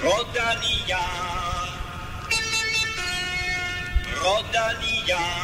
Rodalia, Rodalia.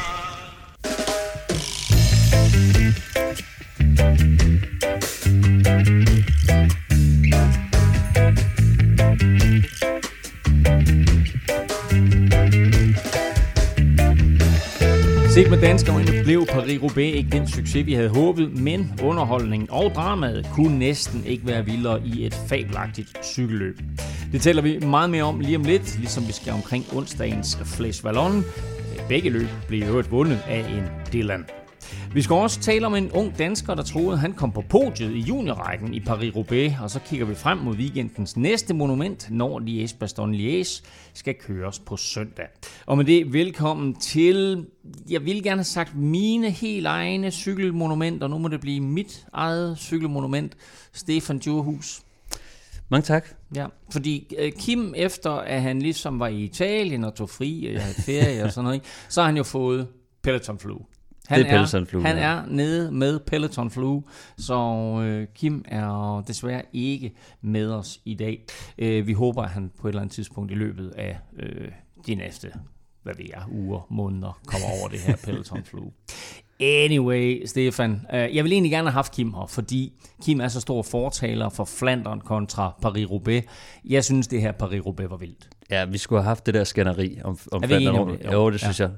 Set med danske øjne blev Paris-Roubaix ikke den succes, vi havde håbet, men underholdningen og dramaet kunne næsten ikke være vildere i et fabelagtigt cykelløb. Det taler vi meget mere om lige om lidt, ligesom vi skal omkring onsdagens Flèche Wallonne. Begge løb blev i øvrigt vundet af en Dylan. Vi skal også tale om en ung dansker, der troede, at han kom på podiet i juniorrækken i Paris-Roubaix, og så kigger vi frem mod weekendens næste monument, når Liège-Bastogne-Liège skal køres på søndag. Og med det, velkommen til, jeg ville gerne have sagt mine helt egne cykelmonumenter, nu må det blive mit eget cykelmonument, Stefan Djurhus. Mange tak. Ja, fordi Kim, efter at han ligesom var i Italien og tog fri og havde ferie og sådan noget, så har han jo fået Peloton Flue. Han er nede med Peloton Flue, så Kim er desværre ikke med os i dag. Vi håber, at han på et eller andet tidspunkt i løbet af de næste, uger, måneder, kommer over det her Peloton Flue. Anyway, Stefan, jeg vil egentlig gerne have haft Kim her, fordi Kim er så stor fortaler for Flandern kontra Paris-Roubaix. Jeg synes, det her Paris-Roubaix var vildt. Ja, vi skulle have haft det der skænderi om Flandern. Jo, det synes jeg.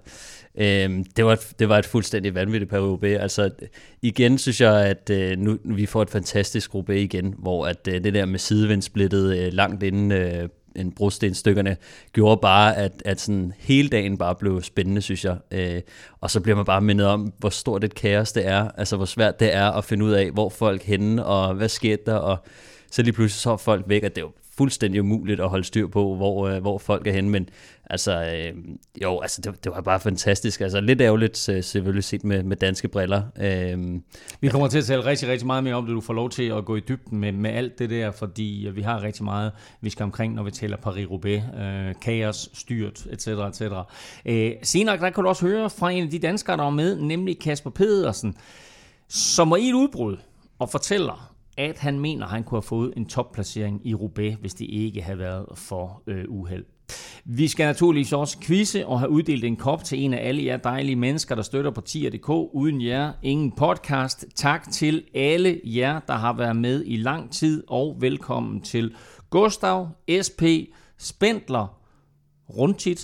Det var et fuldstændig vanvittigt Paris-Roubaix. Altså, igen synes jeg, at nu vi får et fantastisk Roubaix igen, hvor at det der med sidevindssplittet langt inden en brostenstykkerne gjorde bare, at sådan hele dagen bare blev spændende, synes jeg. Og så bliver man bare mindet om, hvor stort et kaos det er, altså hvor svært det er at finde ud af, hvor folk henne, og hvad sker der, og så lige pludselig så er folk væk, og det er jo fuldstændig umuligt at holde styr på, hvor folk er henne, men altså, det var bare fantastisk. Altså lidt ærgerligt selvfølgelig set med danske briller. Vi kommer til at tale rigtig, rigtig meget mere om det. Du får lov til at gå i dybden med alt det der, fordi vi har rigtig meget, vi skal omkring, når vi taler Paris-Roubaix, kaos, styrt, etc. Senere der kan du også høre fra en af de danskere, der var med, nemlig Kasper Pedersen, som var i et udbrud og fortæller, at han mener, at han kunne have fået en topplacering i Roubaix, hvis det ikke havde været for uheld. Vi skal naturligvis også quizze og have uddelt en kop til en af alle jer dejlige mennesker, der støtter på tier.dk. Uden jer, ingen podcast. Tak til alle jer, der har været med i lang tid, og velkommen til Gustav, SP, Spendler, Rundtit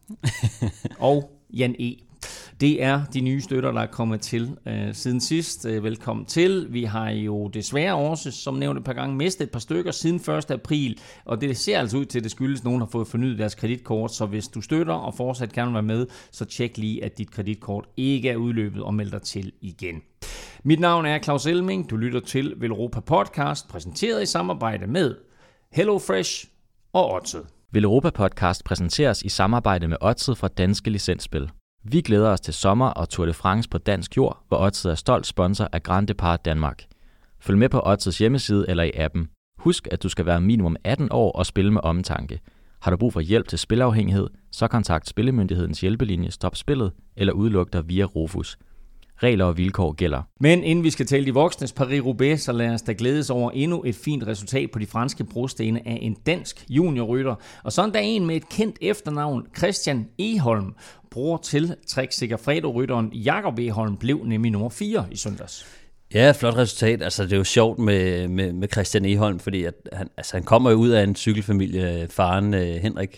og Jan E. Det er de nye støtter, der er kommet til siden sidst. Velkommen til. Vi har jo desværre også, som nævnt et par gange, mistet et par stykker siden 1. april, og det ser altså ud til, at det skyldes, at nogen har fået fornyet deres kreditkort, så hvis du støtter og fortsat gerne vil være med, så tjek lige, at dit kreditkort ikke er udløbet og meld dig til igen. Mit navn er Claus Elming. Du lytter til Velropa Podcast, præsenteret i samarbejde med HelloFresh og Odset. Velropa Podcast præsenteres i samarbejde med Odset fra Danske Licensspil. Vi glæder os til sommer og Tour de France på dansk jord, hvor Odset er stolt sponsor af Grand Depart Danmark. Følg med på Odsets hjemmeside eller i appen. Husk, at du skal være minimum 18 år og spille med omtanke. Har du brug for hjælp til spilafhængighed, så kontakt Spillemyndighedens hjælpelinje Stop Spillet eller udluk dig via Rofus. Regler og vilkår gælder. Men inden vi skal tale de voksnes Paris-Roubaix, så lad os da glædes over endnu et fint resultat på de franske brostene af en dansk juniorrytter. Og sådan der en med et kendt efternavn, Christian Egholm, bror til Trek Segafredo-rytteren Jakob Egholm, blev nemlig nummer 4 i søndags. Ja, flot resultat. Altså, det er jo sjovt med Christian Egholm, fordi at han kommer jo ud af en cykelfamilie, faren Henrik.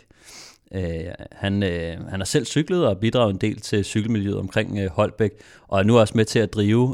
Han har selv cyklet og bidraget en del til cykelmiljøet omkring Holbæk, og er nu også med til at drive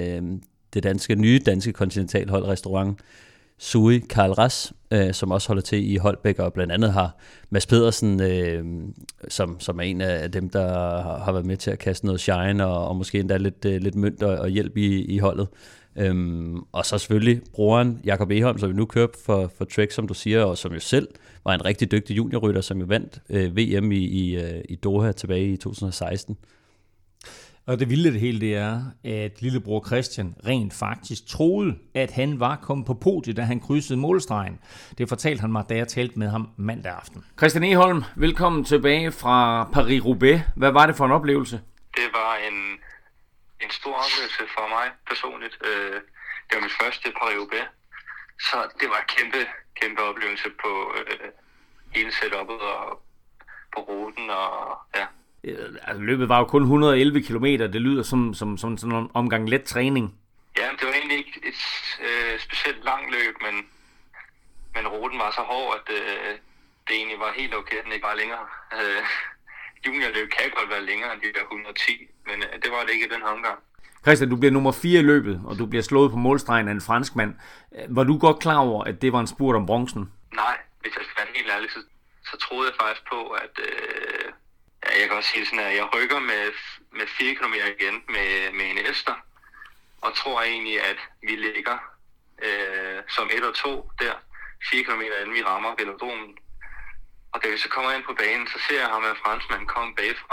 det nye danske kontinentalhold restaurant Sui Karl Ras, som også holder til i Holbæk, og blandt andet har Mads Pedersen, som er en af dem, der har været med til at kaste noget shine, og måske endda lidt mønt og hjælp i holdet. Og så selvfølgelig broren Jakob Egholm, som vi nu kører for Trek, som du siger, og som jo selv var en rigtig dygtig juniorrytter, som jo vandt VM i Doha tilbage i 2016. Og det vilde det hele, det er, at lillebror Christian rent faktisk troede, at han var kommet på podiet, da han krydsede målstregen. Det fortalte han mig, da jeg talte med ham mandag aften. Christian Egholm, velkommen tilbage fra Paris-Roubaix. Hvad var det for en oplevelse? Det var en stor oplevelse for mig personligt. Det var mit første Paris-Roubaix, så det var en kæmpe oplevelse hele setupet og på ruten, og ja. Altså, løbet var jo kun 111 kilometer. Det lyder som sådan en omgang let træning. Ja, det var egentlig ikke et specielt langt løb, men ruten var så hård, at det egentlig var helt okay, at den ikke var længere. Juniorløb kan godt være længere end de der 110, men det var det ikke i den her omgang. Christian, du bliver nummer 4 i løbet, og du bliver slået på målstregen af en franskmand. Var du godt klar over, at det var en spurt om bronzen? Nej, hvis jeg skal være helt ærlig, så troede jeg faktisk på, at jeg kan også sige sådan, at jeg rykker med 4 km igen med en Ester, og tror egentlig, at vi ligger som 1 og 2 der, 4 km inden vi rammer velodromen. Og da vi så kommer ind på banen, så ser jeg ham af franskmanden komme bagfra.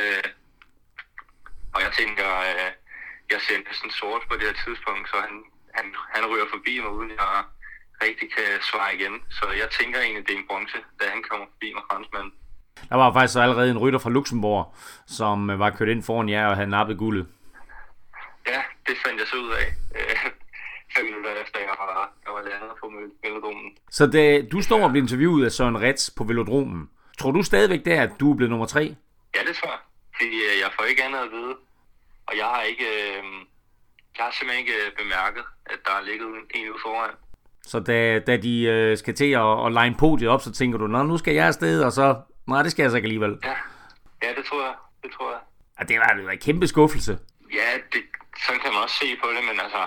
Og jeg tænker, jeg ser næsten sort på det her tidspunkt, så han ryger forbi mig, uden jeg rigtig kan svare igen. Så jeg tænker egentlig, det er en bronze, da han kommer forbi med franskmanden. Der var faktisk så allerede en rytter fra Luxembourg, som var kørt ind foran jer og havde nappet guldet. Ja, det fandt jeg så ud af. 5 minutter efter jeg var landet på velodromen. Så da du står og bliver interviewet af Søren Retz på velodromen, tror du stadigvæk der, at du er blevet nummer 3? Ja, det tror jeg. Fordi jeg får ikke andet at vide. Og jeg har simpelthen ikke bemærket, at der er ligget en ude foran. Så da de skal til at line podiet op, så tænker du, nu skal jeg afsted, og så, nej, det skal jeg så ikke alligevel. Ja, det tror jeg. Og det var en kæmpe skuffelse. Ja, sådan kan man også se på det, men altså,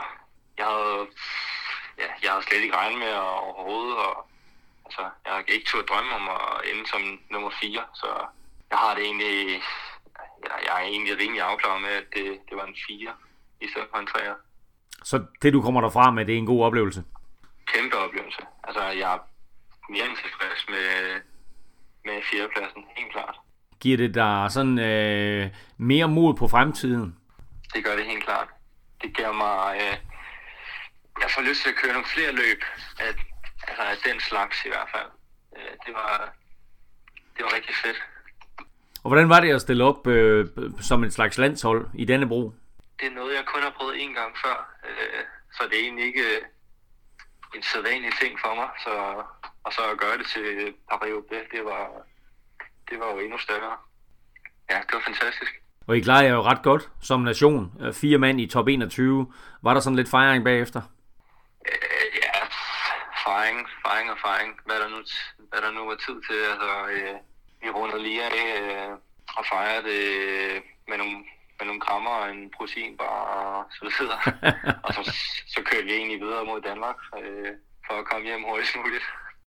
jeg havde slet ikke regnet med overhovedet, og altså, jeg har ikke turde drømme om at ende som nummer 4, så jeg har det egentlig, jeg er egentlig rimelig afklaret med, at det var en 4 i stedet for en 3'er. Så det du kommer derfra med, det er en god oplevelse? Kæmpe oplevelse. Altså, jeg er mere end tilfreds med 4. pladsen, helt klart. Giver det dig sådan mere mod på fremtiden? Det gør det helt klart. Det giver mig... jeg får lyst til at køre nogle flere løb af den slags i hvert fald. Det var rigtig fedt. Og hvordan var det at stille op som en slags landshold i Dannebrog? Det er noget, jeg kun har prøvet en gang før. Så det er egentlig ikke en sædvanlig ting for mig. Og så at gøre det til Paris-Roubaix, det var jo endnu større. Ja, det var fantastisk. Og I klarede jer jo ret godt som nation. 4 mand i top 21. Var der sådan lidt fejring bagefter? Ja, fejring. Hvad der nu var tid til. Altså, vi rundede lige af og fejrede det med nogle krammer og en proteinbar og så videre. Og så kørte vi egentlig videre mod Danmark for at komme hjem hurtigst muligt.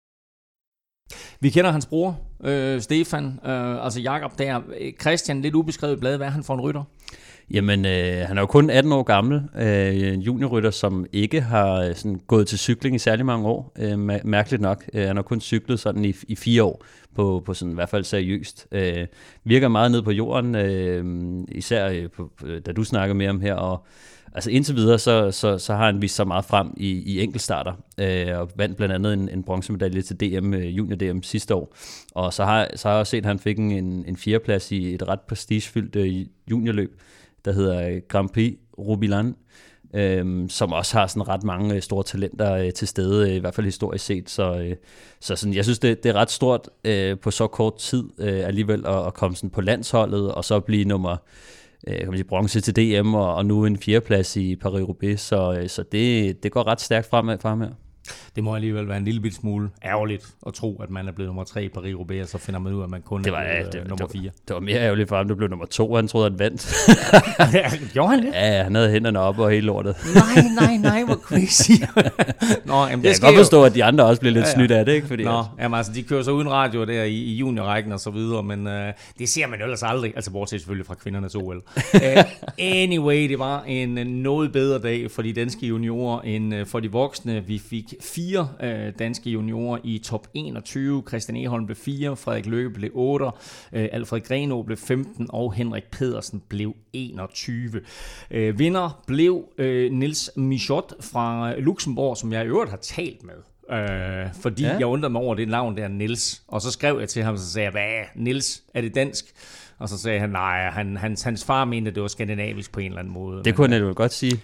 Vi kender hans bror, Stefan, altså Jakob der. Christian, lidt ubeskrevet blad. Hvad er han for en rytter? Jamen, han er jo kun 18 år gammel. Juniorrytter, som ikke har sådan, gået til cykling i særlig mange år. Mærkeligt nok. Han har kun cyklet sådan i 4 år, på sådan i hvert fald seriøst. Virker meget ned på jorden, især da du snakker med ham her. Og altså indtil videre, så har han vist sig meget frem i enkeltstarter, og vandt blandt andet en bronzemedalje til DM, Junior DM sidste år. Og så har jeg også set, at han fik en 4. plads i et ret prestigefyldt juniorløb, der hedder Grand Prix Roubilan, som også har sådan ret mange store talenter til stede, i hvert fald historisk set. Så sådan, jeg synes, det er ret stort på så kort tid alligevel at komme sådan på landsholdet, og så blive nummer bronze til DM, og nu en 4. plads i Paris-Roubaix, så det går ret stærkt fremad for ham her. Det må alligevel være en lille smule ærgerligt at tro, at man er blevet nummer 3 i Paris-Roubaix, og så finder man ud af, at man kun er nummer 4. Det var mere ærgerligt for ham, du blev nummer 2, og han troede, han vandt. Gjorde han det? Ja, han havde hænderne op og hele lortet. Nej, hvor crazy. Nå, jamen, jeg kan godt forstå, at de andre også bliver lidt snydt af det, ikke? Fordi jamen, altså, de kører så uden radio der i juniorrækken og så videre, men det ser man ellers aldrig, altså bortset selvfølgelig fra kvindernes OL. Anyway, det var en noget bedre dag for de danske juniorer end for de voksne. Vi fik 4 danske juniorer i top 21. Christian Egholm blev 4, Frederik Løkke blev 8, Alfred Grenaa blev 15, og Henrik Pedersen blev 21. Vinder blev Niels Michaud fra Luxembourg, som jeg i øvrigt har talt med. Fordi jeg undrede mig over det navn der, Niels. Og så skrev jeg til ham, så sagde jeg, hvad Niels, er det dansk? Og så sagde han, nej, hans far mente, det var skandinavisk på en eller anden måde. Det kunne han jo godt sige.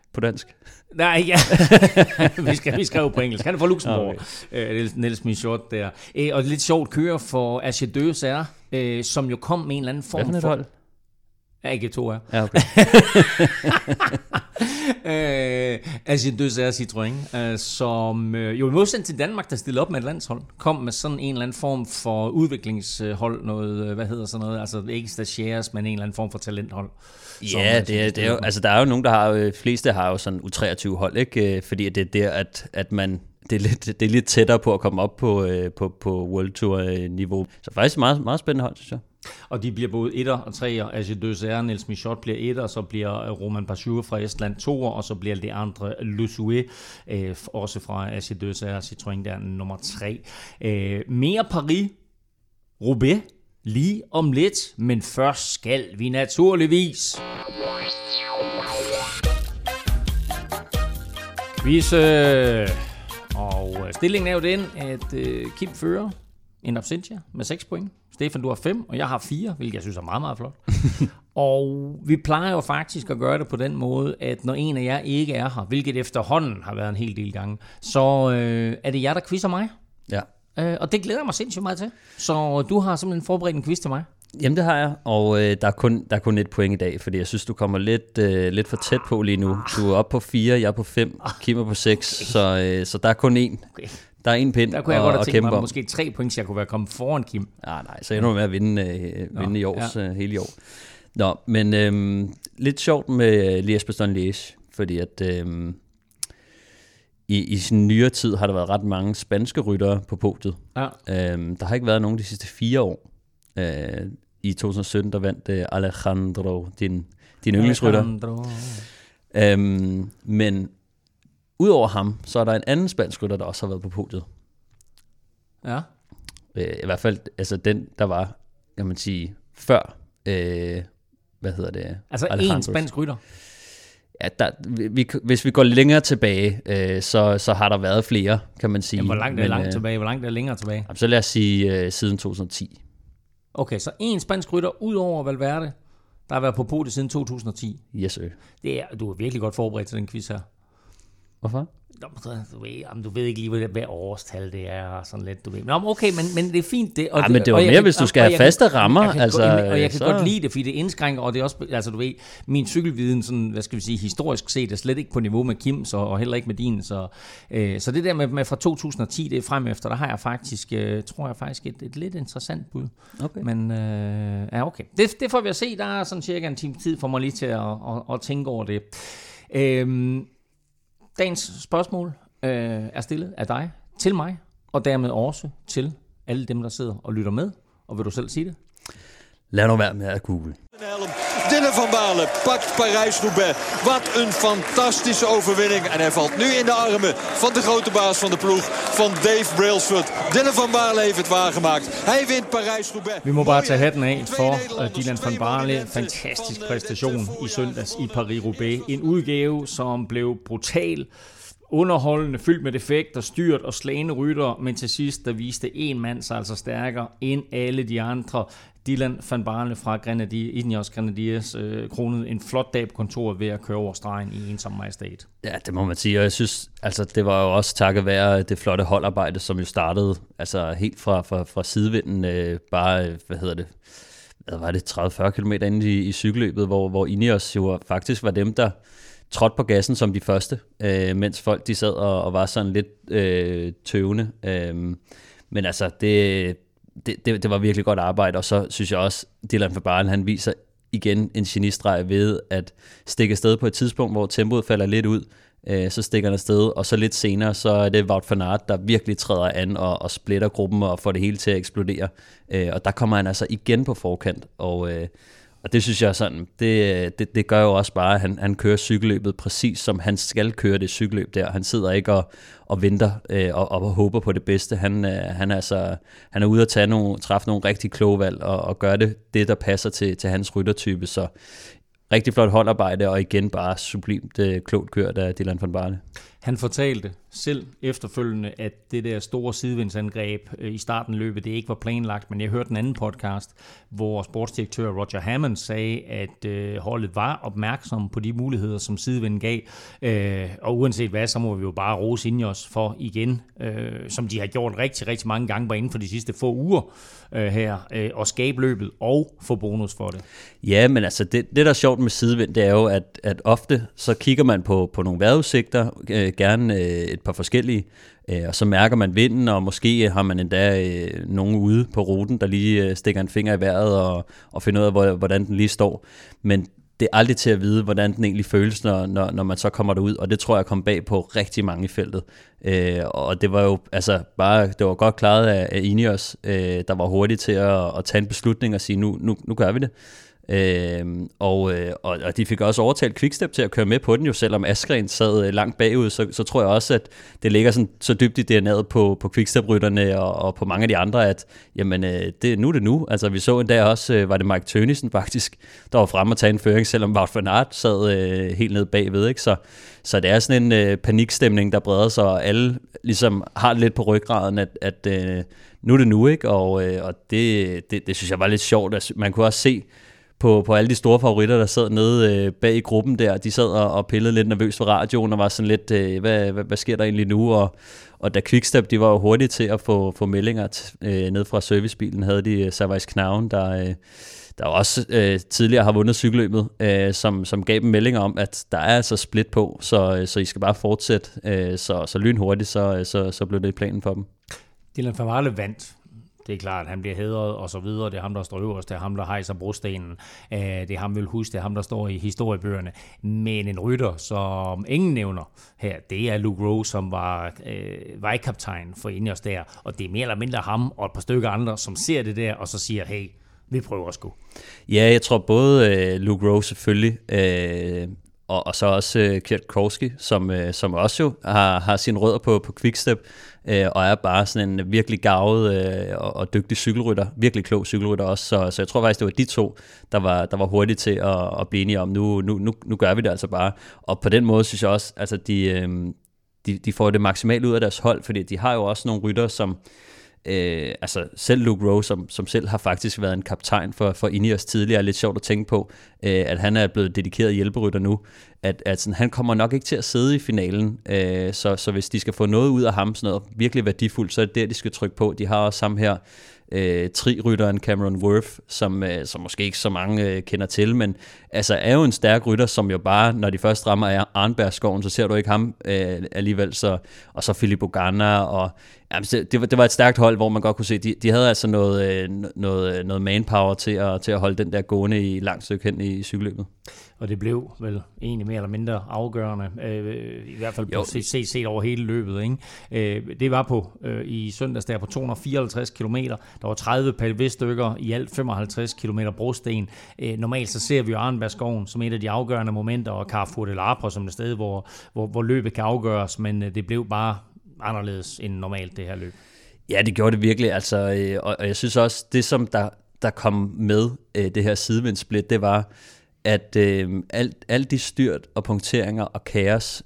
på dansk? Nej, ja. vi skrev på engelsk. Han er fra Luxembourg, Niels Michaud der. Og lidt sjovt kører for AG2 er, som jo kom med en eller anden form for... AG2 er. Ja, okay. AG2 Citroën, som jo i modsætning til Danmark, der stillede op med et landshold, kom med sådan en eller anden form for udviklingshold, noget, hvad hedder sådan noget, altså ikke stagiaires, men en eller anden form for talenthold. Ja, det er jo, altså der er jo nogen, der har jo, fleste har jo sådan U23 hold, ikke? Fordi det er der, at man, det er lidt tættere på at komme op på World Tour niveau. Så faktisk meget, meget spændende hold, synes jeg. Og de bliver både 1'er og 3'er. AG2 Niels Michaud bliver 1'er, så bliver Roman Barciu fra Estland 2'er, og så bliver det andre Le Souet, også fra AG2 Citroën, der nummer 3. Mere Paris-Roubaix lige om lidt, men først skal vi naturligvis quizze. Og stillingen er jo den, at Kim fører en absentia med 6 point. Stefan, du har 5, og jeg har 4, hvilket jeg synes er meget, meget flot. Og vi plejer jo faktisk at gøre det på den måde, at når en af jer ikke er her, hvilket efterhånden har været en hel del gange, så er det jer, der quizzer mig. Ja. Og det glæder jeg mig sindssygt meget til. Så du har simpelthen forberedt en quiz til mig. Jamen det har jeg, og der er kun 1 point i dag, fordi jeg synes, du kommer lidt for tæt på lige nu. Du er oppe på 4, jeg er på 5, Kim er på 6, okay. Så der er kun 1. Okay. Der er 1 pind. Der kunne jeg godt have tænkt mig måske 3 point, så jeg kunne være kommet foran Kim. Nej, så jeg ender med at vinde i års, hele i år. Nå, men lidt sjovt med Liège-Bastogne-Liège, fordi at i sin nyere tid har der været ret mange spanske ryttere på podiet. Ja. Der har ikke været nogen de sidste 4 år. I 2017, der vandt Alejandro, din yndlingsrytter. Men udover ham, så er der en anden spansk rytter, der også har været på podiet. Ja. I hvert fald, altså den, der var, kan man sige, før, hvad hedder det? Altså en spansk rytter? Ja, hvis vi går længere tilbage, så har der været flere, kan man sige. Jamen, hvor langt er langt tilbage? Hvor langt er længere tilbage? Så lad os sige siden 2010. Okay, så en spansk rytter ud over Valverde, der har været på podiet siden 2010. Yes, sir. Du er virkelig godt forberedt til den quiz her. Hvorfor? Du ved ikke lige, hvad årstal det er, og sådan lidt, du ved. Men okay, men det er fint. Det, og men det var mere, hvis du skal have faste rammer. Og jeg kan godt lide det, fordi det indskrænker, og det er også, altså du ved, min cykelviden, sådan, hvad skal vi sige, historisk set, er slet ikke på niveau med Kims, og heller ikke med din. Så det der med fra 2010, det er frem efter, der har jeg faktisk, tror jeg faktisk, et lidt interessant bud. Okay. Men ja, okay. Det får vi at se. Der er sådan cirka en time tid for mig lige til at tænke over det. Dagens spørgsmål er stillet af dig til mig, og dermed også til alle dem, der sidder og lytter med. Og vil du selv sige det? Lad nu være med at google. Dylan van Baarle pakt Parijs-Roubaix. Wat een fantastische overwinning. En hij valt nu in de armen van de grote baas van de ploeg, van Dave Brailsford. Dylan van Baarle heeft het waargemaakt. Hij wint Parijs-Roubaix. Vi må bare tage hatten af for Dylan van Baarle. Fantastisk præstation i søndags i Paris-Roubaix. En udgave, som blev brutal, underholdende, fyldt med defekter, styrt og slagende ryttere, men til sidst, der viste en mand sig altså stærkere end alle de andre. Dylan van Baarle fra Ineos Grenadiers kronede en flot dag på kontoret ved at køre over stregen i ensom majestat. Ja, det må man sige, og jeg synes, altså det var jo også takket være det flotte holdarbejde, som jo startede altså helt fra sidevinden, bare, hvad var det, 30-40 km inde i cykelløbet, hvor Ineos jo faktisk var dem, der trådte på gassen som de første, mens folk de sad og var sådan lidt tøvende. Men altså, det var virkelig godt arbejde, og så synes jeg også, Dylan van Baarle, han viser igen en genistreg ved at stikke afsted på et tidspunkt, hvor tempoet falder lidt ud, så stikker han afsted, og så lidt senere, så er det Wout van Aert, der virkelig træder an og splitter gruppen og får det hele til at eksplodere. Og der kommer han altså igen på forkant, og det synes jeg sådan, det gør jo også bare, at han kører cykelløbet præcis som han skal køre det cykelløb der. Han sidder ikke og venter og håber på det bedste. Han er ude at træffe nogle rigtig kloge valg og gøre det der passer til hans ryttertype. Så rigtig flot holdarbejde, og igen bare sublimt klogt kørt af Dylan van Baarle. Han fortalte selv efterfølgende, at det der store sidevindsangreb i starten af løbet, det ikke var planlagt, men jeg hørte en anden podcast, hvor sportsdirektør Roger Hammond sagde, at holdet var opmærksom på de muligheder, som sidevinden gav, og uanset hvad, så må vi jo bare rose Ineos for igen, som de har gjort rigtig, rigtig mange gange bare inden for de sidste få uger her, og skabe løbet og få bonus for det. Ja, men altså det der er sjovt med sidevind, det er jo, at ofte så kigger man på nogle vejrudsigter, gerne et par forskellige, og så mærker man vinden, og måske har man endda nogen ude på ruten, der lige stikker en finger i vejret og finder ud af, hvordan den lige står. Men det er aldrig til at vide, hvordan den egentlig føles, når man så kommer derud, og det tror jeg kom bag på rigtig mange i feltet. Og det var jo altså bare, det var godt klaret af Ineos, der var hurtigt til at tage en beslutning og sige, nu gør vi det. Og de fik også overtalt Quickstep til at køre med på den jo, selvom Askren sad langt bagud, så tror jeg også, at det ligger sådan, så dybt i DNA'et på Quickstep-rytterne og på mange af de andre, at jamen, nu er det nu. Altså vi så endda også, var det Mike Tønnesen faktisk, der var fremme og tage en føring, selvom Wout van Aert sad helt nede bagved, ikke? Så det er sådan en panikstemning, der breder sig, og alle ligesom har lidt på ryggraden, at nu er det nu, ikke? Og det synes jeg var lidt sjovt. Altså, man kunne også se på alle de store favoritter, der sad nede bag i gruppen der, de sad og pillede lidt nervøst for radioen, og var sådan lidt, hvad sker der egentlig nu? Og da Quickstep, de var jo hurtige til at få meldinger ned fra servicebilen, havde de Servais Knaven, der også tidligere har vundet cykelløbet, som gav dem meldinger om, at der er altså split på, så I skal bare fortsætte, så lynhurtigt, så blev det planen for dem. Dylan van Baarle vandt. Det er klart, at han bliver hædret og så videre. Det er ham, der står øverst. Det er ham, der hejser brostenen. Det er ham, vi vil huske. Det er ham, der står i historiebøgerne. Men en rytter, som ingen nævner her, det er Luke Rowe, som var vejkaptajn for Ineos der. Og det er mere eller mindre ham og et par stykker andre, som ser det der og så siger, hey, vi prøver sgu. Ja, jeg tror både Luke Rowe selvfølgelig, og så også Kwiatkowski, som også jo har sine rødder på Quickstep, og er bare sådan en virkelig garvet og dygtig cykelrytter, virkelig klog cykelrytter også, så jeg tror faktisk, det var de to, der var hurtige til at blive enige om, nu gør vi det altså bare, og på den måde synes jeg også, altså de får det maksimalt ud af deres hold, fordi de har jo også nogle rytter, som altså selv Luke Rowe, som selv har faktisk været en kaptajn for Ineos tidligere, er lidt sjovt at tænke på, at han er blevet dedikeret hjælperytter nu, at sådan, han kommer nok ikke til at sidde i finalen, så hvis de skal få noget ud af ham, sådan noget virkelig værdifuldt, så er det der, de skal trykke på. De har også ham her, tri-rytteren Cameron Worth, som måske ikke så mange kender til, men altså er jo en stærk rytter, som jo bare, når de først rammer Arnbergskoven, så ser du ikke ham alligevel, og så Filippo Ganna, og jamen, det var et stærkt hold, hvor man godt kunne se, de havde altså noget manpower til at holde den der gående i langt stykke hen i cykelløbet. Og det blev vel egentlig mere eller mindre afgørende, i hvert fald på set over hele løbet, ikke? Det var på i søndags der på 254 km. Der var 30 pavé-stykker, i alt 55 km brosten. Normalt så ser vi jo Arnbergskoven som et af de afgørende momenter, og Carrefour de l'Arbre som et sted, hvor løbet kan afgøres, men det blev bare anderledes end normalt, det her løb. Ja, det gjorde det virkelig, altså, og jeg synes også, det som der kom med det her sidevindssplit, det var, at alt de styrt og punkteringer og kaos,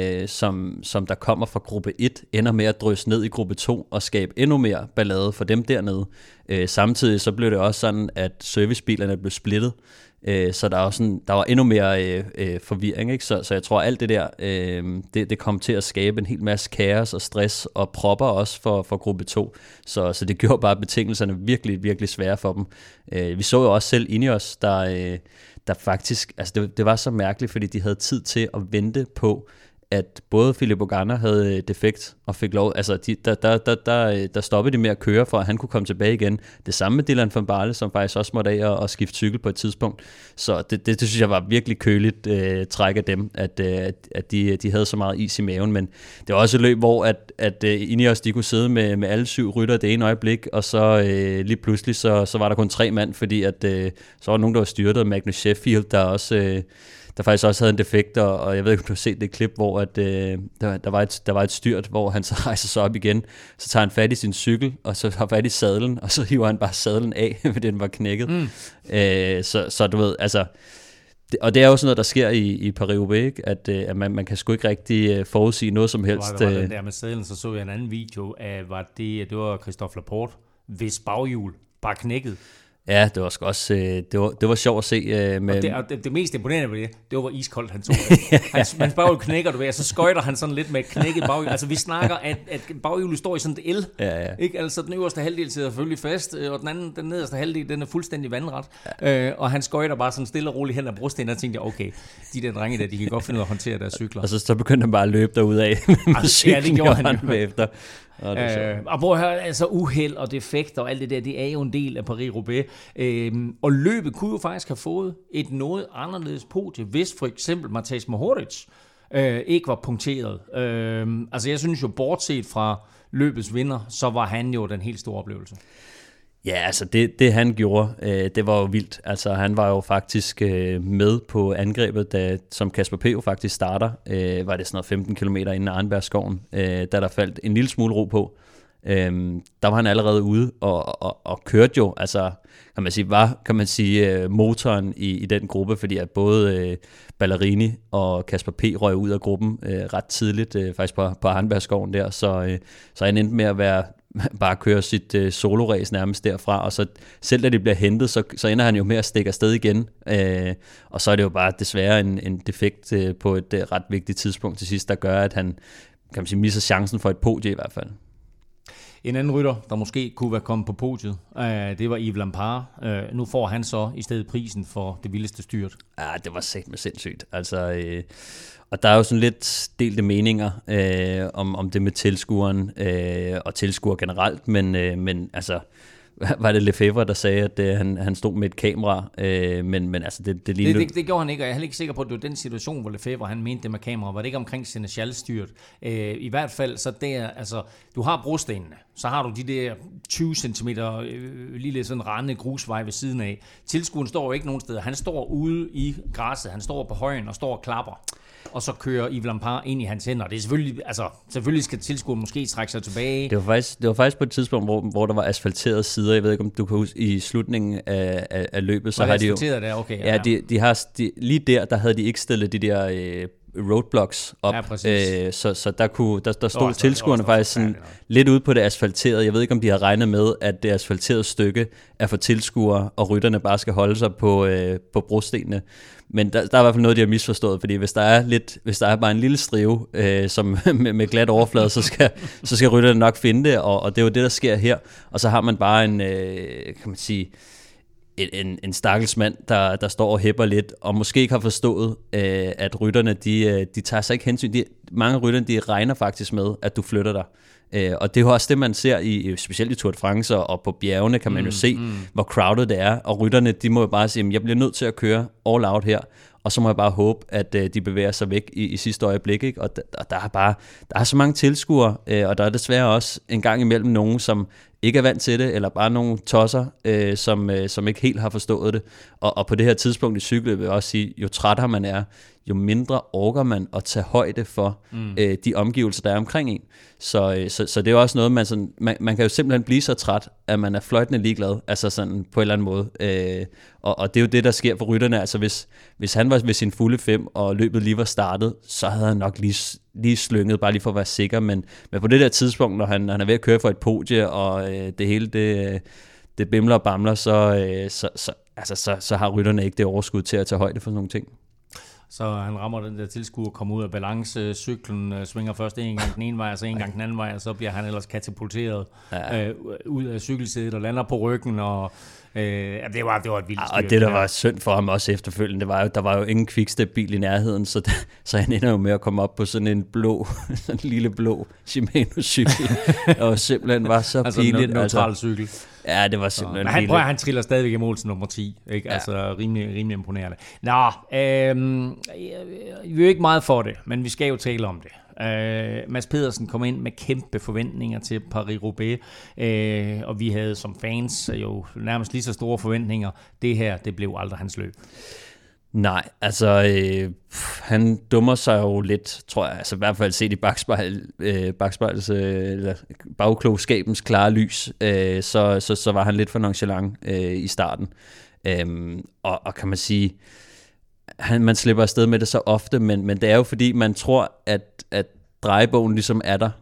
som der kommer fra gruppe 1, ender med at drysse ned i gruppe 2 og skabe endnu mere ballade for dem dernede. Samtidig så blev det også sådan, at servicebilerne blev splittet, så der var endnu mere forvirring, ikke? Så jeg tror, alt det der, det kom til at skabe en hel masse kaos og stress og propper også for gruppe 2. Så det gjorde bare betingelserne virkelig, virkelig svære for dem. Vi så jo også selv Ineos, der faktisk, altså det var så mærkeligt, fordi de havde tid til at vente på, at både Filippo Ganna havde defekt og fik lov, altså der stoppede de med at køre, for at han kunne komme tilbage igen. Det samme med Dylan van Baarle, som faktisk også måtte af og skifte cykel på et tidspunkt. Så det synes jeg var virkelig køligt træk af dem, at de havde så meget is i maven. Men det var også et løb, hvor at Ineos, de kunne sidde med alle 7 rytter det ene øjeblik, og så lige pludselig så var der kun 3 mand, fordi at så var der nogen, der var styrtet, Magnus Sheffield, der faktisk også havde en defekt, og jeg ved ikke, om du har set det klip, hvor at, der var et styrt, hvor han så rejser sig op igen, så tager han fat i sin cykel, og så har fat i sadlen, og så hiver han bare sadlen af, fordi den var knækket. Så du ved, altså, og det er jo sådan noget, der sker i Paris-Roubaix, at man kan sgu ikke rigtig forudsige noget som helst. Der var den der med sadlen, så jeg en anden video af, det var Christophe Laporte, hvis baghjul bare knækkede. Ja, det var sgu også det var sjovt at se. Og det mest imponerende ved det var, hvor iskoldt han tog. Hans baghjul knækker, du ved, og så skøjter han sådan lidt med knækket baghjul. Altså vi snakker, at baghjulet står i sådan et L. Ja. Ikke? Altså den øverste halvdel sidder selvfølgelig fast, og den nederste halvdel, den er fuldstændig vandret. Ja. Og han skøjter bare sådan stille og roligt hen ad brostenen, og tænkte, okay, de der drenge der, de kan godt finde ud af at håndtere deres cykler. Og så begyndte han bare at løbe derudad med cyklen, det gjorde han bagefter. Og prøv at høre, altså uheld og defekter og alt det der, det er jo en del af Paris-Roubaix. Og løbet kunne jo faktisk have fået et noget anderledes podie, hvis for eksempel Matej Mohoric ikke var punkteret. Altså jeg synes jo, bortset fra løbets vinder, så var han jo den helt store oplevelse. Ja, altså det han gjorde, det var jo vildt. Altså han var jo faktisk med på angrebet, som Kasper P. jo faktisk starter. Var det sådan noget 15 km inden Arnbergskoven, da der faldt en lille smule ro på. Der var han allerede ude og kørte jo, altså kan man sige motoren i den gruppe, fordi at både Ballerini og Kasper P. røg ud af gruppen ret tidligt, faktisk på Arnbergskoven der, så han endte med at bare køre sit soloræs nærmest derfra, og så selv da de bliver hentet, så ender han jo med at stikke afsted igen, og så er det jo bare desværre en defekt på et ret vigtigt tidspunkt til sidst, der gør, at han, kan man sige, misser chancen for et podie i hvert fald. En anden rytter, der måske kunne være kommet på podiet, det var Yves Lampard. Nu får han så i stedet prisen for det vildeste styrt. Ja, det var satme sindssygt. Altså, og der er jo sådan lidt delte meninger om det med tilskueren og tilskuer generelt, men altså var det Lefebvre, der sagde, at han stod med et kamera, men altså det lignede... Det gjorde han ikke, og jeg er heller ikke sikker på, at det var den situation, hvor Lefebvre han mente det med kamera. Var det ikke omkring Sénéchal-styrt? I hvert fald, så der, altså, du har brostenene, så har du de der 20 cm lille sådan rande grusvej ved siden af. Tilskueren står jo ikke nogen steder. Han står ude i græsset, han står på højen og står og klapper. Og så kører Yves Lampard ind i hans hænder. Det er selvfølgelig skal tilskueren måske trække sig tilbage. Det var faktisk på et tidspunkt, hvor der var asfalterede sider. Jeg ved ikke, om du kan huske, i slutningen af løbet, så har de jo... Der, okay. Ja, lige der havde de ikke stillet de der roadblocks op. Ja, så der stod tilskuerne faktisk sådan lidt ude på det asfalterede. Jeg ved ikke, om de har regnet med, at det asfalterede stykke er for tilskuere, og rytterne bare skal holde sig på brostenene. Men der er i hvert fald noget, de har misforstået, fordi hvis der er bare en lille strive som med glat overflade, så skal rytterne nok finde det, og det er jo det, der sker her. Og så har man bare kan man sige, en stakkels mand, der står og hæpper lidt, og måske ikke har forstået, at rytterne, de tager sig ikke hensyn. Mange rytterne, de regner faktisk med, at du flytter dig. Og det er jo også det, man ser specielt i Tour de France og på bjergene, kan man jo se, hvor crowded det er. Og rytterne, de må jo bare sige, jeg bliver nødt til at køre all out her, og så må jeg bare håbe, at de bevæger sig væk i sidste øjeblik. Ikke? Og der er så mange tilskuere, og der er desværre også en gang imellem nogen, som ikke er vant til det, eller bare nogle tosser, som ikke helt har forstået det. Og på det her tidspunkt i cyklet vil jeg også sige, jo trættere man er, jo mindre orker man at tage højde for de omgivelser, der er omkring en. Så det er også noget, man kan jo simpelthen blive så træt, at man er fløjtende ligeglad, altså sådan på en eller anden måde. Og det er jo det, der sker for rytterne. Altså hvis han var ved sin fulde 5, og løbet lige var startet, så havde han nok lige slynget, bare lige for at være sikker. Men på det der tidspunkt, når han er ved at køre for et podie, og det hele det bimler og bamler, så har rytterne ikke det overskud til at tage højde for sådan nogle ting. Så han rammer den der tilskuer, kommer ud af balance, cyklen svinger først en gang den ene vej, og så en gang den anden vej, og så bliver han ellers katapulteret ud af cykelsædet og lander på ryggen, og det var et vildt styrt. Og det, der var synd for ham også efterfølgende, det var jo, der var jo ingen Quickstep-bil i nærheden, så han ender jo med at komme op på sådan en lille blå Shimano-cykel, og simpelthen var så pinligt. Altså neutral cykel. Ja, det var simpelthen han triller stadigvæk i mål til nummer 10, ikke? Ja. Altså rimelig imponerende. Nå, vi er jo ikke meget for det, men vi skal jo tale om det. Mads Pedersen kom ind med kæmpe forventninger til Paris-Roubaix, og vi havde som fans jo nærmest lige så store forventninger. Det her, det blev aldrig hans løb. Nej, altså han dummer sig jo lidt, tror jeg, altså i hvert fald set i bagklogskabens klare lys, så var han lidt for nonchalant i starten. Og kan man sige, man slipper afsted med det så ofte, men det er jo fordi, man tror, at drejebogen ligesom er der,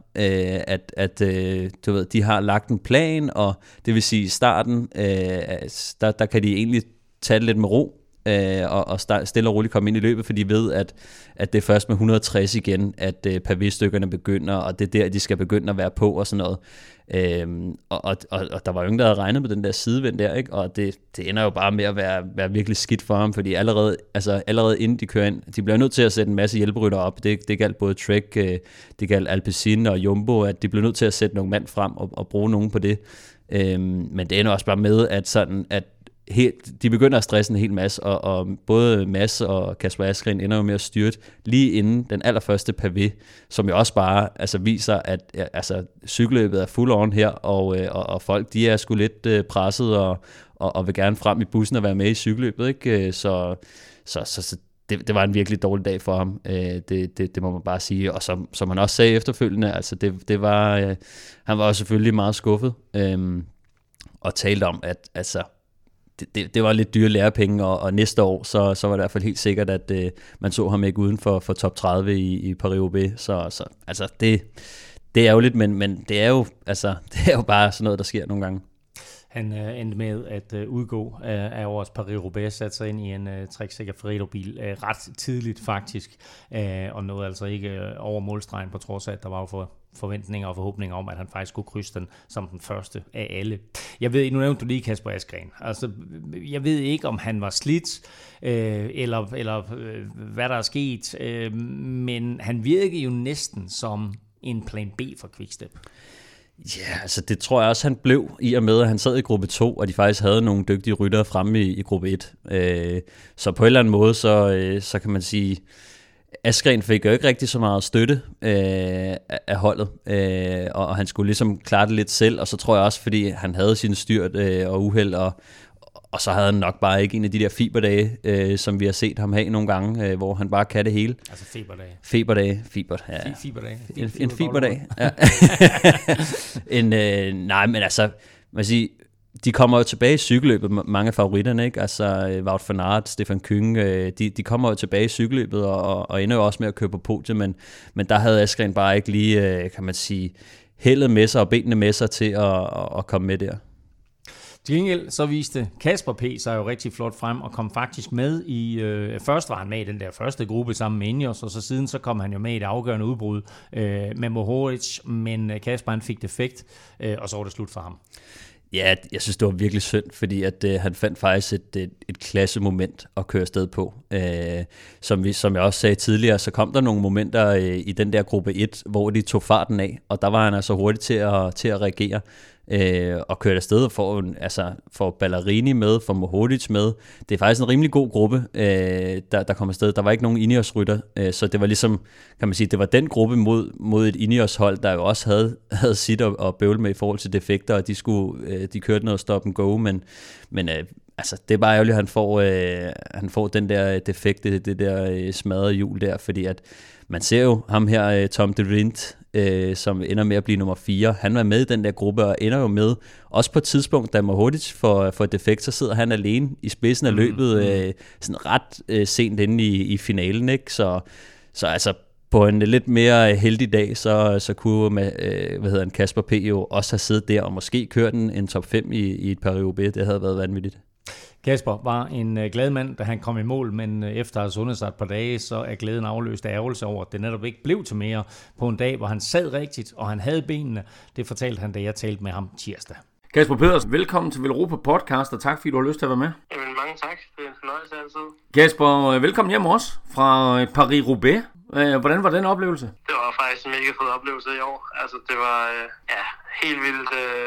du ved, de har lagt en plan, og det vil sige i starten, der kan de egentlig tage det lidt med ro, og stille og roligt komme ind i løbet, for de ved, at det er først med 160 igen, at pavé-stykkerne begynder, og det er der, de skal begynde at være på, og sådan noget. Og der var jo ingen, der havde regnet med den der sidevind der, ikke? Og det ender jo bare med at være virkelig skidt for ham, fordi allerede inden de kører ind, de bliver nødt til at sætte en masse hjælperytter op. Det galt både Trek, det galt Alpecin og Jumbo, at de blev nødt til at sætte nogle mand frem og bruge nogen på det. Men det ender også bare med, at de begynder at stresse en hel masse, og både Mads og Kasper Asgreen ender jo med at styrte lige inden den allerførste pavé, som jo også bare viser, at cykelløbet er full on her, og folk de er sgu lidt presset og vil gerne frem i bussen og være med i cykelløbet, ikke? Så det var en virkelig dårlig dag for ham, det må man bare sige, og som han også sagde efterfølgende, det var han var også selvfølgelig meget skuffet, og talte om, at det var lidt dyre lærepenge, og næste år, så var det i hvert fald helt sikkert, at man så ham ikke uden for top 30 i Paris-Roubaix. Så det er ærgerligt, men det er jo bare sådan noget, der sker nogle gange. Han endte med at udgå af årets Paris-Roubaix, satte sig ind i en Trek-sikker Fredo-bil ret tidligt faktisk, og nåede altså ikke over målstregen, på trods af, at der var jo forventninger og forhåbninger om, at han faktisk skulle krydse den som den første af alle. Jeg ved, nu nævnte du lige Kasper Asgreen. Jeg ved ikke, om han var slidt, eller hvad der er sket, men han virkede jo næsten som en plan B for Quickstep. Ja, det tror jeg også, han blev, i og med, at han sad i gruppe 2, og de faktisk havde nogle dygtige ryttere fremme i gruppe 1. Så på en eller anden måde, så kan man sige, Asgreen fik jo ikke rigtig så meget støtte af holdet, og han skulle ligesom klare det lidt selv, og så tror jeg også, fordi han havde sin styrt og uheld, og så havde han nok bare ikke en af de der fiberdage, som vi har set ham have nogle gange, hvor han bare kan det hele. Altså feberdage. Fiberdage. En fiberdag. Ja. Nej, men man siger, de kommer jo tilbage i cykelløbet, mange af favoritterne, ikke? Wout van Aert, Stefan Küng, de kommer jo tilbage i cykelløbet, og ender jo også med at køre på podiet, men der havde Asgreen bare ikke lige, kan man sige, heldet med sig og benene med sig til at komme med der. Til gengæld så viste Kasper P. sig jo rigtig flot frem og kom faktisk med i, først var han med i den der første gruppe sammen med Ineos, og så siden så kom han jo med i det afgørende udbrud med Mohoric, men Kasper han fik defekt, og så var det slut for ham. Ja, jeg synes, det var virkelig synd, fordi at han fandt faktisk et klassemoment at køre afsted på. Som jeg også sagde tidligere, så kom der nogle momenter i den der gruppe 1, hvor de tog farten af, og der var han altså hurtigt til at reagere. Og kørte afsted og får Ballerini med, får Mohoric med. Det er faktisk en rimelig god gruppe, der kom afsted. Der var ikke nogen Ineos-rytter, så det var ligesom, kan man sige, det var den gruppe mod et Ineos-hold, der jo også havde sit og bøvle med i forhold til defekter, og de kørte noget stop and go, men det er bare ærgerligt, at han får den der defekte, det der smadrede hjul der, fordi at man ser jo ham her, Tom de Rindt, som ender med at blive nummer 4. Han var med i den der gruppe og ender jo med, også på et tidspunkt, da Mohoric får defekt, så sidder han alene i spidsen af løbet, sådan ret sent inde i finalen, ikke? Så på en lidt mere heldig dag, så kunne Kasper P. jo også have siddet der og måske kørt en top 5 i et Paris-Roubaix. Det havde været vanvittigt. Kasper var en glad mand, da han kom i mål, men efter at have sundet sig et par dage, så er glæden afløst af ærgelse over, at det netop ikke blev til mere på en dag, hvor han sad rigtigt, og han havde benene. Det fortalte han, da jeg talte med ham tirsdag. Kasper Pedersen, velkommen til Velropa Podcast, og tak fordi du har lyst til at være med. Jamen mange tak, det er en fornøjelse altid. Kasper, velkommen hjem også fra Paris-Roubaix. Hvordan var den oplevelse? Det var faktisk en mega fed oplevelse i år. Det var helt vildt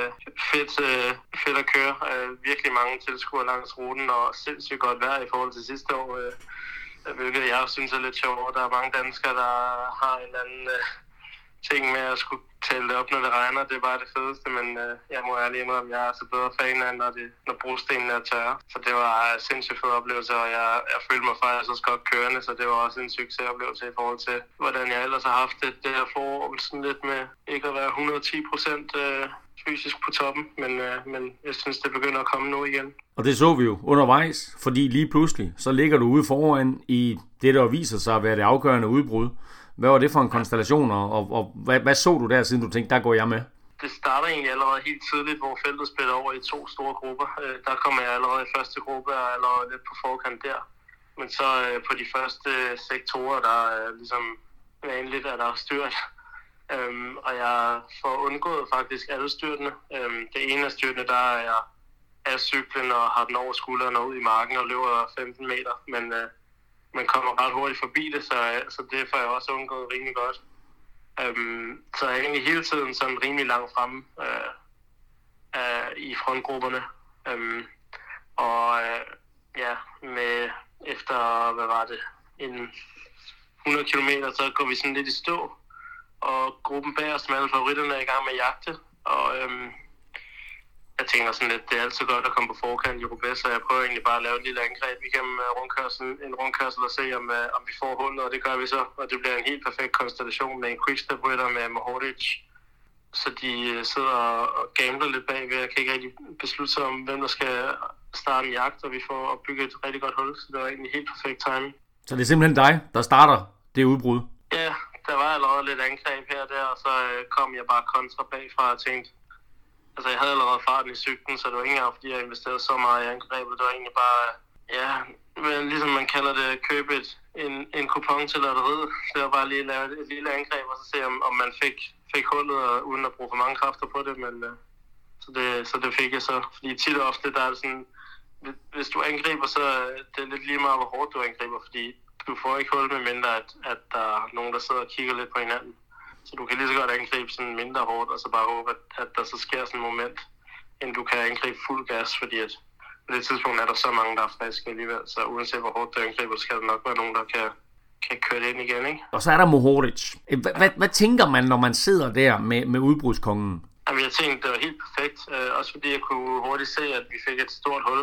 fedt at køre. Virkelig mange tilskuere langs ruten, og sindssygt godt vejr i forhold til sidste år. Hvilket jeg også synes er lidt sjovt. Der er mange danskere, der har en anden ting med at skulle tælle det op, når det regner. Det er bare det fedeste, men jeg må ærlig indrømme, at jeg er så bedre fan af, når brostenene er tørre. Så det var en sindssygt fed oplevelse, og jeg følte mig faktisk også godt kørende, så det var også en succesoplevelse i forhold til, hvordan jeg ellers har haft det her forår, sådan lidt med ikke at være 110% fysisk på toppen, men jeg synes, det begynder at komme nu igen. Og det så vi jo undervejs, fordi lige pludselig, så ligger du ude foran i det, der viser sig at være det afgørende udbrud. Hvad var det for en konstellation, og hvad så du der, siden du tænkte, der går jeg med? Det starter egentlig allerede helt tidligt, hvor feltet spiller over i 2 store grupper. Der kommer jeg allerede i første gruppe og allerede lidt på forkant der. Men så på de første sektorer, der er ligesom vanligt, at der er styrt. Og jeg får undgået faktisk alle styrtene. Det ene af styrtene, der er jeg af cyklen og har den over skulderen og ud i marken og løber 15 meter. Men man kommer ret hurtigt forbi det, så det får jeg også undgået rimelig godt. Så jeg er egentlig hele tiden sådan rimelig langt fremme i frontgrupperne. Med efter, hvad var det, en 100 kilometer, så går vi sådan lidt i stå. Og gruppen bag os med alle favoritterne er i gang med at jagte. Og jeg tænker sådan lidt, det er altid godt at komme på forkant i Roubaix, så jeg prøver egentlig bare at lave et lille angreb igennem en rundkørsel og se, om vi får hullet, og det gør vi så. Og det bliver en helt perfekt konstellation med en quickstep-rytter med Mohoric. Så de sidder og gambler lidt bagved. Jeg kan ikke rigtig beslutte sig om, hvem der skal starte en jagt, og vi får opbygget et rigtig godt hul. Så det var egentlig helt perfekt timing. Så det er simpelthen dig, der starter det udbrud? Ja, der var allerede lidt angreb her og der, og så kom jeg bare kontra bagfra og tænkte, altså jeg havde allerede farten i cyklen, så det var ikke engang fordi jeg investerede så meget i angrebet. Det var egentlig bare, ligesom man kalder det, købe en kupon til lotteriet. Det var bare lige at lave et lille angreb, og så se om man fik hullet, og uden at bruge for mange kræfter på det. Men så det fik jeg så. Fordi tit og ofte, der er det sådan, hvis du angriber, så det er lidt lige meget, hvor hårdt du angriber, fordi du får ikke hul med mindre, at der er nogen, der sidder og kigger lidt på hinanden. Så du kan lige så godt angribe sådan mindre hårdt, og så bare håbe, at der så sker sådan et moment, end du kan angribe fuld gas, fordi at på det tidspunkt er der så mange, der er friske alligevel. Så uanset hvor hårdt du angriber, så skal der nok være nogen, der kan køre det ind igen, ikke? Og så er der Mohoric. Hvad tænker man, når man sidder der med udbrudskongen? Jamen, jeg tænkte, det var helt perfekt. Også fordi jeg kunne hurtigt se, at vi fik et stort hul.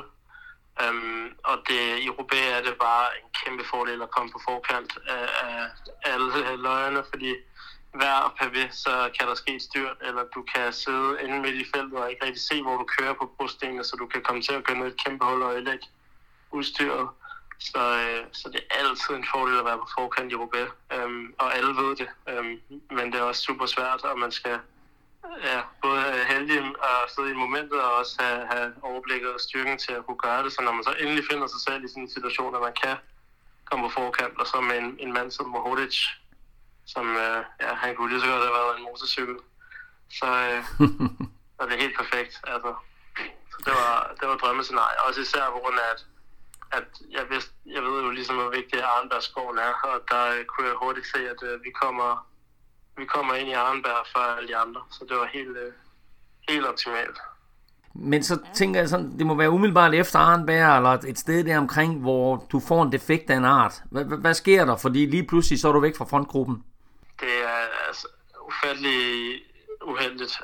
Og i Roubaix er det bare en kæmpe fordel at komme på forkant af alle løjerne, fordi hver pavé, så kan der ske et styrt, eller du kan sidde inde midt i feltet og ikke rigtig se, hvor du kører på brostenene, så du kan komme til at gøre et kæmpe hul og ødelægge udstyret. Så det er altid en fordel at være på forkant i Roubaix, og alle ved det, men det er også super svært, og man skal både heldig at sidde i momentet og også have overblikket og styrken til at kunne gøre det, så når man så endelig finder sig selv i sådan en situation, at man kan komme på forkant, og så med en mand som Mohoric, som han kunne lige så godt have været en motorcykel, så det er helt perfekt. Altså. Så det var drømmescenarie, også især på grund af, at jeg ved jo ligesom, hvor vigtig Arnbergskoven er, og der kunne jeg hurtigt se, at vi kommer ind i Arnberg før alle de andre, så det var helt optimalt. Men så tænker jeg sådan, det må være umiddelbart efter Arnberg, eller et sted der omkring, hvor du får en defekt af en art. Hvad sker der? Fordi lige pludselig så er du væk fra frontgruppen. Det er altså ufattelig uheldigt.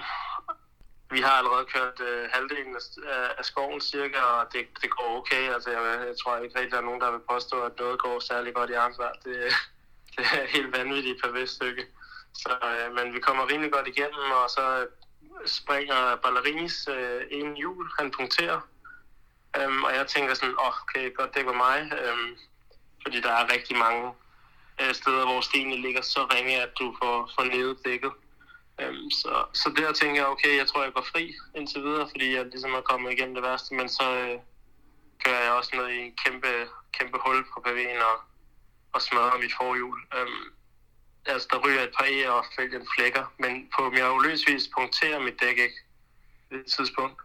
Vi har allerede kørt halvdelen af skoven cirka, og det går okay. Altså, jeg tror ikke rigtig, der er nogen, der vil påstå, at noget går særlig godt i Arnberg. Det er helt vanvittigt per stykke. Men vi kommer rimelig godt igennem, og så springer Ballerinis ene hjul. Han punkterer. Og jeg tænker sådan, okay, godt det var mig. Fordi der er rigtig mange steder, hvor stenene ligger så ringe, at du får nedet dækket. Så der tænker jeg, okay, jeg tror, jeg går fri indtil videre, fordi jeg ligesom er kommet igennem det værste. Men så kører jeg også ned i en kæmpe hul på pavéen og smadrer mit forhjul. Altså, der ryger et par æger og fælgen flækker, men på mirakuløs vis punkterer mit dæk ikke på det tidspunkt.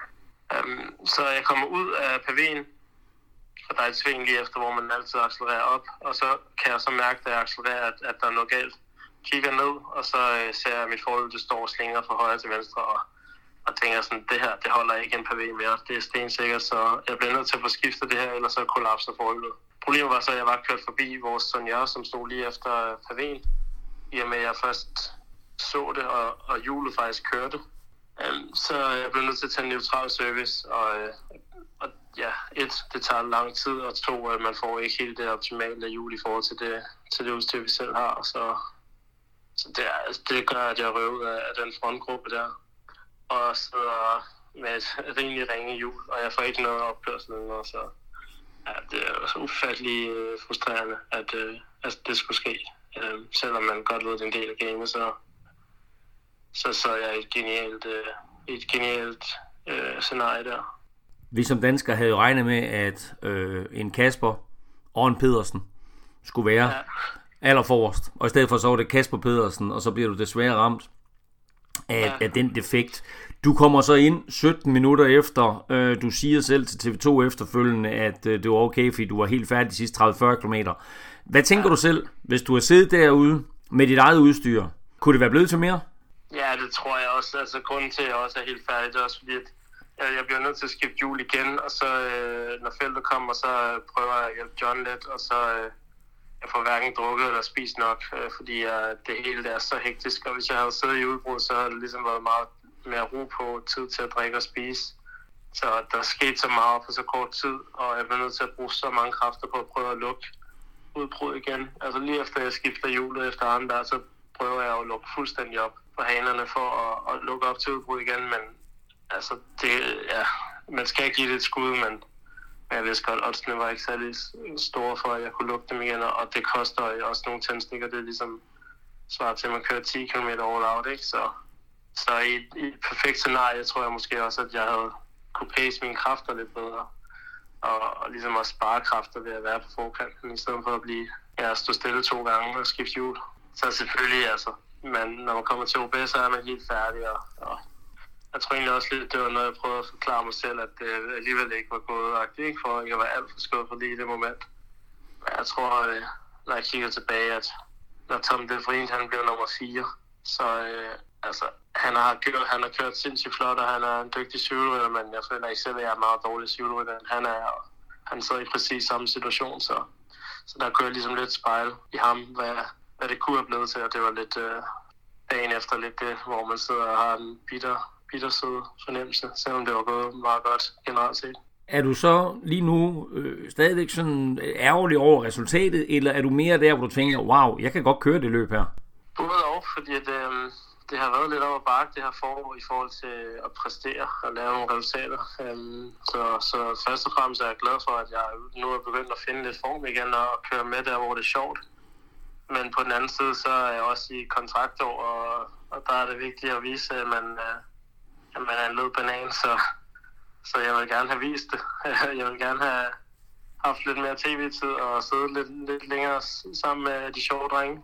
Så jeg kommer ud af pavéen, og der er et sving lige efter, hvor man altid accelererer op, og så kan jeg så mærke, da jeg accelererer, at der er noget galt. Kigger ned, og så ser jeg mit forhjul, det står og slinger fra højre til venstre, og tænker sådan, det her, det holder ikke en pavé mere, det er stensikkert, så jeg bliver nødt til at få skiftet det her, ellers så kollapser forhjulet. Problemet var så, at jeg var kørt forbi vores senior, som stod lige efter pavéen, i og med, at jeg først så det, og hjulet faktisk kørte. Så jeg blev nødt til at tage en neutral service, og det tager lang tid, og 2, at man får ikke helt det optimale hjul i forhold til det udstyr, vi selv har. Så det gør, at jeg røver af den frontgruppe der. og sidder med et rimelig ringe hjul, og jeg får ikke noget opkørsel eller noget, så ja, det er så ufattelig frustrerende, at det skulle ske. Selvom man godt ved, det er en del af gamet, så er jeg et genialt scenarie der. Vi som danskere havde jo regnet med, at en Kasper og en Pedersen skulle være allerforrest. Og i stedet for så var det Kasper Pedersen, og så bliver du desværre ramt af den defekt. Du kommer så ind 17 minutter efter. Du siger selv til TV2 efterfølgende, at det var okay, fordi du var helt færdig de sidste 30-40 km. Hvad tænker du selv, hvis du har siddet derude med dit eget udstyr? Kunne det være blevet til mere? Ja, det tror jeg også. Altså, grunden til, at jeg også er helt færdig, det er også fordi, at jeg bliver nødt til at skifte hjul igen, og så når feltet kommer, så prøver jeg at hjælpe John lidt, og så jeg får hverken drukket eller spist nok, fordi det hele er så hektisk, og hvis jeg havde siddet i udbrud, så havde det ligesom været meget mere ro på, tid til at drikke og spise. Så der skete så meget på så kort tid, og jeg blev nødt til at bruge så mange kræfter på at prøve at lukke udbrud igen. Altså lige efter jeg skifter hjulet efter anden der, så prøver jeg at lukke fuldstændig op på hanerne for at lukke op til udbrud igen, men altså man skal give det et skud, men jeg vidste godt, at oddsene var ikke særlig store for, at jeg kunne lukke dem igen, og det koster også nogle tændstikker. Det er ligesom svaret til, at man kører 10 km all out, ikke? Så i et perfekt scenarie, tror jeg måske også, at jeg havde kunne pace mine kræfter lidt bedre, og ligesom også spare kræfter ved at være på forkanten, i stedet for at stå stille 2 gange og skifte hjul. Så selvfølgelig, altså, når man kommer til OB, så er man helt færdig, og jeg tror egentlig også lidt, det var noget, jeg prøvede at forklare mig selv, at det alligevel ikke var gået, ikke for ikke at være alt for skudt for lige i det moment. Men jeg tror, når jeg kigger tilbage, at når Tom De Vriend, han blev nummer 4, så altså, han har kørt sindssygt flot, og han er en dygtig cykelrytter, men jeg føler ikke selv, at jeg er meget dårlig cykelrytter. Han sidder i præcis samme situation, så der kunne jeg ligesom lidt spejle i ham, hvad det kunne have blevet til, og det var lidt dagen efter lidt det, hvor man sidder og har en bittersød fornemmelse, selvom det var gået meget godt generelt set. Er du så lige nu stadigvæk sådan ærgerlig over resultatet, eller er du mere der, hvor du tænker, wow, jeg kan godt køre det løb her? Både og, fordi det har været lidt over bakke det her forår i forhold til at præstere og lave nogle resultater. Så først og fremmest er jeg glad for, at jeg nu er begyndt at finde lidt form igen og køre med der, hvor det er sjovt. Men på den anden side, så er jeg også i kontraktår, og der er det vigtigt at vise, at man er en lød banan, så jeg vil gerne have vist det. Jeg vil gerne have haft lidt mere tv-tid og siddet lidt længere sammen med de sjove drenge.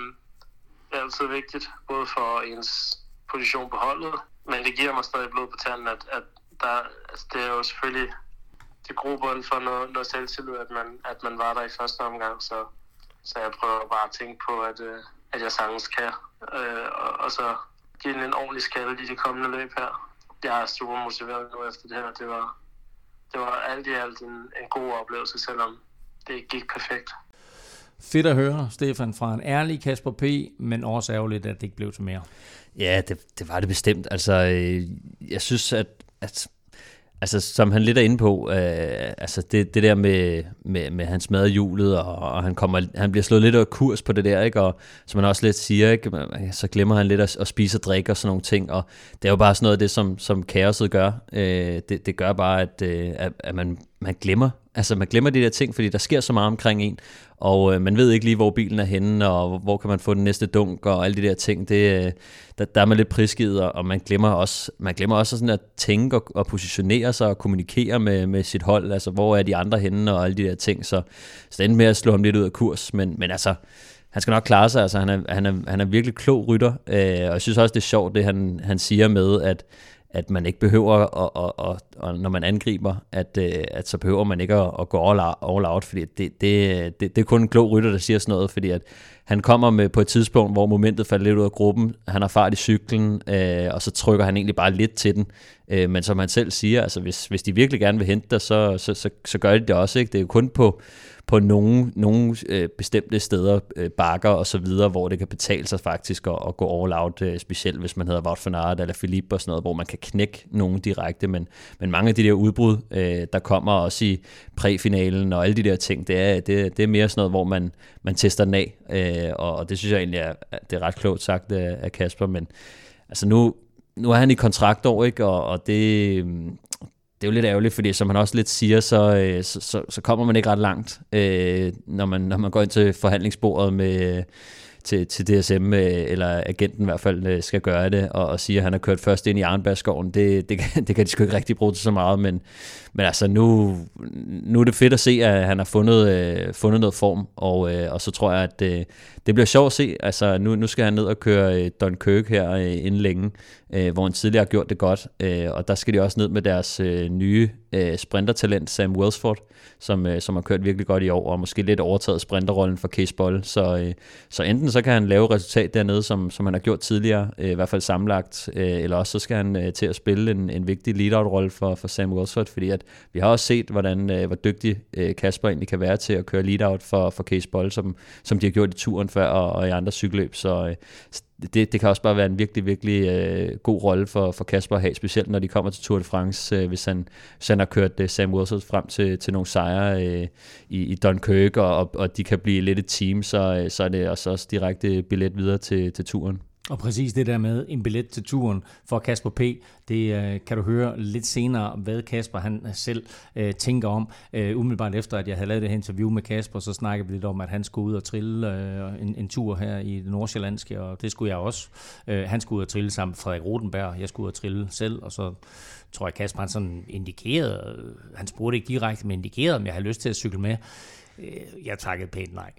Det er altid vigtigt, både for ens position på holdet, men det giver mig stadig blod på tanden, at det er jo selvfølgelig til grobund for noget selvtillid, at man var der i første omgang, så jeg prøver bare at tænke på, at jeg sagtens kan, og så give den en ordentlig skalle i de kommende løb her. Jeg er super motiveret nu efter det her. Det var alt i alt en god oplevelse, selvom det ikke gik perfekt. Fedt at høre, Stefan, fra en ærlig Kasper P., men også ærgerligt, at det ikke blev til mere. Ja, det var det bestemt. Altså, jeg synes, at altså, som han lidt er inde på, altså det der med hans madhjulet, og han bliver slået lidt af kurs på det der, ikke? Og som han også lidt siger, ikke? Så glemmer han lidt at spise og drikke og sådan nogle ting, og det er jo bare sådan noget af det, som kaoset gør. Det gør bare, at man glemmer. Altså man glemmer de der ting, fordi der sker så meget omkring en, og man ved ikke lige, hvor bilen er henne, og hvor kan man få den næste dunk, og alle de der ting. Der er man lidt prisgivet, og man glemmer også sådan at tænke og positionere sig og kommunikere med sit hold. Altså hvor er de andre henne, og alle de der ting. Så det endte med at slå ham lidt ud af kurs, men altså han skal nok klare sig. Altså han er virkelig klog rytter, og jeg synes også det er sjovt det han siger med at man ikke behøver, og når man angriber, at så behøver man ikke at gå all out, fordi det er kun en klog rytter, der siger sådan noget, fordi at han kommer med på et tidspunkt, hvor momentet falder lidt ud af gruppen, han har fart i cyklen, og så trykker han egentlig bare lidt til den, men som han selv siger, altså hvis de virkelig gerne vil hente dig, så gør de det også, ikke? Det er jo kun på nogle bestemte steder, bakker og så videre, hvor det kan betale sig faktisk at gå all out, specielt hvis man hedder Wout van Aert eller Philippe og sådan noget, hvor man kan knække nogen direkte, men mange af de der udbrud, der kommer også i præfinalen og alle de der ting, det er mere sådan noget, hvor man tester den af, og det synes jeg egentlig det er ret klogt sagt af Kasper, men altså nu er han i kontraktår, ikke? Og det er jo lidt ærgerligt, fordi som han også lidt siger, så kommer man ikke ret langt, når man går ind til forhandlingsbordet med til DSM, eller agenten i hvert fald skal gøre det, og siger, at han har kørt først ind i Arnbergskoven. Det kan de sgu ikke rigtig bruge til så meget, men altså nu er det fedt at se, at han har fundet noget form, og så tror jeg, at det bliver sjovt at se. Altså nu skal han ned og køre Dunkirk her inden længe, hvor han tidligere har gjort det godt, og der skal de også ned med deres nye sprintertalent, Sam Welsford, som har kørt virkelig godt i år, og måske lidt overtaget sprinterrollen for Cees Bol. Så enten så kan han lave resultat dernede, som han har gjort tidligere, i hvert fald sammenlagt, eller også så skal han til at spille en vigtig lead-out-rolle for Sam Welsford, fordi at vi har også set, hvor dygtig Kasper egentlig kan være til at køre lead-out for Cees Bol, som de har gjort i turen før og i andre cykelløb, så det kan også bare være en virkelig, virkelig god rolle for Kasper at have, specielt når de kommer til Tour de France, hvis han har kørt Sam Welsford frem til nogle sejre i Dunkirk, og de kan blive lidt et team, så er det også direkte billet videre til turen. Og præcis det der med en billet til turen for Kasper P., det kan du høre lidt senere, hvad Kasper han selv tænker om. Umiddelbart efter, at jeg havde lavet det her interview med Kasper, så snakkede vi lidt om, at han skulle ud og trille en tur her i det nordsjællandske, og det skulle jeg også. Han skulle ud og trille sammen med Frederik Rodenberg, jeg skulle ud og trille selv, og så tror jeg, Kasper han sådan indikerede, han spurgte ikke direkte, men indikerede, om jeg havde lyst til at cykle med. Jeg takkede pænt nej.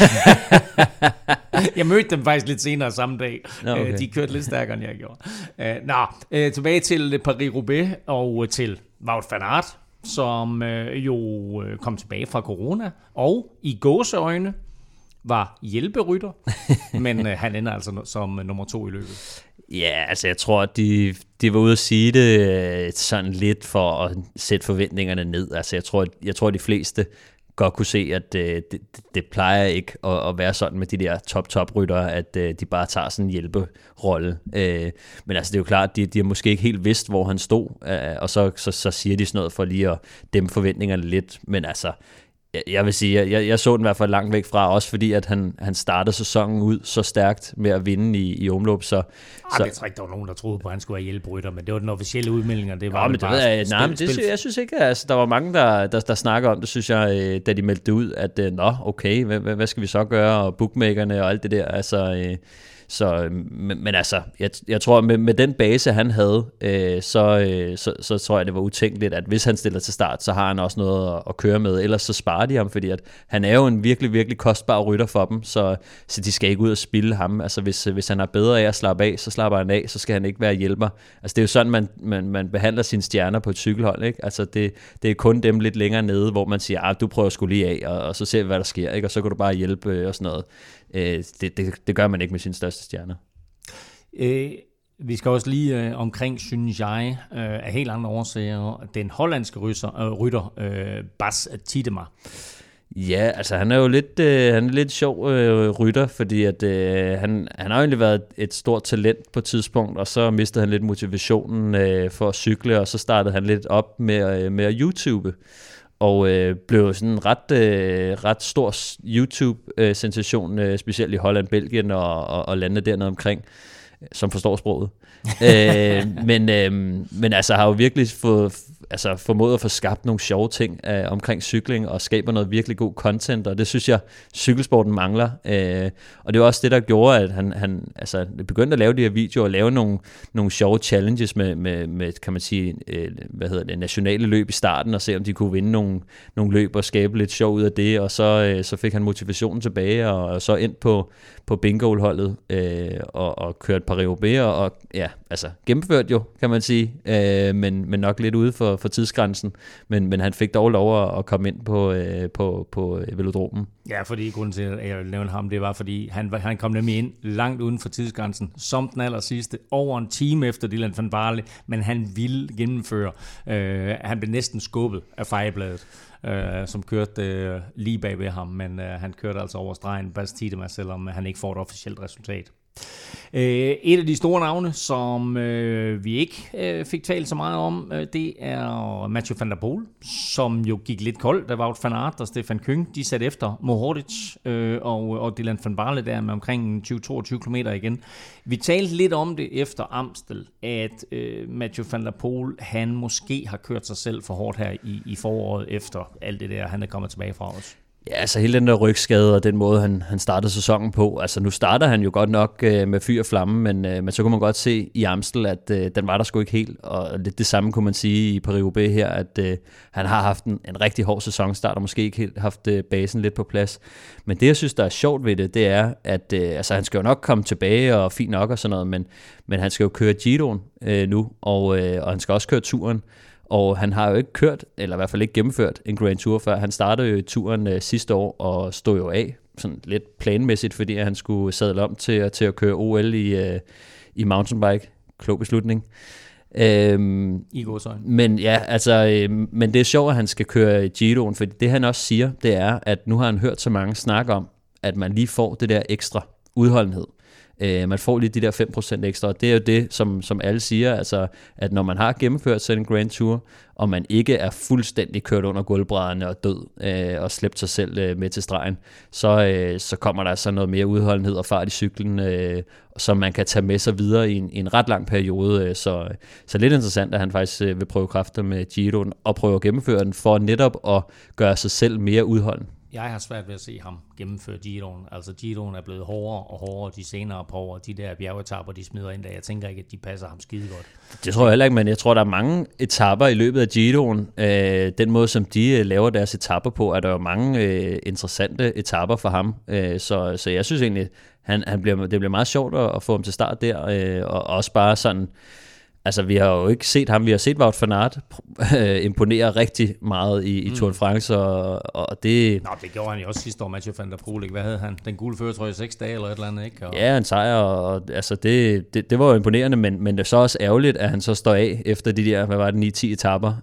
Jeg mødte dem faktisk lidt senere samme dag. Okay. De kørte lidt stærkere, end jeg gjorde. Tilbage til Paris-Roubaix og til Wout van Aert, som jo kom tilbage fra corona, og i gåseøjne var hjælperytter, men han ender altså som nummer 2 i løbet. Ja, altså jeg tror, at de var ude at sige det sådan lidt for at sætte forventningerne ned. Altså jeg tror, at de fleste godt kunne se, at det plejer ikke at være sådan med de der top-ryttere, at de bare tager sådan en hjælperolle. Men altså det er jo klart, at de har måske ikke helt vidst, hvor han stod, og så siger de sådan noget for lige at dæmpe forventningerne lidt. Men altså, jeg vil sige, jeg så den i hvert fald langt væk fra, også fordi at han startede sæsonen ud så stærkt med at vinde i omløb. Jeg tror ikke, der var nogen, der troede på, at han skulle have hjælperytter, men det var den officielle udmelding, og det var jeg synes ikke, altså der var mange, der snakker om det, synes jeg, da de meldte det ud, at okay, hvad skal vi så gøre, og bookmakerne og alt det der, altså... Men altså, jeg tror, med den base, han havde, så tror jeg, det var utænkeligt, at hvis han stiller til start, så har han også noget at køre med. Ellers så sparer de ham, fordi at han er jo en virkelig, virkelig kostbar rytter for dem, så de skal ikke ud og spilde ham. Altså, hvis han er bedre af at slappe af, så slapper han af, så skal han ikke være hjælper. Altså, det er jo sådan, man behandler sine stjerner på et cykelhold, ikke? Altså, det er kun dem lidt længere nede, hvor man siger, du prøver sgu lige af, og så ser vi, hvad der sker, ikke? Og så kan du bare hjælpe og sådan noget. Det gør man ikke med sine største stjerner. Vi skal også lige omkring, synes jeg, af helt andre årsager, den hollandske rytter Bas Tidemar. Ja, altså han er jo lidt sjov rytter, fordi at han har jo egentlig været et stort talent på et tidspunkt, og så mistede han lidt motivationen for at cykle, og så startede han lidt op med at YouTube. Og blev sådan en ret stor YouTube-sensation, specielt i Holland, Belgien og landene dernede omkring, som forstår sproget. Men altså har jo virkelig formået at få skabt nogle sjove ting omkring cykling, og skaber noget virkelig god content, og det synes jeg, cykelsporten mangler. Og det var også det, der gjorde, at han begyndte at lave de her videoer, og lave nogle sjove challenges med kan man sige, nationale løb i starten, og se om de kunne vinde nogle løb og skabe lidt sjov ud af det, og så fik han motivationen tilbage, og så ind på bingo-holdet og kørt Paris-Roubaix, og ja, altså gennemført jo, kan man sige, men nok lidt ude for tidsgrænsen, men han fik dog lov at komme ind på velodromen. Ja, fordi grunden til, at jeg vil nævne ham, det var, fordi han kom nemlig ind langt uden for tidsgrænsen, som den aller sidste, over en time efter Dylan van Baarle, men han ville gennemføre. Han blev næsten skubbet af fejebladet, som kørte lige bag ved ham, men han kørte altså over stregen, Bas Tidemar, selvom han ikke får et officielt resultat. Et af de store navne, som vi ikke fik talt så meget om, det er Mathieu van der Poel, som jo gik lidt koldt, da Wout van Aert og Stefan Küng, de satte efter Mohoric og Dylan van Baarle der med omkring 20-22 km igen. Vi talte lidt om det efter Amstel, at Mathieu van der Poel, han måske har kørt sig selv for hårdt her i foråret efter alt det der, han er kommet tilbage fra os. Ja, altså hele den der rygskade og den måde, han startede sæsonen på. Altså nu starter han jo godt nok med fyr og flamme, men så kunne man godt se i Amstel, at den var der sgu ikke helt. Og det samme kunne man sige i Paris-Roubaix her, at han har haft en rigtig hård sæsonstart og måske ikke helt haft basen lidt på plads. Men det, jeg synes, der er sjovt ved det er, at altså, han skal jo nok komme tilbage og fint nok og sådan noget, men han skal jo køre Giroen nu, og han skal også køre turen. Og han har jo ikke kørt, eller i hvert fald ikke gennemført en Grand Tour før. Han startede jo i turen sidste år og stod jo af sådan lidt planmæssigt, fordi han skulle sadle om til at køre OL i mountainbike. Klog beslutning. I godsøjne. Men ja, altså, men det er sjovt, at han skal køre Giroen, for det han også siger, det er, at nu har han hørt så mange snakke om, at man lige får det der ekstra udholdenhed. Man får lige de der 5% ekstra, og det er jo det, som alle siger, altså, at når man har gennemført sådan en Grand Tour, og man ikke er fuldstændig kørt under gulvbrædderne og død, og slæbt sig selv med til stregen, så kommer der altså noget mere udholdenhed og fart i cyklen, som man kan tage med sig videre i en ret lang periode. Så lidt interessant, at han faktisk vil prøve kræfter med Giroen, og prøve at gennemføre den, for netop at gøre sig selv mere udholden. Jeg har svært ved at se ham gennemføre Giroen. Altså Giroen er blevet hårdere og hårdere de senere par år. De der bjergetapper, de smider ind der. Jeg tænker ikke, at de passer ham skide godt. Det tror jeg heller ikke, men jeg tror, der er mange etapper i løbet af Giroen. Den måde, som de laver deres etapper på, er der jo mange interessante etapper for ham. Så jeg synes egentlig, det bliver meget sjovt at få ham til start der. Og også bare sådan... Altså, vi har jo ikke set ham. Vi har set Wout van Aert imponere rigtig meget i Tour de France, og det... Nå, det gjorde han jo også sidste år, Mathieu van der Poel, ikke? Hvad havde han? Den gule fører, tror jeg, 6 dage eller et eller andet, ikke? Ja, en sejr, og altså, det var jo imponerende, men det er så også ærgerligt, at han så står af efter de der, hvad var det, 9-10 etapper,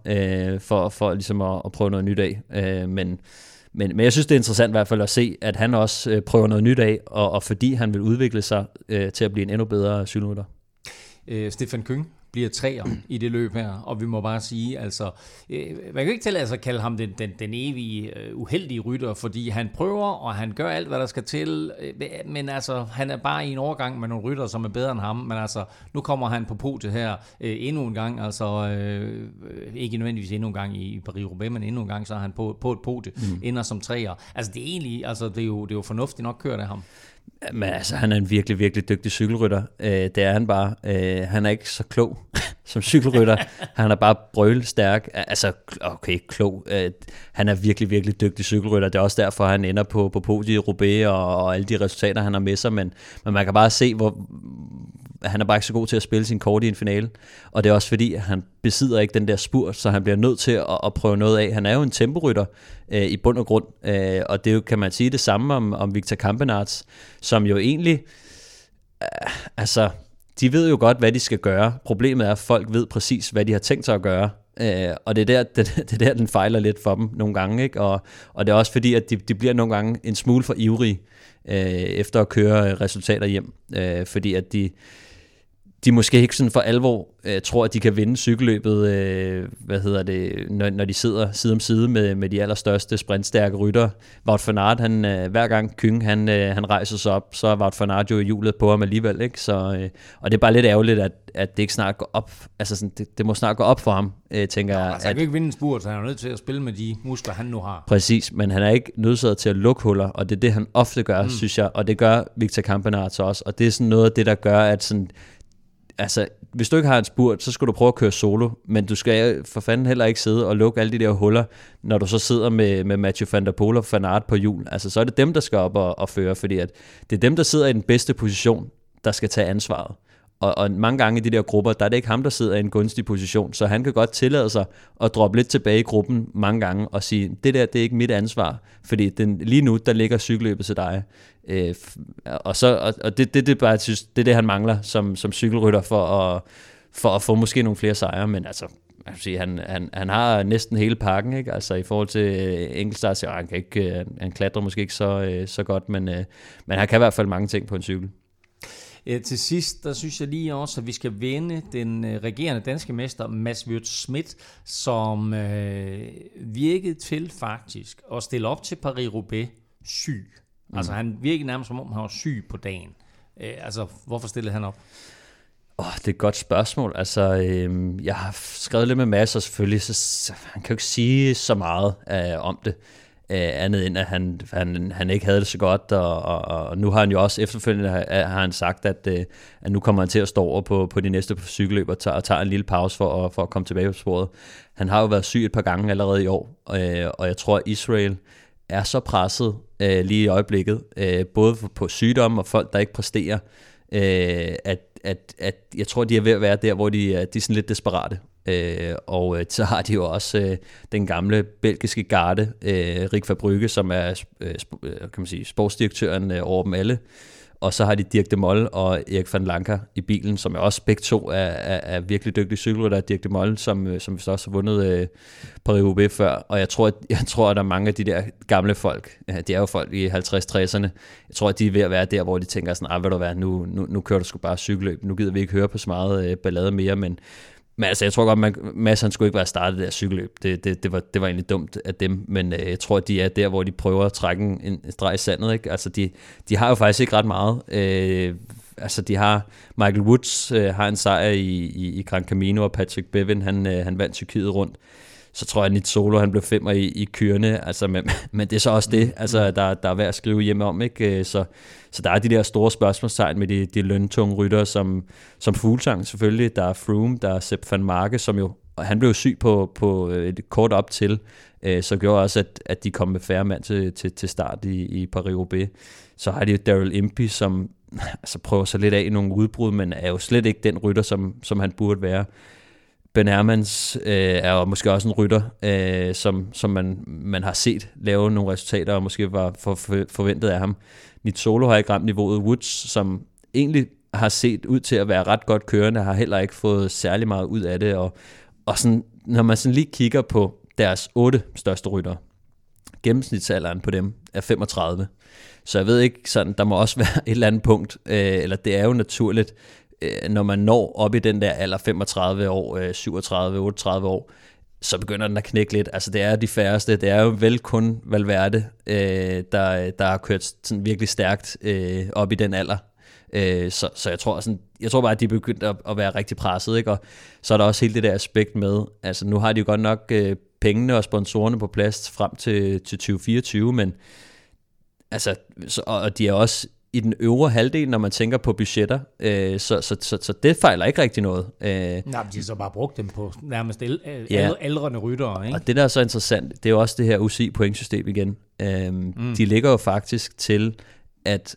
for ligesom at prøve noget nyt af. Men jeg synes, det er interessant i hvert fald at se, at han også prøver noget nyt af, og fordi han vil udvikle sig til at blive en endnu bedre cykelrytter. Stefan Küng bliver træer i det løb her, og vi må bare sige, altså, man kan ikke tillade sig at kalde ham den evige uheldige rytter, fordi han prøver, og han gør alt, hvad der skal til, men altså, han er bare i en overgang med nogle rytter, som er bedre end ham, men altså, nu kommer han på podiet her endnu en gang, altså, ikke nødvendigvis endnu en gang i Paris-Roubaix, men endnu en gang, så er han på et podie, ender som træer. Altså, det er egentlig, altså, det er jo fornuftigt nok kørt af ham. Men altså, han er en virkelig, virkelig dygtig cykelrytter. Det er han bare. Han er ikke så klog som cykelrytter. Han er bare brølstærk. Altså, okay, klog. Han er virkelig, virkelig dygtig cykelrytter. Det er også derfor, han ender på podiet i Roubaix og alle de resultater, han har med sig. Men man kan bare se, hvor han er bare ikke så god til at spille sin kort i en finale. Og det er også fordi, at han besidder ikke den der spurt, så han bliver nødt til at prøve noget af. Han er jo en temporytter i bund og grund. Og det er jo, kan man sige, det samme om Victor Campenaerts, som jo egentlig... altså, de ved jo godt, hvad de skal gøre. Problemet er, at folk ved præcis, hvad de har tænkt sig at gøre. Og det er der, den fejler lidt for dem nogle gange. Ikke? Og det er også fordi, at de bliver nogle gange en smule for ivrige efter at køre resultater hjem. Fordi at de måske ikke sådan for alvor tror, at de kan vinde cykelløbet, når de sidder side om side med de allerstørste sprintstærke rytter. Wout van Aert, hver gang Küng, han rejser sig op, så er Wout van Aert jo i hjulet på ham alligevel, ikke? Så, og det er bare lidt ærgerligt, at det ikke snart går op. Altså sådan, det må snart gå op for ham, tænker jeg. Altså, han kan ikke vinde en spurt, så han er nødt til at spille med de muskler, han nu har. Præcis, men han er ikke nødsaget til at lukke huller, og det er det, han ofte gør, synes jeg, og det gør Victor Campenaerts også, og det er sådan noget af det, der gør, at sådan... Altså, hvis du ikke har en spurt, så skal du prøve at køre solo, men du skal for fanden heller ikke sidde og lukke alle de der huller, når du så sidder med Mathieu van der Poel og Van Aert på hjul. Altså, så er det dem, der skal op og føre, fordi at det er dem, der sidder i den bedste position, der skal tage ansvaret. Og mange gange i de der grupper, der er det ikke ham, der sidder i en gunstig position, så han kan godt tillade sig at droppe lidt tilbage i gruppen mange gange og sige, det der, det er ikke mit ansvar, fordi lige nu, der ligger cykelløbet til dig. Og det bare, jeg synes, det er det, han mangler som cykelrytter for at få måske nogle flere sejre, men altså, jeg vil sige, han har næsten hele pakken, ikke? Altså i forhold til enkeltstart, så han klatrer måske ikke så godt, men han kan i hvert fald mange ting på en cykel. Til sidst, der synes jeg lige også, at vi skal vende den regerende danske mester, Mads Wirt Schmidt, som virkede til faktisk at stille op til Paris-Roubaix syg. Altså han virkede nærmest som om han var syg på dagen. Altså hvorfor stillede han op? Det er et godt spørgsmål. Altså, jeg har skrevet lidt med Mads, og selvfølgelig, så han kan jo ikke sige så meget om det, andet end, at han ikke havde det så godt, og nu har han jo også efterfølgende har han sagt, at nu kommer han til at stå over på de næste cykelløb og tager en lille pause for at komme tilbage på sporet. Han har jo været syg et par gange allerede i år, og jeg tror, at Israel er så presset lige i øjeblikket, både på sygdomme og folk, der ikke præsterer, at jeg tror, de er ved at være der, hvor de er sådan lidt desperate. Og så har de jo også den gamle belgiske garde, Rick Verbrugge, som er kan man sige, sportsdirektøren over dem alle. Og så har de Dirk de Mol og Erik van Lancker i bilen, som er også begge to er virkelig dygtige cykelryttere. Dirk de Mol, som vi så også har vundet Paris-Roubaix før. Og jeg tror, at der er mange af de der gamle folk, de er jo folk i 50-60'erne, jeg tror, at de er ved at være der, hvor de tænker sådan, ved du hvad, nu kører du sgu bare cykelløb. Nu gider vi ikke høre på så meget ballade mere, men altså, jeg tror godt, Mads han skulle ikke være startet der cykelløb. Det var egentlig dumt af dem, men jeg tror, at de er der, hvor de prøver at trække en streg i sandet. Ikke? Altså, de har jo faktisk ikke ret meget. Altså, de har Michael Woods har en sejr i Gran Camino, og Patrick Bevin, han vandt Tyrkiet rundt. Så tror jeg, at Nizzolo, han blev 5'er i kørende, altså, men det er så også det, altså, der er værd at skrive hjemme om, ikke? Så der er de der store spørgsmålstegn med de løntunge ryttere, som Fuglsang selvfølgelig, der er Froome, der er Sepp van Marke, som jo, og han blev syg på et kort op til, så gjorde også, at de kom med færre mand til start i Paris-Roubaix. Så har de jo Daryl Impey, som altså, prøver sig lidt af i nogle udbrud, men er jo slet ikke den rytter, som han burde være. Ben Hermans er jo måske også en rytter, som man har set lave nogle resultater, og måske var forventet af ham. Nizzolo har ikke ramt niveauet. Woods, som egentlig har set ud til at være ret godt kørende, har heller ikke fået særlig meget ud af det. Og sådan, når man sådan lige kigger på deres 8 største ryttere, gennemsnitsalderen på dem er 35. Så jeg ved ikke, sådan, der må også være et eller andet punkt, eller det er jo naturligt, når man når op i den der alder 35 år, 37, 38 år, så begynder den at knække lidt. Altså det er de færreste, det er jo vel kun Valverde, der har kørt sådan virkelig stærkt op i den alder. Så jeg tror bare, at de er begyndt at være rigtig presset, ikke? Og så er der også hele det der aspekt med, altså nu har de jo godt nok pengene og sponsorerne på plads frem til 2024, men altså, og de er også i den øvre halvdel, når man tænker på budgetter, så det fejler ikke rigtig noget. Nej, de har så bare brugt dem på nærmest aldrende ryttere, ikke? Og det, der er så interessant, det er jo også det her UCI-pointsystem igen. De ligger jo faktisk til, at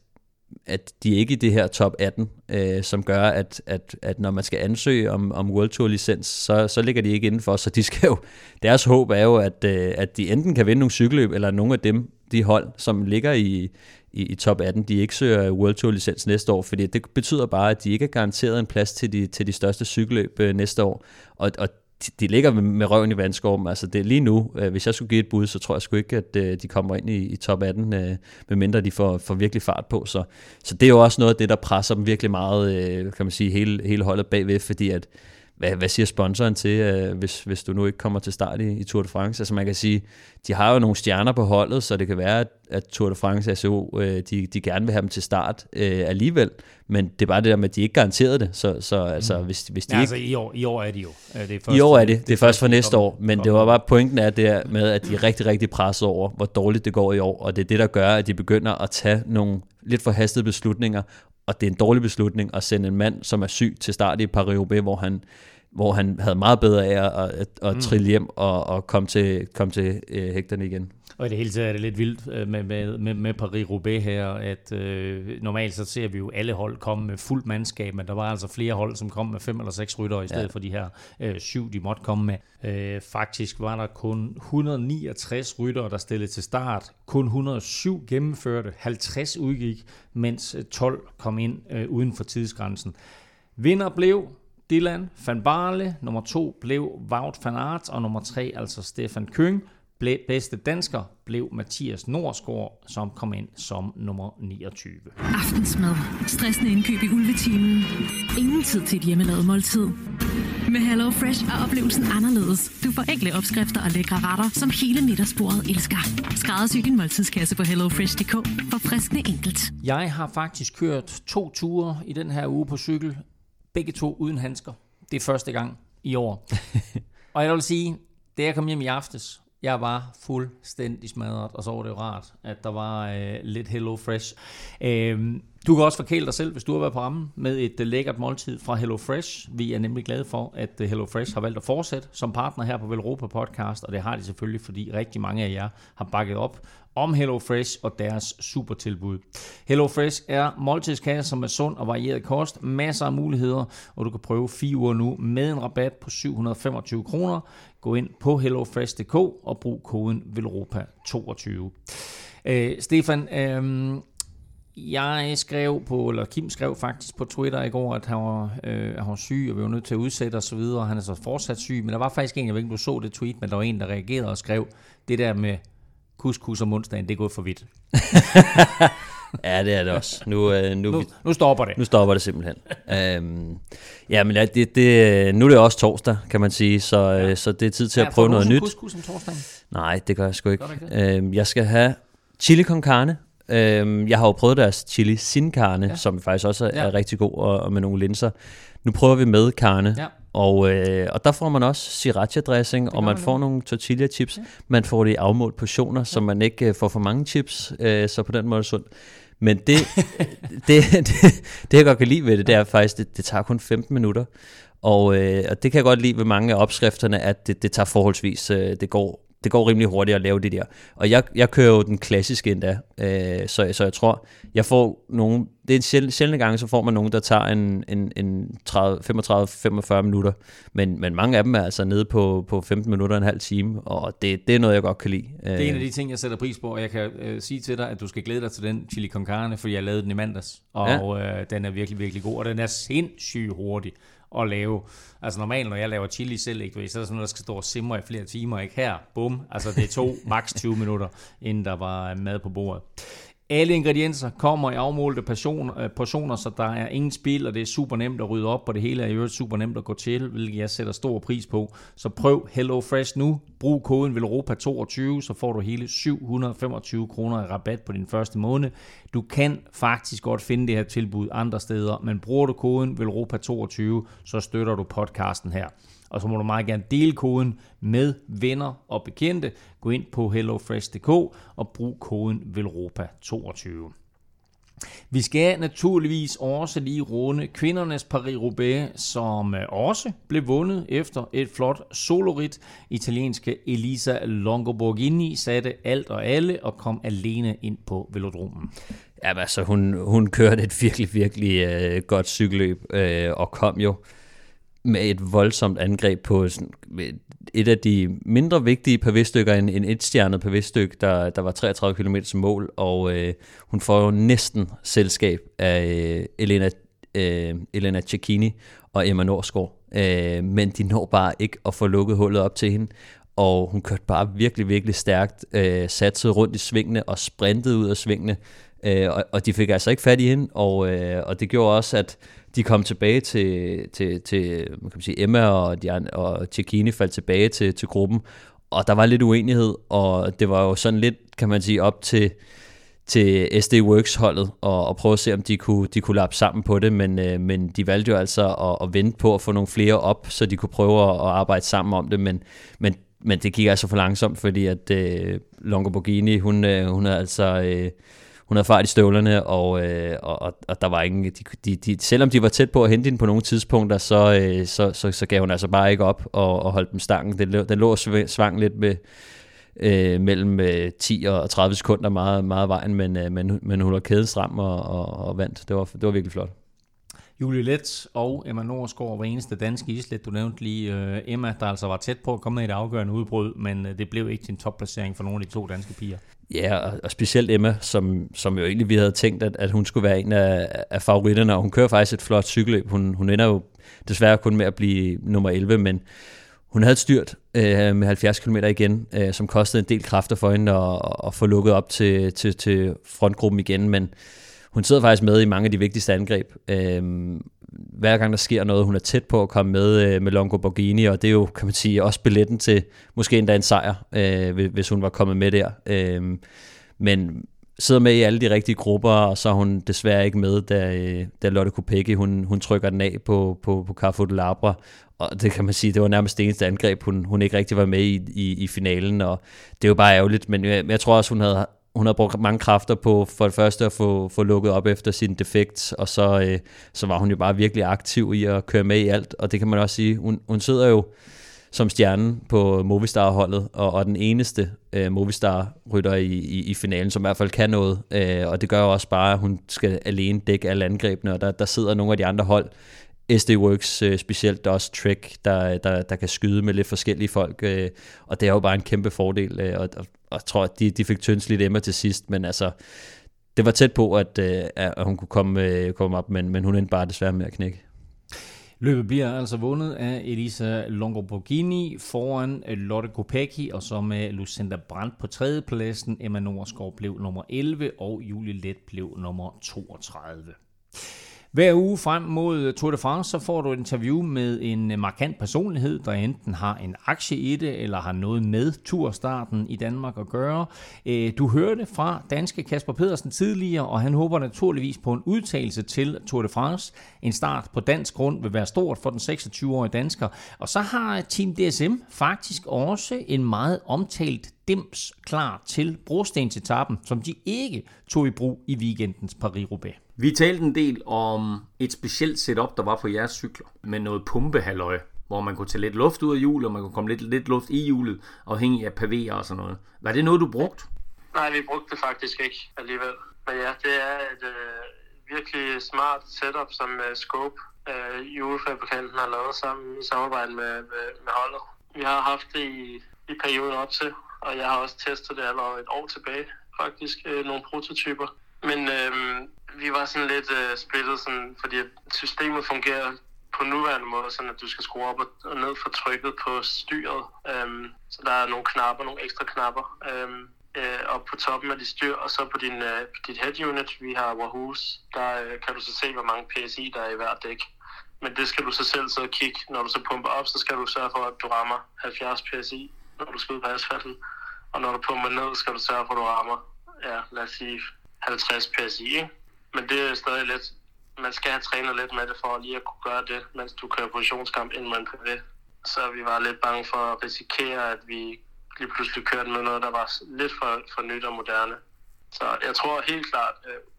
de ikke i det her top 18, som gør, at når man skal ansøge om World Tour licens, så ligger de ikke indenfor, så de skal jo, deres håb er jo, at de enten kan vinde nogle cykelløb, eller nogle af dem, de hold, som ligger i top 18, de ikke søger World Tour licens næste år, fordi det betyder bare, at de ikke er garanteret en plads til de største cykelløb næste år, og de ligger med røven i vandskorben. Altså det er lige nu, hvis jeg skulle give et bud, så tror jeg sgu ikke, at de kommer ind i top 18, medmindre de får virkelig fart på. Så det er jo også noget af det, der presser dem virkelig meget, kan man sige, hele holdet bagved, fordi at hvad siger sponsoren til, hvis du nu ikke kommer til start i Tour de France? Altså man kan sige, de har jo nogle stjerner på holdet, så det kan være, at Tour de France SO, de gerne vil have dem til start alligevel, men det er bare det der med, at de ikke garanterede det. Så altså, hvis de ikke... Altså i år er de jo. I år er det er først for næste år, men det var bare pointen er der med, at de er rigtig, rigtig presset over, hvor dårligt det går i år, og det er det, der gør, at de begynder at tage nogle lidt forhastede beslutninger, og det er en dårlig beslutning at sende en mand, som er syg til start i Paris-Roubaix, hvor han havde meget bedre af at trille hjem og komme til hægterne igen. Og i det hele taget er det lidt vildt med Paris-Roubaix her, at normalt så ser vi jo alle hold komme med fuldt mandskab, men der var altså flere hold, som kom med 5 eller 6 ryttere i stedet for de her 7, de måtte komme med. Faktisk var der kun 169 ryttere, der stillede til start. Kun 107 gennemførte, 50 udgik, mens 12 kom ind uden for tidsgrænsen. Vinder blev Dylan van Baarle, nummer 2 blev Wout van Aert, og nummer 3 altså Stefan Küng. bedste dansker blev Mathias Norsgaard, som kom ind som nummer 29. Aftensmad. Stressende indkøb i ulvetimen. Ingen tid til et hjemmelavet måltid. Med Hello Fresh er oplevelsen anderledes. Du får enkle opskrifter og lækre retter, som hele middagsbordet elsker. Skræddersy din måltidskasse på hellofresh.dk. Forfriskende enkelt. Jeg har faktisk kørt 2 ture i den her uge på cykel. Begge 2 uden handsker. Det er første gang i år. Og jeg vil sige, da jeg kom hjem i aftes, jeg var fuldstændig smadret, og så var det jo rart, at der var lidt Hello Fresh. Du kan også forkæle dig selv, hvis du har været på rammen med et lækkert måltid fra Hello Fresh. Vi er nemlig glade for, at Hello Fresh har valgt at fortsætte som partner her på Velropa Podcast, og det har de selvfølgelig, fordi rigtig mange af jer har bakket op om Hello Fresh og deres supertilbud. Hello Fresh er måltidskasse, som er sund og varieret kost, masser af muligheder, og du kan prøve 4 uger nu med en rabat på 725 kroner. Gå ind på hellofresh.dk og brug koden VELROPA22. Stefan, Kim skrev faktisk på Twitter i går, at han var syg, og vi var nødt til at udsætte og så videre, og han er så fortsat syg, men der var faktisk en, jeg ved ikke, du så det tweet, men der var en, der reagerede og skrev, det der med couscous om onsdagen, det er gået for vidt. Ja, det er det også. Nu stopper det. Nu stopper det simpelthen. Ja, men nu er det også torsdag, kan man sige, så det er tid til at prøve noget nyt. Couscous om torsdagen? Nej, det gør jeg sgu ikke. Jeg skal have chili con carne. Jeg har jo prøvet deres chili sin carne, som faktisk også er rigtig god, og med nogle linser. Nu prøver vi med carne. Ja. Og der får man også sriracha-dressing, og man får nogle tortilla-chips. Ja. Man får det i afmålt portioner, så man ikke får for mange chips, så på den måde er det sundt. Men det jeg godt kan lide ved det er faktisk, det tager kun 15 minutter. Og det kan jeg godt lide ved mange af opskrifterne, at det tager forholdsvis, det går rimelig hurtigt at lave det der. Og jeg kører jo den klassiske endda, så jeg tror, jeg får nogen, det er en sjældent gang, så får man nogen, der tager en 35-45 minutter. Men mange af dem er altså nede på 15 minutter, en halv time, og det er noget, jeg godt kan lide. Det er en af de ting, jeg sætter pris på, og jeg kan sige til dig, at du skal glæde dig til den chili con carne, for jeg lavede den i mandags, og den er virkelig, virkelig god, og den er sindssygt hurtig at lave. Altså normalt, når jeg laver chili selv, ikke, så er der sådan noget, der skal stå og simre i flere timer, ikke her, bum, altså det er maks 20 minutter, inden der var mad på bordet. Alle ingredienser kommer i afmålte portioner, så der er ingen spild, og det er super nemt at rydde op, og det hele er i øvrigt super nemt at gå til, hvilket jeg sætter stor pris på. Så prøv Hello Fresh nu, brug koden VELROPA22, så får du hele 725 kroner i rabat på din første måned. Du kan faktisk godt finde det her tilbud andre steder, men bruger du koden VELROPA22, så støtter du podcasten her. Og så må du meget gerne dele koden med venner og bekendte. Gå ind på hellofresh.dk og brug koden VELROPA22. Vi skal naturligvis også lige runde kvindernes Paris-Roubaix, som også blev vundet efter et flot solorit. Italienske Elisa Longo-Borghini satte alt og alle og kom alene ind på velodromen. Ja, altså hun kørte et virkelig, virkelig godt cykelløb og kom jo med et voldsomt angreb på et af de mindre vigtige pavéstykker, en etstjernet pavéstykke, der var 33 km som mål, og hun får jo næsten selskab af Elena Cecchini og Emma Norsgaard, men de når bare ikke at få lukket hullet op til hende, og hun kørte bare virkelig, virkelig stærkt, satsede rundt i svingene og sprintede ud af svingene, og de fik altså ikke fat i hende, og det gjorde også, at de kom tilbage til man kan sige, Emma og Cecchini faldt tilbage til gruppen, og der var lidt uenighed, og det var jo sådan lidt, kan man sige, op til SD Works holdet og prøve at se, om de kunne lappe sammen på det, men de valgte jo altså at vente på at få nogle flere op, så de kunne prøve at arbejde sammen om det, men det gik altså for langsomt, fordi at Longo-Borghini, hun havde altså hun havde fart i støvlerne, og der var ingen, selvom de var tæt på at hente hende på nogle tidspunkter, så gav hun altså bare ikke op og holdt dem stangen. Den lå og svang lidt med mellem 10 og 30 sekunder meget vejen, men hun var kæden stram og vandt. Det var virkelig flot. Julie Let og Emma Norsgaard var eneste danske islet. Du nævnte lige Emma, der altså var tæt på at komme med et afgørende udbrud, men det blev ikke til en topplacering for nogle af de 2 danske piger. Ja, og specielt Emma, som jo egentlig vi havde tænkt, at hun skulle være en af favoritterne, og hun kører faktisk et flot cykelløb. Hun ender jo desværre kun med at blive nummer 11, men Hun havde et styrt med 70 km igen, som kostede en del kræfter for hende at få lukket op til frontgruppen igen, men hun sidder faktisk med i mange af de vigtigste angreb. Hver gang der sker noget, hun er tæt på at komme med Longo Borghini, og det er jo, kan man sige, også billetten til måske endda en sejr, hvis hun var kommet med der. Men sidder med i alle de rigtige grupper, og så er hun desværre ikke med, da Lotte Kopecky, hun trykker den af på Carrefour de Labre, og det kan man sige, det var nærmest det eneste angreb, hun ikke rigtig var med i finalen, og det er jo bare ærgerligt, men jeg tror også, hun havde brugt mange kræfter på for det første at få lukket op efter sin defekt, og så var hun jo bare virkelig aktiv i at køre med i alt, og det kan man også sige, hun sidder jo som stjernen på Movistar-holdet, og den eneste Movistar-rytter i finalen, som i hvert fald kan noget, og det gør jo også bare, at hun skal alene dække alle angrebene, og der sidder nogle af de andre hold, SD Works specielt, der også Trek, der kan skyde med lidt forskellige folk, og det er jo bare en kæmpe fordel, og jeg tror, at de fik tyndt lidt Emma til sidst, men altså, det var tæt på, at hun kunne komme op, men hun endte bare desværre med at knække. Løbet bliver altså vundet af Elisa Longo Borghini foran Lotte Kopecky, og så med Lucinda Brandt på tredjepladsen. Emma Norsgaard blev nummer 11, og Julie Let blev nummer 32. Hver uge frem mod Tour de France, så får du et interview med en markant personlighed, der enten har en aktie i det, eller har noget med turstarten i Danmark at gøre. Du hørte fra danske Kasper Pedersen tidligere, og han håber naturligvis på en udtalelse til Tour de France. En start på dansk grund vil være stort for den 26-årige dansker. Og så har Team DSM faktisk også en meget omtalt dims klar til brostensetappen, som de ikke tog i brug i weekendens Paris-Roubaix. Vi talte en del om et specielt setup, der var på jeres cykler, med noget pumpehalløj, hvor man kunne tage lidt luft ud af hjulet, og man kunne komme lidt luft i hjulet, afhængig af pavéer og sådan noget. Var det noget, du brugte? Nej, vi brugte det faktisk ikke alligevel. Men ja, det er et virkelig smart setup, som Scope, julefabrikanten, har lavet sammen i samarbejde med holdet. Vi har haft det i perioden op til, og jeg har også testet det allerede et år tilbage, faktisk, nogle prototyper. Men vi var sådan lidt splittet, sådan, fordi systemet fungerer på nuværende måde, sådan at du skal skrue op og ned for trykket på styret. Så der er nogle knapper, nogle ekstra knapper. Og på toppen af dit styr, og så på dit head unit, vi har Wahoos, der kan du så se, hvor mange PSI der er i hver dæk. Men det skal du så selv så kigge. Når du så pumper op, så skal du sørge for, at du rammer 70 PSI, når du skal ud på asfalten. Og når du pumper ned, skal du sørge for, at du rammer, ja, lad os sige 50 PSI, ikke? Men det er stadig lidt, man skal have trænet lidt med det for lige at kunne gøre det, mens du kører positionskamp inden man kan det. Så vi var lidt bange for at risikere, at vi lige pludselig kørte med noget, der var lidt for nyt og moderne. Så jeg tror helt klart,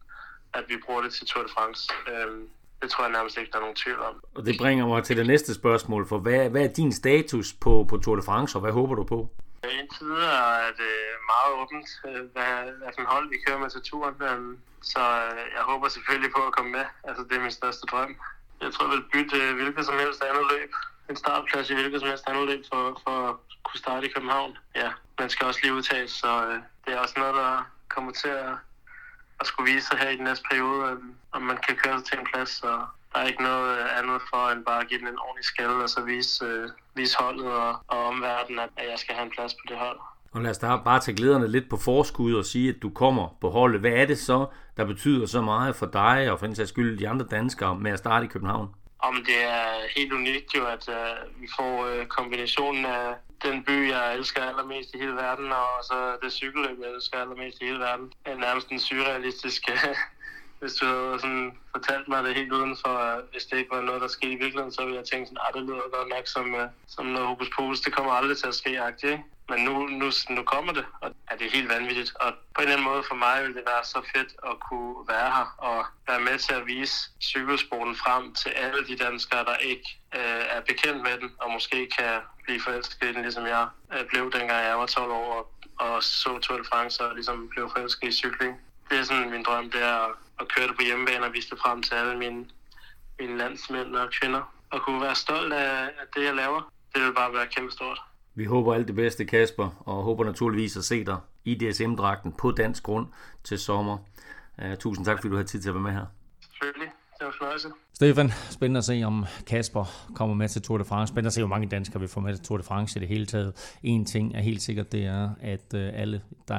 at vi bruger det til Tour de France. Det tror jeg nærmest ikke, der er nogen tvivl om. Og det bringer mig til det næste spørgsmål, for hvad er din status på Tour de France, og hvad håber du på? Indtil videre er det meget åbent, hvad for hold vi kører med til turen. Så jeg håber selvfølgelig på at komme med. Altså, det er min største drøm. Jeg tror, jeg vil bytte hvilket som helst andet løb. En startplads i hvilket som helst andet løb for at kunne starte i København. Ja, man skal også lige udtages, så det er også noget, der kommer til at skulle vise sig her i den næste periode, om man kan køre sig til en plads. Så der er ikke noget andet for end bare at give den en ordentlig skalle, og så vise holdet og omverdenen, at jeg skal have en plads på det hold. Og lad os da bare tage glæderne lidt på forskud og sige, at du kommer på holdet. Hvad er det så, der betyder så meget for dig og for den sags skyld de andre danskere med at starte i København? Om det er helt unikt jo, at vi får kombinationen af den by, jeg elsker allermest i hele verden, og så det cykelløb, jeg elsker allermest i hele verden. Det er nærmest en surrealistisk, hvis du havde sådan fortalt mig det helt udenfor, hvis det ikke var noget, der skete i virkeligheden, så ville jeg tænke sådan, det lyder godt nok som noget hokus pokus. Det kommer aldrig til at ske, ikke? Men nu kommer det, og det er helt vanvittigt. Og på en eller anden måde for mig vil det være så fedt at kunne være her og være med til at vise cykelsporten frem til alle de danskere, der ikke er bekendt med den, og måske kan blive forelsket i den, ligesom jeg blev dengang jeg var 12 år og så Tour de France og ligesom blev forelsket i cykling. Det er sådan min drøm, det er at køre det på hjemmebane og vise det frem til alle mine landsmænd og kvinder. Og kunne være stolt af det, jeg laver. Det vil bare være kæmpestort. Vi håber alt det bedste, Kasper, og håber naturligvis at se dig i DSM-dragten på dansk grund til sommer. Tusind tak, fordi du har tid til at være med her. Selvfølgelig. Det var en fornøjelse. Stefan, spændende at se, om Kasper kommer med til Tour de France. Spændende at se, hvor mange danskere vi får med til Tour de France i det hele taget. En ting er helt sikkert, det er, at alle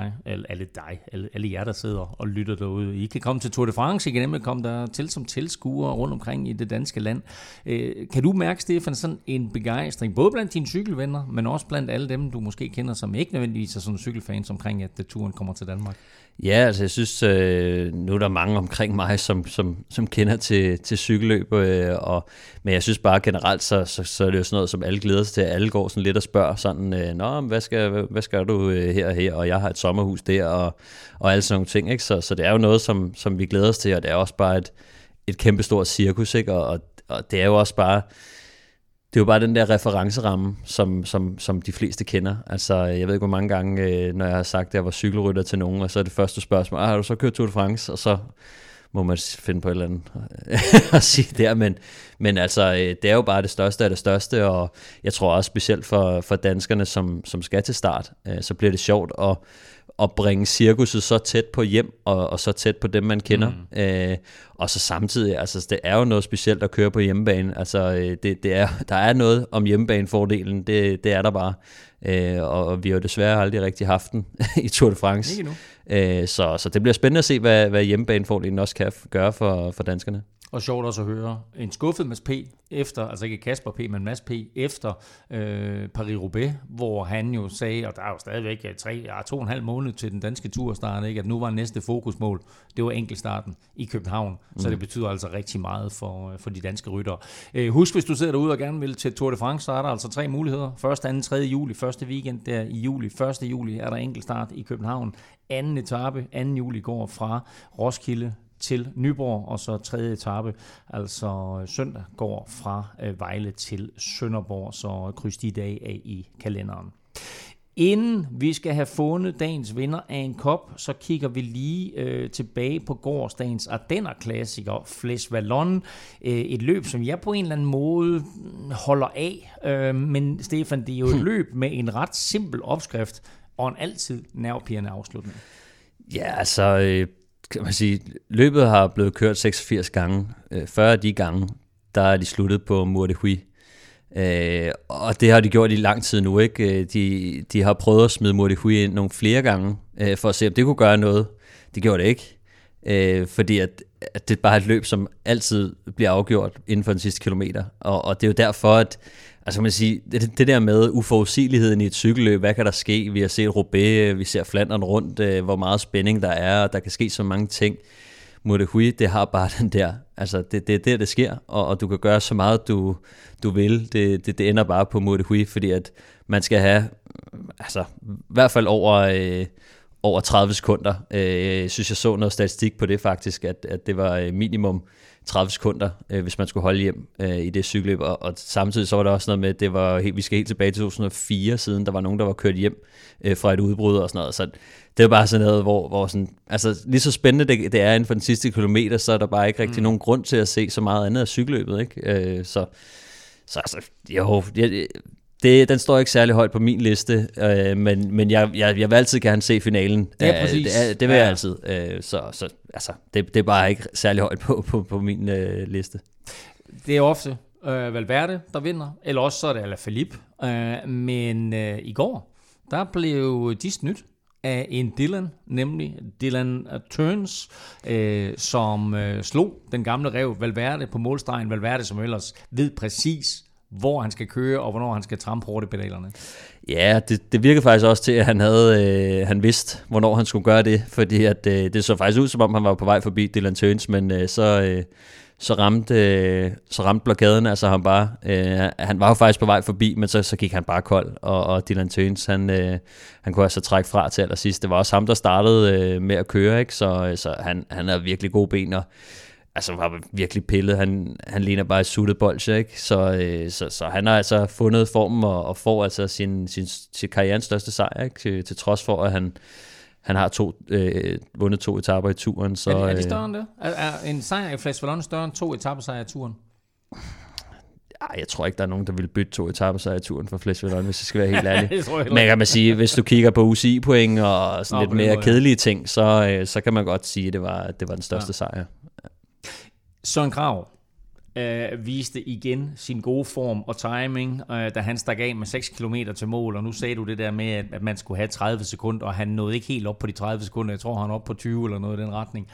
jer, der sidder og lytter derude, I kan komme til Tour de France. I kan nemlig komme der til som tilskuere rundt omkring i det danske land. Kan du mærke, Stefan, sådan en begejstring, både blandt dine cykelvenner, men også blandt alle dem, du måske kender, som ikke nødvendigvis er sådan cykelfans omkring, at turen kommer til Danmark? Ja, altså jeg synes, nu er der mange omkring mig, som kender til cykelløb, men jeg synes bare generelt, så er det jo sådan noget, som alle glæder sig til, at alle går sådan lidt og spørger sådan, nå, hvad skal du her og her, og jeg har et sommerhus der, og alle sådan nogle ting, ikke? Så det er jo noget, som vi glæder os til, og det er også bare et kæmpestort cirkus, ikke? Og det er jo også bare, det er jo bare den der referenceramme, som de fleste kender. Altså, jeg ved ikke, hvor mange gange, når jeg har sagt, at jeg var cykelrytter til nogen, og så er det første spørgsmål, har du så kørt Tour de France? Og så må man finde på et eller andet at sige der. Men altså, det er jo bare det største af det største, og jeg tror også specielt for danskerne, som skal til start, så bliver det sjovt at bringe cirkuset så tæt på hjem, og så tæt på dem, man kender. Og så samtidig, altså det er jo noget specielt at køre på hjemmebane. Altså der er noget om hjemmebanefordelen, det er der bare. Og vi har jo desværre aldrig rigtig haft den i Tour de France. Ikke endnu. Så det bliver spændende at se, hvad hjemmebanefordelen også kan gøre for danskerne. Og sjovt også at høre en skuffet Mads P. efter, altså ikke Kasper P., men Mads P. efter Paris-Roubaix, hvor han jo sagde, og der er jo stadigvæk 2,5 måneder til den danske turstart, ikke, at nu var næste fokusmål, det var enkeltstarten i København, så det betyder altså rigtig meget for de danske ryttere. Husk, hvis du sidder derude og gerne vil til Tour de France, så er der altså 3 muligheder. 1., 2., 3. juli, første weekend der i juli. 1. juli er der enkeltstart i København. 2. etape, 2. juli går fra Roskilde til Nyborg, og så 3. etape, altså søndag, går fra Vejle til Sønderborg, så kryds de dage af i kalenderen. Inden vi skal have fundet dagens vinder af en kop, så kigger vi lige tilbage på gårsdagens Ardenner-klassiker, Flèche Wallonne. Et løb, som jeg på en eller anden måde holder af, men Stefan, det er jo et løb med en ret simpel opskrift, og en altid nervepirrende afslutning. Ja, altså kan man sige, løbet har blevet kørt 86 gange. 40 af de gange, der er de sluttet på Mur de Huy. Og det har de gjort i lang tid nu, ikke? De har prøvet at smide Mur de Huy ind nogle flere gange, for at se, om det kunne gøre noget. Det gjorde det ikke, fordi at det er bare et løb, som altid bliver afgjort inden for den sidste kilometer. Og det er jo derfor, at altså man sige, det der med uforudsigeligheden i et cykelløb, hvad kan der ske? Vi har set Roubaix, vi ser Flandern rundt, hvor meget spænding der er, og der kan ske så mange ting. Mur de Huy, det har bare den der, altså det er der, det sker, og du kan gøre så meget, du vil. Det ender bare på Mur de Huy, fordi at man skal have, altså i hvert fald over 30 sekunder. Jeg synes, jeg så noget statistik på det faktisk, at det var minimum 30 sekunder, hvis man skulle holde hjem i det cykelløb, og samtidig så var der også noget med, at det var vi skal helt tilbage til 2004, siden der var nogen, der var kørt hjem fra et udbrud og sådan noget, så det var bare sådan noget, hvor sådan, altså lige så spændende det er inden for den sidste kilometer, så er der bare ikke rigtig nogen grund til at se så meget andet af cykelløbet, ikke? Så altså, jo, den står ikke særlig højt på min liste, men jeg vil altid gerne se finalen. Ja, præcis. Det vil jeg altid. Så altså, det er bare ikke særlig højt på min liste. Det er ofte Valverde, der vinder, eller også så er det Alaphilippe. Men i går, der blev de snydt af en Dylan, nemlig Dylan Teuns, som slog den gamle ræv Valverde på målstregen. Valverde, som ellers ved præcis, hvor han skal køre, og hvornår han skal trampe hårdt i pedalerne. Ja, det virkede faktisk også til, at han vidste, hvornår han skulle gøre det, fordi at, det så faktisk ud, som om han var på vej forbi Dylan Teuns, men så ramte blokaden, altså han var jo faktisk på vej forbi, men så gik han bare kold, og Dylan Teuns, han kunne altså trække fra til allersidst. Det var også ham, der startede med at køre, ikke? Så han havde virkelig gode ben, og altså var virkelig pillet. Han ligner bare et suttet bolsje, ikke? Så han har altså fundet formen og får altså sin karrierens største sejr, ikke? Til trods for, at han har vundet 2 etaper i turen. Så, er det større end det? Er en sejr i Flèche Wallonne større end 2 etapesejre i turen? Jeg tror ikke, der er nogen, der vil bytte 2 etapesejre i turen for Flèche Wallonne, hvis jeg skal være helt ærlig. Men kan man sige, hvis du kigger på UCI-point og sådan lidt mere kedelige ting, så kan man godt sige, at det var den største sejr. Søren Kragh, viste igen sin gode form og timing, da han stak af med 6 km til mål, og nu sagde du det der med, at man skulle have 30 sekunder, og han nåede ikke helt op på de 30 sekunder, jeg tror han er op på 20 eller noget i den retning.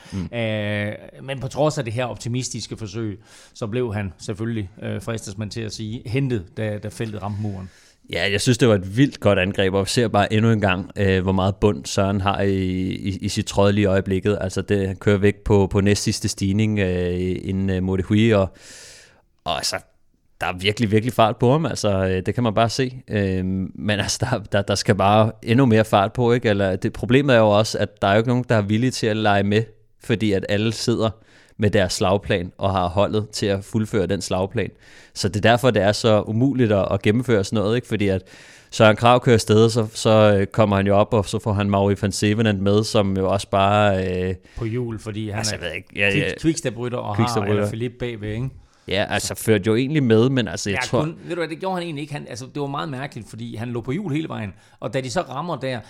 Men på trods af det her optimistiske forsøg, så blev han selvfølgelig, fristes man til at sige, hentet, da feltet ramte muren. Ja, jeg synes, det var et vildt godt angreb, og ser bare endnu en gang, hvor meget bund Søren har i sit tråd lige i øjeblikket. Altså, det kører væk på næstsidste stigning inden Modihui, og altså, der er virkelig, virkelig fart på ham. Altså, det kan man bare se. Men altså, der skal bare endnu mere fart på, ikke? Eller, problemet er jo også, at der er jo ikke nogen, der er villige til at lege med, fordi at alle sidder med deres slagplan, og har holdet til at fuldføre den slagplan. Så det er derfor, det er så umuligt at gennemføre sådan noget, ikke? Fordi at Søren Kragh kører afsted, så kommer han jo op, og så får han Mauri van Sevenant med, som jo også bare... på hjul, fordi han altså, er quickstep-rytter og har eller Philippe bagved, ikke? Ja, altså førte jo egentlig med, men altså jeg tror... Ved du hvad, det gjorde han egentlig ikke. Det var meget mærkeligt, fordi han lå på hjul hele vejen, og da de så rammer der,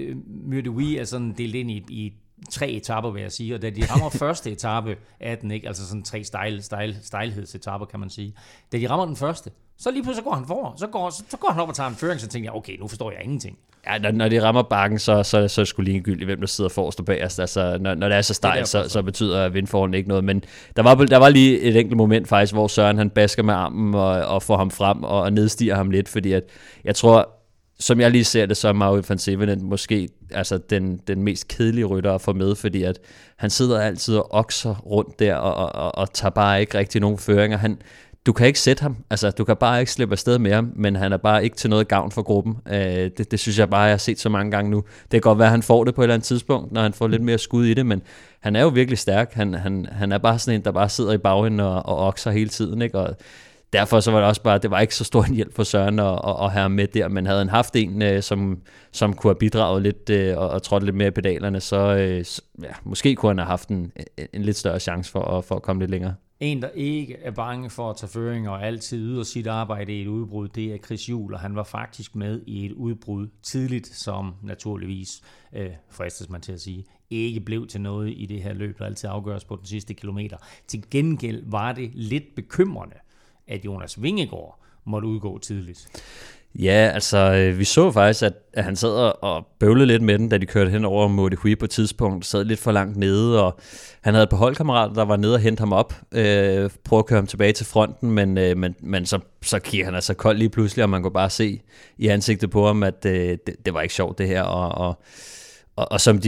Myrdewi er sådan delt ind i 3 etaper, vil jeg sige, og da de rammer første etape af den, ikke, altså sådan 3 stejlhedsetapper, kan man sige. Da de rammer den første, så lige pludselig går han for, så går han op og tager en føring, så tænker jeg, okay, nu forstår jeg ingenting. Ja, når de rammer bakken, så er det sgu ligegyldigt, hvem der sidder forrest og bagerst. Altså, når det er så stejlt, så betyder vindforholdene ikke noget. Men der var lige et enkelt moment faktisk, hvor Søren han basker med armen og får ham frem og nedstiger ham lidt, fordi at jeg tror, som jeg lige ser det, så er Mauri van Sevenant måske altså den mest kedelige rytter at få med, fordi at han sidder altid og okser rundt der og tager bare ikke rigtig nogen føringer. Du kan ikke sætte ham, altså du kan bare ikke slippe afsted med ham, men han er bare ikke til noget gavn for gruppen. Det synes jeg bare, jeg har set så mange gange nu. Det kan godt være, at han får det på et eller andet tidspunkt, når han får lidt mere skud i det, men han er jo virkelig stærk. Han er bare sådan en, der bare sidder i bagenden og okser hele tiden, ikke? Og derfor så var det også bare, det var ikke så stor en hjælp for Søren at have med der, men havde han haft en, som kunne have bidraget lidt og trådt lidt mere i pedalerne, så måske kunne han have haft en lidt større chance for at komme lidt længere. En, der ikke er bange for at tage føringer og altid yder sit arbejde i et udbrud, det er Chris Juhl, og han var faktisk med i et udbrud tidligt, som naturligvis, fristes man til at sige, ikke blev til noget i det her løb, der altid afgøres på den sidste kilometer. Til gengæld var det lidt bekymrende, at Jonas Vingegaard måtte udgå tidligt. Ja, altså vi så faktisk, at han sad og bøvlede lidt med den, da de kørte hen over Modihui på et tidspunkt, sad lidt for langt nede, og han havde et par holdkammerater, der var nede og hente ham op, prøve at køre ham tilbage til fronten, men så kigger han altså kold lige pludselig, og man kunne bare se i ansigtet på ham, at det var ikke sjovt det her, og som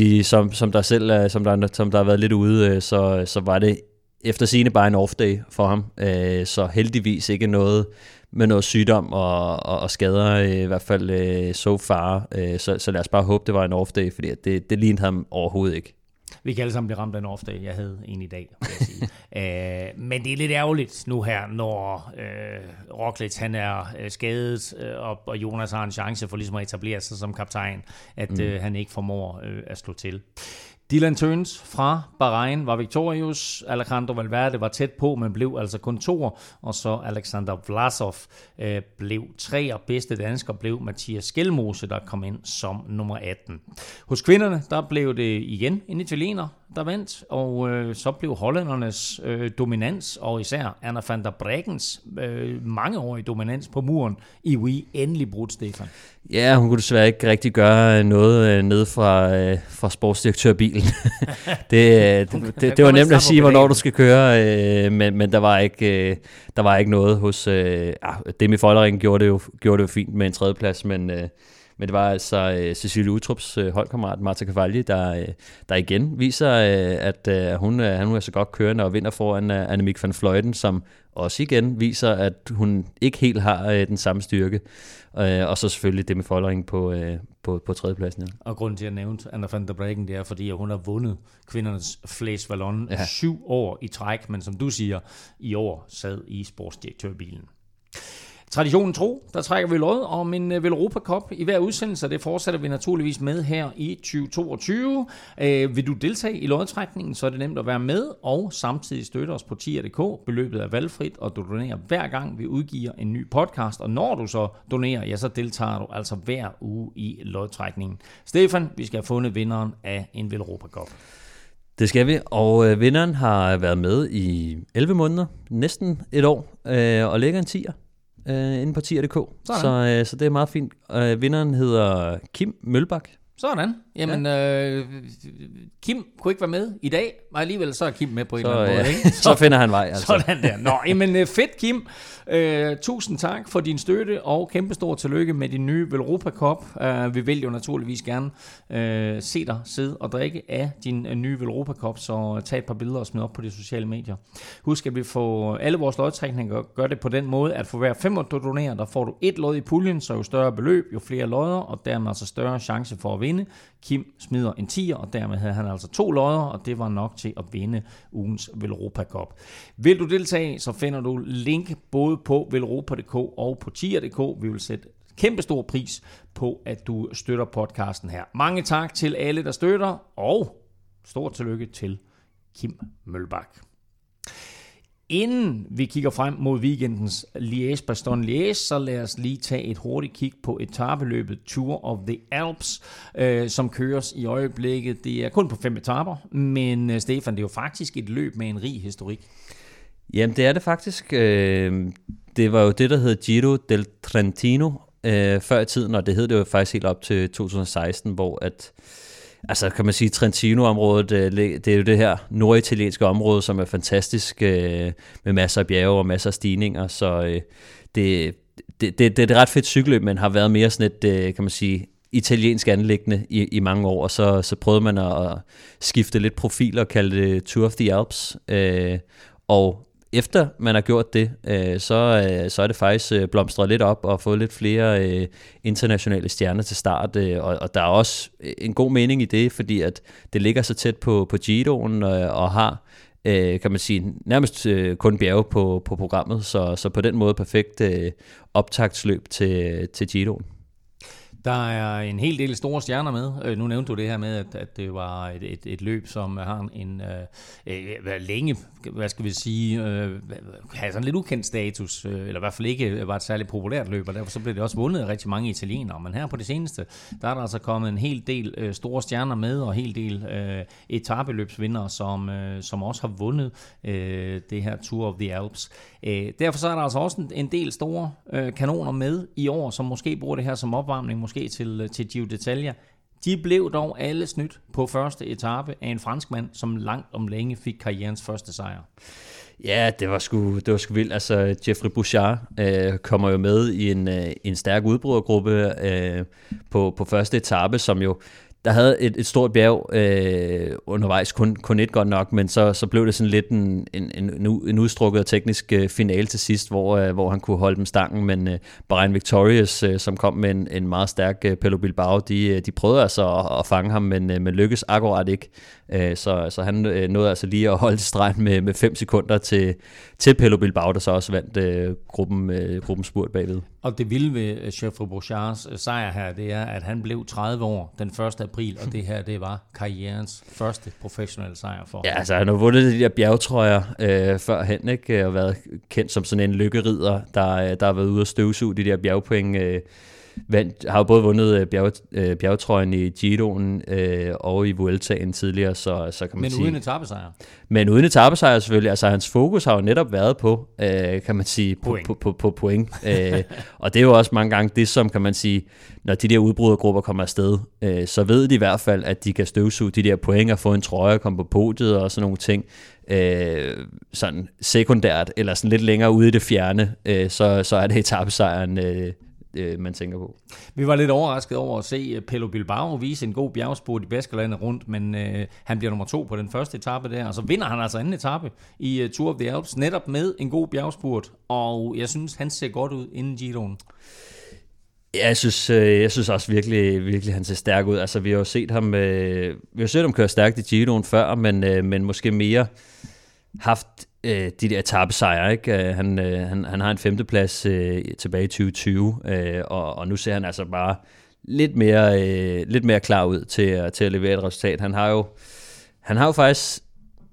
der har været lidt ude, så var det efter sigende bare en off-day for ham, så heldigvis ikke noget med noget sygdom og skader, i hvert fald so far. Så lad os bare håbe, det var en off-day, fordi det lignede ham overhovedet ikke. Vi kan alle sammen blive ramt af en off-day. Jeg havde en i dag, vil jeg sige. Men det er lidt ærgerligt nu her, når Roglic han er skadet, og Jonas har en chance for ligesom at etablere sig som kaptajn, at han ikke formår at slå til. Dylan Teuns fra Bahrain var victorious. Alejandro Valverde var tæt på, men blev altså kun 2'er. Og så Alexander Vlasov blev 3'er. Bedste dansker blev Mathias Skelmose, der kom ind som nummer 18. Hos kvinderne, der blev det igen en italiener, der vandt. Og så blev hollændernes dominans, og især Anna van der Breggens mangeårige dominans på muren i Wii endelig brudt, Stefan. Ja, hun kunne desværre ikke rigtig gøre noget nede fra sportsdirektørbilen. det var nemt at sige, hvornår du skal køre, men der var ikke noget hos... Demi Follering gjorde det jo fint med en tredjeplads, men det var altså Cecilie Uttrups holdkammerat Marta Cavalli, der igen viser, at hun er så godt kørende og vinder foran Annemiek van Vleuten, som også igen viser, at hun ikke helt har den samme styrke. Og så selvfølgelig det med Follering på tredjepladsen. Ja. Og grunden til at nævne Anna van der Breggen, det er, fordi hun har vundet kvindernes Flash Wallon 7 år i træk, men som du siger, i år sad i sportsdirektørbilen. Traditionen tro, der trækker vi lod om en Velropa Cup i hver udsendelse, og det fortsætter vi naturligvis med her i 2022. Vil du deltage i lodtrækningen, så er det nemt at være med, og samtidig støtte os på tier.dk. Beløbet er valgfrit, og du donerer hver gang vi udgiver en ny podcast, og når du så donerer, ja, så deltager du altså hver uge i lodtrækningen. Stefan, vi skal have fundet vinderen af en Velropa Cup. Det skal vi, og vinderen har været med i 11 måneder, næsten et år, og lægger en 10'er inde på 10'er.dk. Så det er meget fint. Vinderen hedder Kim Mølbak. Sådan. Jamen, Kim kunne ikke være med i dag, og alligevel så er Kim med på en eller anden måde. Ikke? Så finder han vej. Altså. Sådan der. Nå, jamen fedt, Kim. Tusind tak for din støtte, og kæmpestor tillykke med din nye Velropa Cup. Vi vil jo naturligvis gerne se dig sidde og drikke af din nye Velropa Cup, så tag et par billeder og smid op på de sociale medier. Husk, at vi får alle vores lodtrækninger gør det på den måde, at for hver 5 du donerer, der får du 1 lod i puljen, så jo større beløb, jo flere lodder, og dermed altså større chance for at vinde. Kim smider en 10'er, og dermed havde han altså 2 lodder, og det var nok til at vinde ugens Velropa Cup. Vil du deltage, så finder du link både på velropa.dk og på tier.dk. Vi vil sætte kæmpe stor pris på, at du støtter podcasten her. Mange tak til alle, der støtter, og stort tillykke til Kim Mølbak. Inden vi kigger frem mod weekendens Liège-Bastogne-Liège, så lad os lige tage et hurtigt kig på etapeløbet Tour of the Alps, som køres i øjeblikket. Det er kun på 5 etaper, men Stefan, det er jo faktisk et løb med en rig historik. Jamen, det er det faktisk. Det var jo det, der hed Giro del Trentino før i tiden, og det hed det jo faktisk helt op til 2016, hvor at... Altså kan man sige, Trentino-området, det er jo det her norditalienske område, som er fantastisk med masser af bjerge og masser af stigninger, så det er et ret fedt cykelløb, men har været mere sådan et, kan man sige, italiensk anliggende i mange år, og så prøvede man at skifte lidt profil og kalde det Tour of the Alps, og efter man har gjort det, så er det faktisk blomstret lidt op og fået lidt flere internationale stjerner til start, og der er også en god mening i det, fordi at det ligger så tæt på Giroen og har, kan man sige, nærmest kun bjerge på programmet, så på den måde perfekt optaktsløb til Giroen. Der er en hel del store stjerner med. Nu nævnte du det her med, at det var et løb, som har en længe, hvad skal vi sige, har sådan lidt ukendt status, eller i hvert fald ikke var et særligt populært løb, og derfor så blev det også vundet af rigtig mange italienere. Men her på det seneste, der er der altså kommet en hel del store stjerner med, og en hel del etapeløbsvindere, som også har vundet det her Tour of the Alps. Derfor så er der altså også en del store kanoner med i år, som måske bruger det her som opvarmning, måske til Giro d'Italia. De blev dog alle snydt på første etape af en franskmand, som langt om længe fik karrierens første sejr. Ja, det var sgu vildt. Altså, Geoffrey Bouchard kommer jo med i en stærk udbrydergruppe på første etape, som jo der havde et stort bjerg undervejs, kun et godt nok, men så blev det sådan lidt en udstrukket teknisk finale til sidst, hvor han kunne holde dem stangen, men Bahrain Victorious, som kom med en meget stærk Pello Bilbao, de prøvede altså at fange ham, men lykkes akkurat ikke. Så han nåede altså lige at holde stregen med 5 sekunder til Pello Bilbao, der så også vandt gruppen spurt bagved. Og det vilde ved Geoffrey Bouchards sejr her, det er, at han blev 30 år den 1. april, og det her, det var karrierens første professionelle sejr for ham. Ja, altså han har vundet de der bjergetrøjer førhen, ikke? Og været kendt som sådan en lykkerider, der har været ude og støvsuge de der bjergpoint. Har jo både vundet bjergetrøjen i Giroen og i Vueltaen tidligere, så kan man sige... Men uden etapesejr. Men uden etapesejr selvfølgelig. Altså hans fokus har jo netop været på, kan man sige, på point. Og det er jo også mange gange det, som kan man sige, når de der udbrydergrupper kommer afsted, så ved de i hvert fald, at de kan støvsuge de der point og få en trøje og komme på podiet og sådan nogle ting. Sådan sekundært, eller sådan lidt længere ude i det fjerne, så er det etapesejren, man tænker på. Vi var lidt overrasket over at se Pello Bilbao vise en god bjergspurt i Baskerlandet rundt, men han bliver nummer 2 på den første etape der, og så vinder han altså anden etape i Tour of the Alps, netop med en god bjergspurt, og jeg synes, han ser godt ud inden Giroen. Ja, jeg synes også virkelig han ser stærk ud. Altså, vi har jo set ham køre stærkt i Giroen før, men måske mere haft de der etapesejre, ikke? Han har en 5. plads tilbage i 2020, og nu ser han altså bare lidt mere klar ud til at levere et resultat. Han har jo faktisk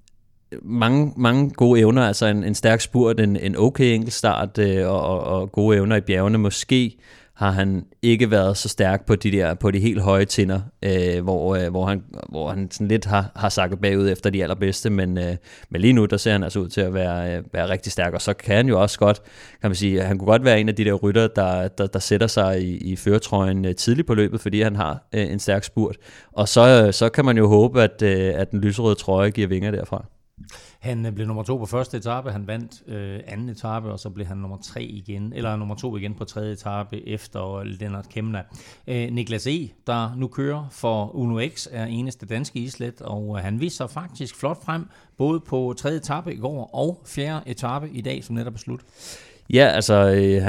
mange gode evner, altså en stærk spurt, en okay enkeltstart og gode evner i bjergene. Måske har han ikke været så stærk på de helt høje tinder, hvor han sådan lidt har sakket bagud efter de allerbedste, men lige nu, der ser han altså ud til at være rigtig stærk, og så kan han jo også godt, kan man sige, han kunne godt være en af de der rytter, der sætter sig i førertrøjen tidligt på løbet, fordi han har en stærk spurt, og så kan man jo håbe, at den lyserøde trøje giver vinger derfra. Han blev nummer 2 på første etape, han vandt anden etape, og så blev han nummer 2 igen på tredje etape efter Lennart Kemna. Niklas E., der nu kører for Uno X, er eneste danske islet, og han viser faktisk flot frem, både på tredje etape i går og fjerde etape i dag, som netop er slut. Ja, altså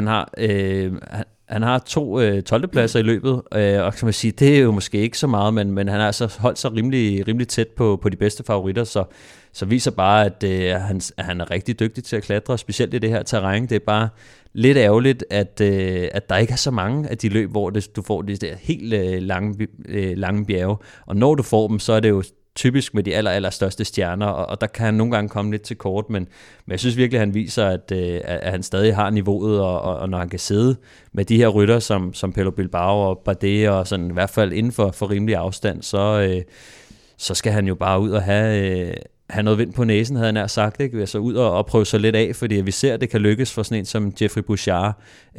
han har 2 12. pladser i løbet, og kan man sige, det er jo måske ikke så meget, men han har altså holdt sig rimelig tæt på de bedste favoritter, så viser bare, at han er rigtig dygtig til at klatre, specielt i det her terræn. Det er bare lidt ærgerligt, at der ikke er så mange af de løb, hvor du får de der helt lange bjerge, og når du får dem, så er det jo typisk med de allerstørste stjerner, og der kan han nogle gange komme lidt til kort, men jeg synes virkelig, at han viser, at han stadig har niveauet, og når han kan sidde med de her rytter, som Pello Bilbao og Bardet, og sådan i hvert fald inden for rimelig afstand, så skal han jo bare ud og have noget vind på næsen, havde jeg nær sagt, ikke? Altså ud og prøve sig lidt af, fordi vi ser, at det kan lykkes for sådan en som Jeffrey Bouchard.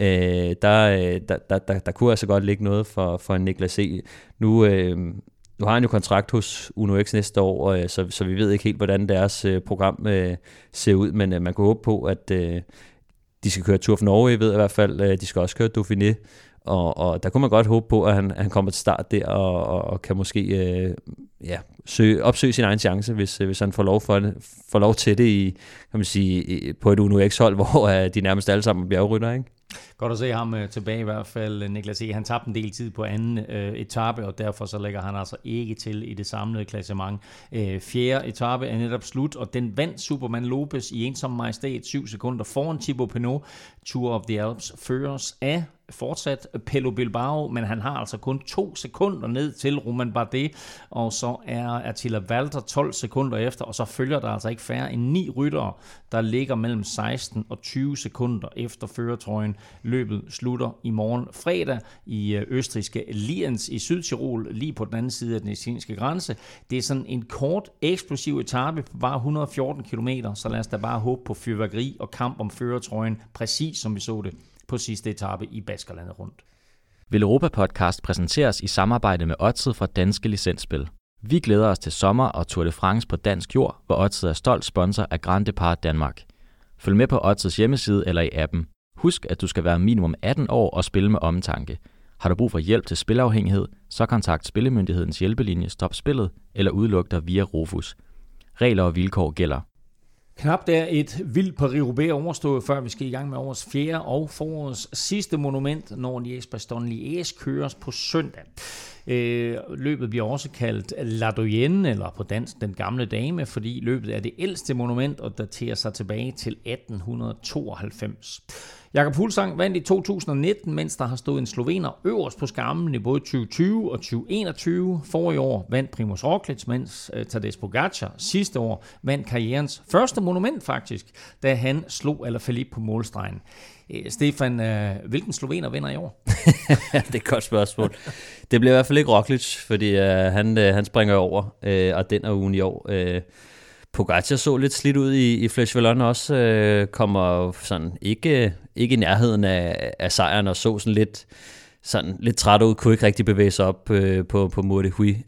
Der kunne altså godt ligge noget for en Niklas E. Nu har han jo kontrakt hos Uno X næste år, så vi ved ikke helt, hvordan deres program ser ud, men man kan håbe på, at de skal køre Tour of Norway, ved jeg i hvert fald. De skal også køre Dauphiné, og der kunne man godt håbe på, at han kommer til start der, og kan måske opsøge sin egen chance, hvis han får lov til det i, kan man sige, på et Uno X-hold, hvor de nærmest alle sammen er bjergrytter, ikke? Godt at se ham tilbage i hvert fald, Niklas E. Han tabte en del tid på anden etape, og derfor så lægger han altså ikke til i det samlede klassement. Fjerde etape er netop slut, og den vandt Superman Lopez i ensom majestæt 7 sekunder foran Thibaut Pinot. Tour of the Alps føres af fortsat Pello Bilbao, men han har altså kun 2 sekunder ned til Romain Bardet, og så er Attila Valter 12 sekunder efter, og så følger der altså ikke færre end 9 ryttere, der ligger mellem 16 og 20 sekunder efter førertrøjen. Løbet slutter i morgen fredag i østrigske Lienz i Sydtirol, lige på den anden side af den italienske grænse. Det er sådan en kort, eksplosiv etape på bare 114 km, så lad os da bare håbe på fyrværkeri og kamp om førertrøjen, præcis som vi så det på sidste etape i Baskerlandet rundt. Vil Europa Podcast præsenteres i samarbejde med Odset fra Danske Licensspil. Vi glæder os til sommer og Tour de France på dansk jord, hvor Odset er stolt sponsor af Grand Depart Danmark. Følg med på Odsets hjemmeside eller i appen. Husk, at du skal være minimum 18 år og spille med omtanke. Har du brug for hjælp til spilafhængighed, så kontakt Spillemyndighedens hjælpelinje Stop Spillet eller udluk dig via Rofus. Regler og vilkår gælder. Knap der et vildt Paris-Roubaix overstået, før vi skal i gang med årets fjerde og forårets sidste monument, når Liège-Bastogne-Liège køres på søndag. Løbet bliver også kaldt La Doyenne, eller på dansk Den Gamle Dame, fordi løbet er det ældste monument og daterer sig tilbage til 1892. Jakob Fuglsang vandt i 2019, mens der har stået en slovener øverst på skammen i både 2020 og 2021. Forrige år vandt Primož Roglič, mens Tadej Pogačar sidste år vandt karrierens første monument faktisk, da han slog Alaphilippe på målstregen. Stefan, hvilken slovener vinder i år? Det er et godt spørgsmål. Det bliver i hvert fald ikke Roglič, fordi han springer over, og den er ugen i år. Pogačar så lidt slidt ud i Flèche Wallonne også, kommer sådan ikke i nærheden af sejren, og så sådan lidt træt ud, kunne ikke rigtig bevæge sig op på Mur de Huy.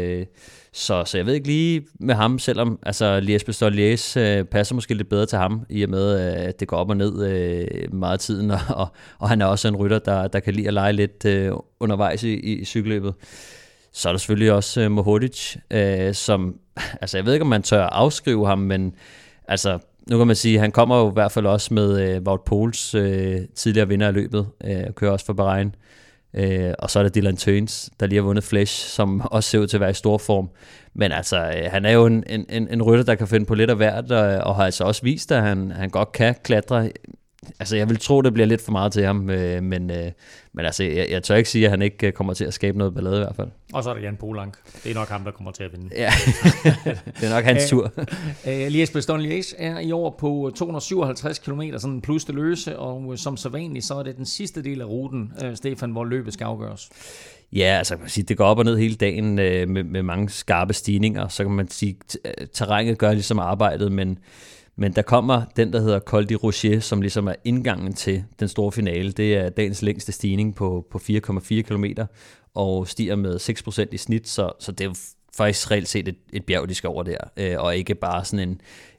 Så jeg ved ikke lige med ham, selvom altså Liège-Bastogne-Liège passer måske lidt bedre til ham, i og med at det går op og ned meget tiden, og han er også en rytter, der kan lide at lege lidt undervejs i cykelløbet. Så er der selvfølgelig også Mohoric, som, altså jeg ved ikke, om man tør afskrive ham, men altså nu kan man sige, han kommer jo i hvert fald også med Wout Poels tidligere vinder af løbet, og kører også for Bahrain. Og så er der Dylan Teuns, der lige har vundet Flèche, som også ser ud til at være i stor form. Men altså, han er jo en rytter, der kan finde på lidt af hvert, og har altså også vist, at han godt kan klatre altså jeg vil tro, det bliver lidt for meget til ham, men altså, jeg tør ikke sige, at han ikke kommer til at skabe noget ballade i hvert fald. Og så er der Jan Polanc. Det er nok ham, der kommer til at vinde. Ja, det er nok hans tur. Liège-Bastogne-Liège er i år på 257 km, sådan plus det løse, og som så vanligt, så er det den sidste del af ruten, Stefan, hvor løbet skal afgøres. Ja, altså det går op og ned hele dagen med mange skarpe stigninger, så kan man sige, terrænet gør ligesom arbejdet, men der kommer den, der hedder Col de Rocher, som ligesom er indgangen til den store finale. Det er dagens længste stigning på 4,4 km, og stiger med 6% i snit, så det er jo faktisk reelt set et bjerg, de skal over der, og ikke bare sådan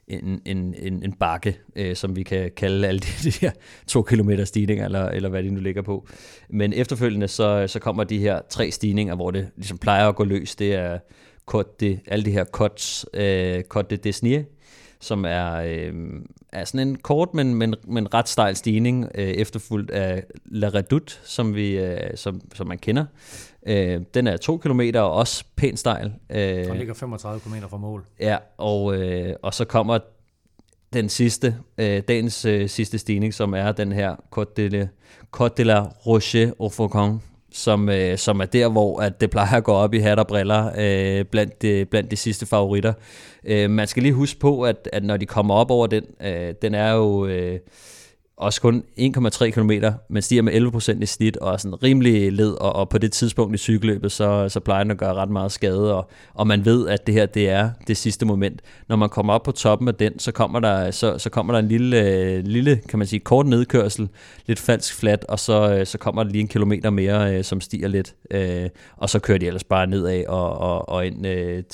en bakke, som vi kan kalde alle de her 2 kilometer stigninger, eller hvad de nu ligger på. Men efterfølgende, så kommer de her 3 stigninger, hvor det ligesom plejer at gå løs. Det er alle de her Côte de Desnier, som er sådan en kort, men ret stejl stigning, efterfulgt af La Redoute, som man kender. Den er 2 kilometer og også pænt stejl. Den ligger 35 km fra mål. Ja, og så kommer den sidste, dagens sidste stigning, som er den her Côte de la Roche au Faucon, som er der, hvor at det plejer at gå op i hat og briller blandt de sidste favoritter. Man skal lige huske på, at når de kommer op over den er jo også kun 1,3 km, men stiger med 11% i snit, og er sådan rimelig led, og på det tidspunkt i cykelløbet, så plejer den at gøre ret meget skade, og man ved, at det her, det er det sidste moment. Når man kommer op på toppen af den, så kommer der en lille, kan man sige, kort nedkørsel, lidt falsk flat, og så kommer der lige 1 kilometer mere, som stiger lidt, og så kører de ellers bare nedad og ind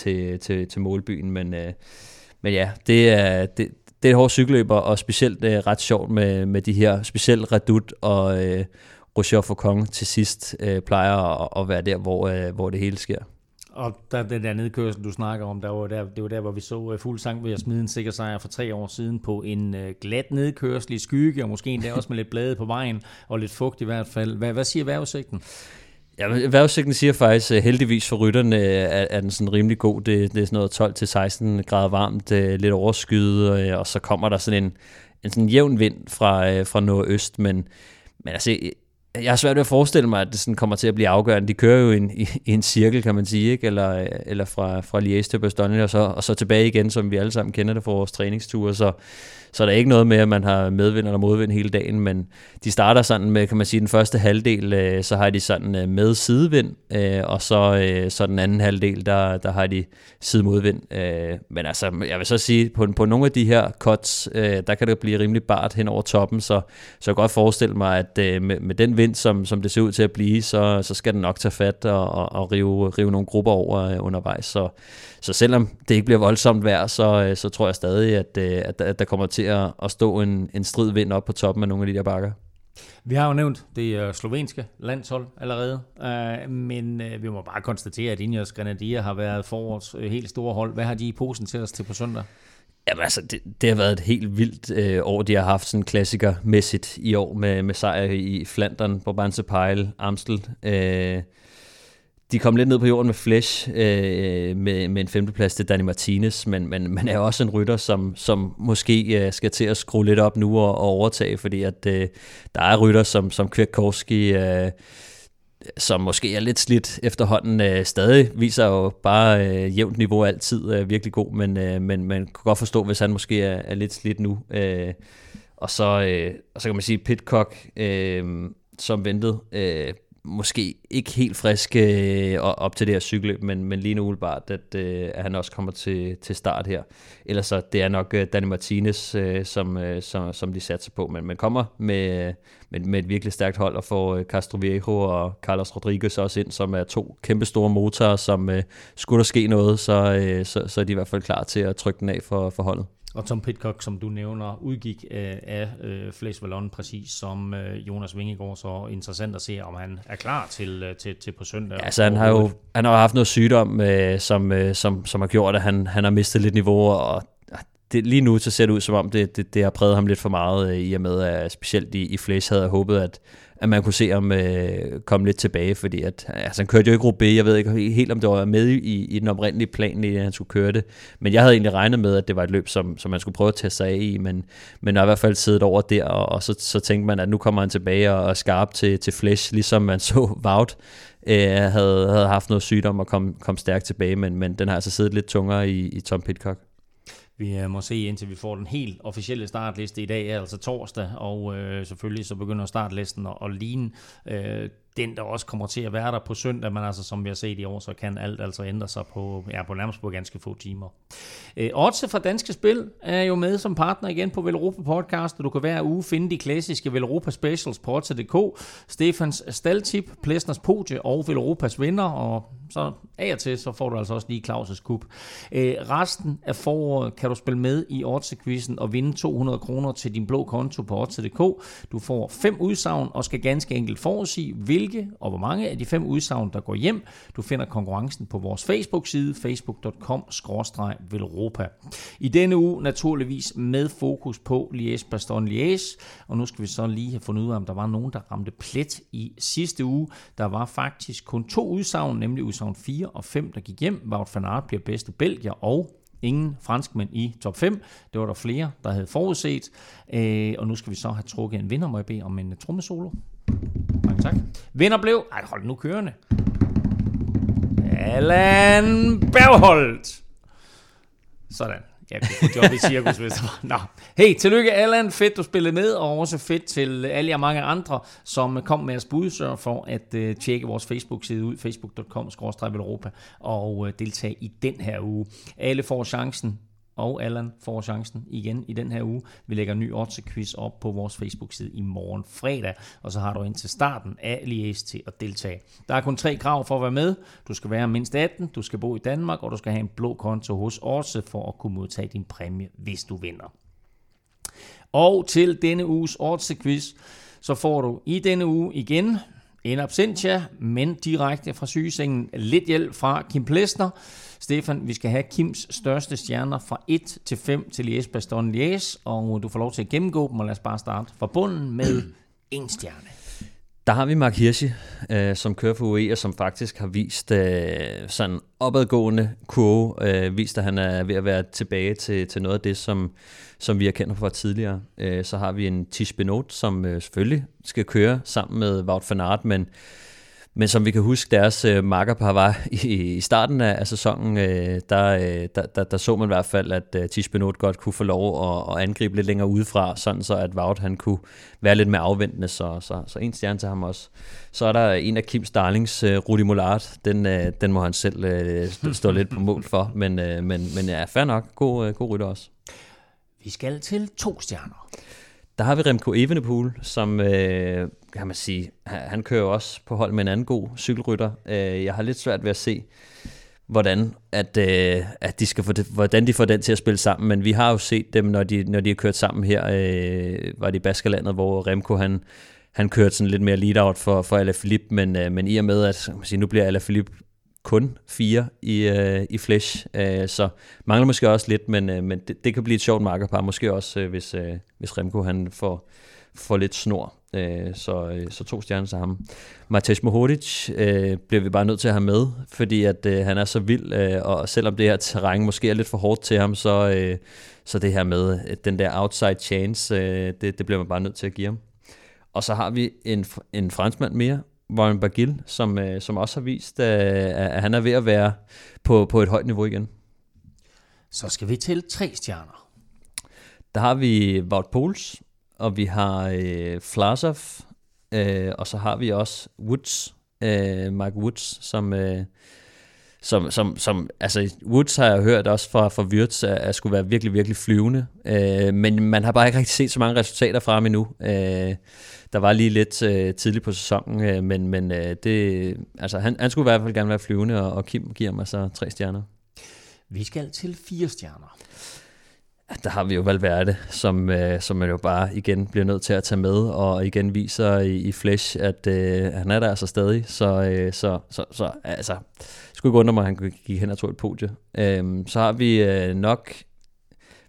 til målbyen, men ja, det er et hårdt cykelløb, og specielt ret sjovt med de her, specielt Redoute og Rocher Faucon til sidst plejer at være der, hvor det hele sker. Og der den der nedkørsel, du snakker om, det var der, hvor vi så fuld sang ved at smide en sikker sejr for 3 år siden på en glat nedkørsel i skygge, og måske endda også med lidt blade på vejen, og lidt fugt i hvert fald. Hvad siger vejrudsigten? Ja, vejrudsigten siger faktisk, heldigvis for rytterne er den sådan rimelig god. Det er sådan noget 12-16 grader varmt, lidt overskyet, og så kommer der sådan en sådan jævn vind fra nordøst, men altså, jeg har svært ved at forestille mig, at det sådan kommer til at blive afgørende. De kører jo i en cirkel, kan man sige, ikke? Eller fra Liège til Bastogne, og så tilbage igen, som vi alle sammen kender det fra vores træningsture, så er der ikke noget med, at man har medvind eller modvind hele dagen, men de starter sådan med, kan man sige, den første halvdel, så har de sådan med sidevind, og så den anden halvdel, der har de sidemodvind. Men altså, jeg vil så sige, på nogle af de her cuts, der kan det blive rimelig bart hen over toppen, så jeg kan godt forestille mig, at med den vind, som det ser ud til at blive, så skal den nok tage fat og rive nogle grupper over undervejs. Så selvom det ikke bliver voldsomt vejr, så tror jeg stadig, at der kommer til at stå en strid vind op på toppen af nogle af de der bakker. Vi har jo nævnt det slovenske landshold allerede, men vi må bare konstatere, at Ineos Grenadier har været forårets helt store hold. Hvad har de i posen til os til på søndag? Jamen altså, det har været et helt vildt år, de har haft sådan klassikermæssigt i år med sejr i Flandern, Brabantse Pijl, Amstel. De kom lidt ned på jorden med Flesch med en 5. plads til Dani Martinez, men man er også en rytter, som måske skal til at skrue lidt op nu og overtage, fordi at der er rytter som Kwiatkowski, som måske er lidt slidt efterhånden, stadig viser jo bare jævnt niveau altid, virkelig god, men man kan godt forstå, hvis han måske er lidt slidt nu. Og så kan man sige, Pidcock, som ventede, måske ikke helt frisk op til det her cykelløb, men lige nu umiddelbart, at han også kommer til start her. Ellers så det er nok Dani Martinez, som de satser på, men man kommer med et virkelig stærkt hold og får Castroviejo og Carlos Rodriguez også ind, som er 2 kæmpe store motorer, som skulle der ske noget, så er de i hvert fald klar til at trykke den af for holdet. Og Tom Pidcock, som du nævner, udgik af Flesh Wallonne, præcis som Jonas Vingegaard, så interessant at se, om han er klar til på søndag. Ja, altså han har haft noget sygdom, som har gjort, at han har mistet lidt niveau, og lige nu så ser det ud, som om det har præget ham lidt for meget, i og med, at specielt i Flesh havde jeg håbet, at man kunne se ham komme lidt tilbage, fordi at, altså, han kørte jo ikke Roubaix. Jeg ved ikke helt, om det var med i den oprindelige plan, at han skulle køre det. Men jeg havde egentlig regnet med, at det var et løb, som man skulle prøve at teste sig af i, men har i hvert fald siddet over der, og så tænkte man, at nu kommer han tilbage og er skarp til Flesch, ligesom man så Wout havde haft noget sygdom og kom stærkt tilbage, men den har altså siddet lidt tungere i Tom Pidcock. Vi må se, indtil vi får den helt officielle startliste i dag, altså torsdag, og selvfølgelig så begynder startlisten at ligne den, der også kommer til at være der på søndag, men altså som vi har set i år, så kan alt altså ændre sig på nærmest på ganske få timer. Odds fra Danske Spil er jo med som partner igen på Velropa Podcast, og du kan hver uge finde de klassiske Velropa Specials på odds.dk, Stefans staldtip, Plesners podie og Velropas vinder, og så af og til, så får du altså også lige Claus' kup. Resten af foråret kan du spille med i Odds-quizzen og vinde 200 kroner til din blå konto på Odds.dk. Du får 5 udsagn og skal ganske enkelt forudsige, hvilke og hvor mange af de 5 udsagn, der går hjem. Du finder konkurrencen på vores Facebook-side, facebook.com/Velropa. I denne uge naturligvis med fokus på Liège-Bastogne-Liège, og nu skal vi så lige have fundet ud af, om der var nogen, der ramte plet i sidste uge. Der var faktisk kun 2 udsagn, nemlig udsagn 4 og 5, der gik hjem. Wout van Aert bliver bedste belgier, og ingen franskmænd i top 5. Det var der flere, der havde forudset. Og nu skal vi så have trukket en vinder, må jeg bede om en trommesolo. Mange tak. Vinder blev... hold nu kørende. Allan Bergholt. Sådan. Ja, vi får job i cirkus, hvis det var. Nå. Hey, tillykke Allan. Fedt, du spillede med, og også fedt til alle jer mange andre, som kom med jeres bud. Sørg for at tjekke vores Facebook-side ud, facebook.com/Velropa, og deltage i den her uge. Alle får chancen, og Allan får chancen igen i den her uge. Vi lægger en ny odds-quiz op på vores Facebook-side i morgen fredag, og så har du indtil starten af Liège til at deltage. Der er kun 3 krav for at være med. Du skal være mindst 18, du skal bo i Danmark, og du skal have en blå konto hos Odds for at kunne modtage din præmie, hvis du vinder. Og til denne uges odds-quiz, så får du i denne uge igen en absentia, men direkte fra sygesengen, lidt hjælp fra Kim Plesner. Stefan, vi skal have Kims største stjerner fra 1 til 5 til Liège-Bastogne-Liège, og du får lov til at gennemgå dem, og lad os bare starte fra bunden med 1 stjerne. Der har vi Mark Hirschi, som kører for UAE, og som faktisk har vist sådan opadgående kurve, vist at han er ved at være tilbage til noget af det, som vi har kendt fra tidligere. Så har vi en Tish Benoot, som selvfølgelig skal køre sammen med Wout van Aert, men som vi kan huske, deres makkerpar var i starten af sæsonen, der så man i hvert fald, at Tish Benoot godt kunne få lov at angribe lidt længere udefra, sådan så at Wout han kunne være lidt mere afventende, så 1 stjerne til ham også. Så er der en af Kims darlings, Rudi Mollard, den må han selv stå lidt på mål for, men ja, fair nok, god rytter også. Vi skal til 2 stjerner. Der har vi Remco Evenepoel, som kan man sige, han kører også på hold med en anden god cykelrytter. Jeg har lidt svært ved at se, hvordan de får den til at spille sammen, men vi har jo set dem, når de har kørt sammen her, var det i Baskerlandet, hvor Remco han kørte sådan lidt mere lead-out for Alaphilippe, men i og med, at kan man sige, nu bliver Alaphilippe kun 4 i Flesch, så mangler måske også lidt, men det kan blive et sjovt markerpar, måske også, hvis Remco han får lidt snor. Så 2 stjerner til ham. Matej Mohoric bliver vi bare nødt til at have med, fordi at han er så vild, og selvom det her terræn måske er lidt for hårdt til ham, så det her med den der outside chance, det bliver man bare nødt til at give ham. Og så har vi en franskmand mere, Warren Barguil, som også har vist, at han er ved at være på et højt niveau igen. Så skal vi til 3 stjerner. Der har vi Wout Poels, og vi har Vlasov, og så har vi også Woods, Mike Woods, som altså Woods har jeg hørt også fra Würz, at skulle være virkelig, virkelig flyvende, men man har bare ikke rigtig set så mange resultater fra ham endnu. Der var lige lidt tidligt på sæsonen, men det, altså han skulle i hvert fald gerne være flyvende, og Kim giver mig så 3 stjerner. Vi skal til 4 stjerner. Der har vi jo Valverde, som man jo bare igen bliver nødt til at tage med, og igen viser i Flesch, at han er der altså stadig, så altså, skulle ikke undre mig, at han gik hen og tog et podie. Så har vi nok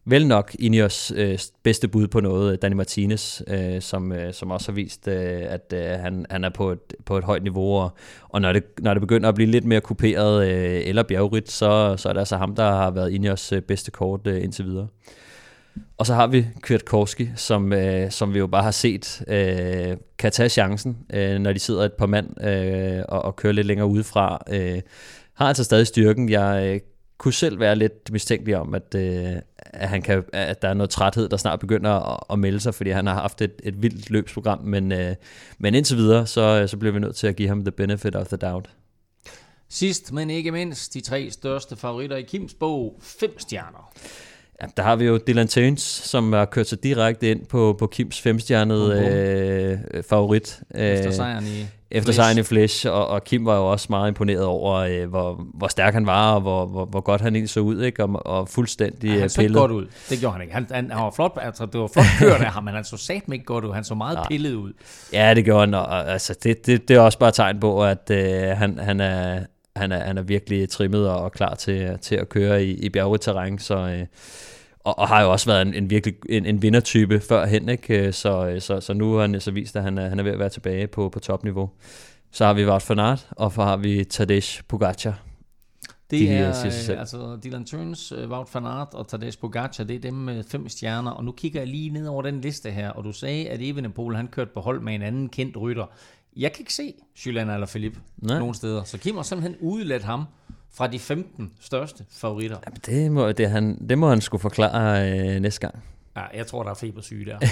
vel nok Ineos bedste bud på noget, Danny Martinez, som også har vist, at han er på et højt niveau, og når det begynder at blive lidt mere kuperet eller bjergrigt, så er det altså ham, der har været Ineos bedste kort indtil videre. Og så har vi Kwiatkowski, som vi jo bare har set kan tage chancen, når de sidder et par mand og kører lidt længere udefra. Har altså stadig styrken. Jeg kunne selv være lidt mistænkelig om, at der er noget træthed, der snart begynder at melde sig, fordi han har haft et vildt løbsprogram, men indtil videre, så bliver vi nødt til at give ham the benefit of the doubt. Sidst, men ikke mindst, de 3 største favoritter i Kims bog, 5 stjerner. Ja, der har vi jo Dylan Teuns, som har kørt sig direkte ind på Kims 5-stjernede favorit. Efter sejren i Flesch, og Kim var jo også meget imponeret over, hvor stærk han var, og hvor godt han egentlig så ud, ikke? Og fuldstændig pillet. Han så godt ud. Det gjorde han ikke. Han var flot, altså det var flot kørt af ham, men han så satme ikke godt ud. Han så meget pillet ud. Ja, det gjorde han, og altså, det er også bare et tegn på, at han er virkelig trimmet og klar til at køre i bjerget terræn, så og har jo også været en vindertype førhen, ikke? Så nu har han så vist, at han er ved at være tilbage på topniveau. Så har vi Wout van Aert, og så har vi Tadej Pogačar. Det er altså Dylan Teuns, Wout van Aert og Tadej Pogačar, det er dem med 5 stjerner, og nu kigger jeg lige ned over den liste her, og du sagde, at Evenepoel, han kørte på hold med en anden kendt rytter. Jeg kan ikke se Julian Alaphilippe nogen steder, så Kim har simpelthen udeladt ham fra de 15 største favoritter. Jamen, det må han sgu forklare næste gang. Ja, jeg tror, der er febersyge der.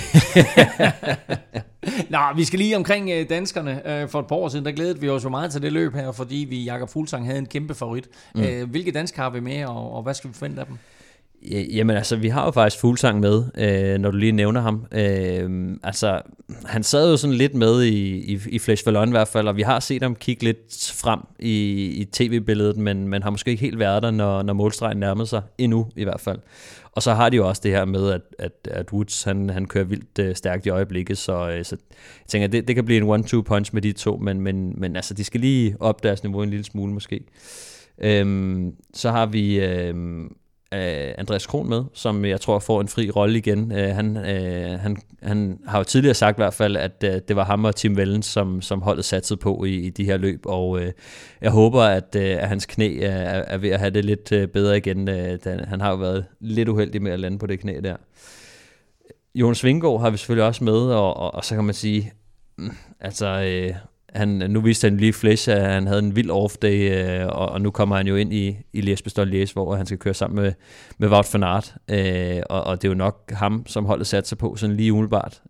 Nå, vi skal lige omkring danskerne. For et par år siden, der glædede vi os jo meget til det løb her, fordi vi, Jakob Fuglsang, havde en kæmpe favorit. Hvilke danskere har vi med, og hvad skal vi forvente af dem? Jamen altså, vi har jo faktisk Fuglsang med, når du lige nævner ham. Altså, han sad jo sådan lidt med i Flesch Wallonne i hvert fald, og vi har set ham kigge lidt frem i tv-billedet, men har måske ikke helt været der, når målstregen nærmede sig, endnu i hvert fald. Og så har de jo også det her med, at Woods, han kører vildt stærkt i øjeblikket, så jeg tænker, det kan blive en 1-2 punch med de to, men altså, de skal lige op deres niveau en lille smule måske. Så har vi Andreas Kron med, som jeg tror får en fri rolle igen. Han har jo tidligere sagt i hvert fald, at det var ham og Tim Wellens, som holdet satsede på i de her løb, og jeg håber, at hans knæ er ved at have det lidt bedre igen. Han har jo været lidt uheldig med at lande på det knæ der. Jonas Vingegaard har vi selvfølgelig også med, og så kan man sige, altså nu viste han lige Flesch, at han havde en vild off-day, og nu kommer han jo ind i Liège-Bastogne-Liège, hvor han skal køre sammen med Wout van Aert, og det er jo nok ham, som holdet satte sig på, sådan lige umiddelbart.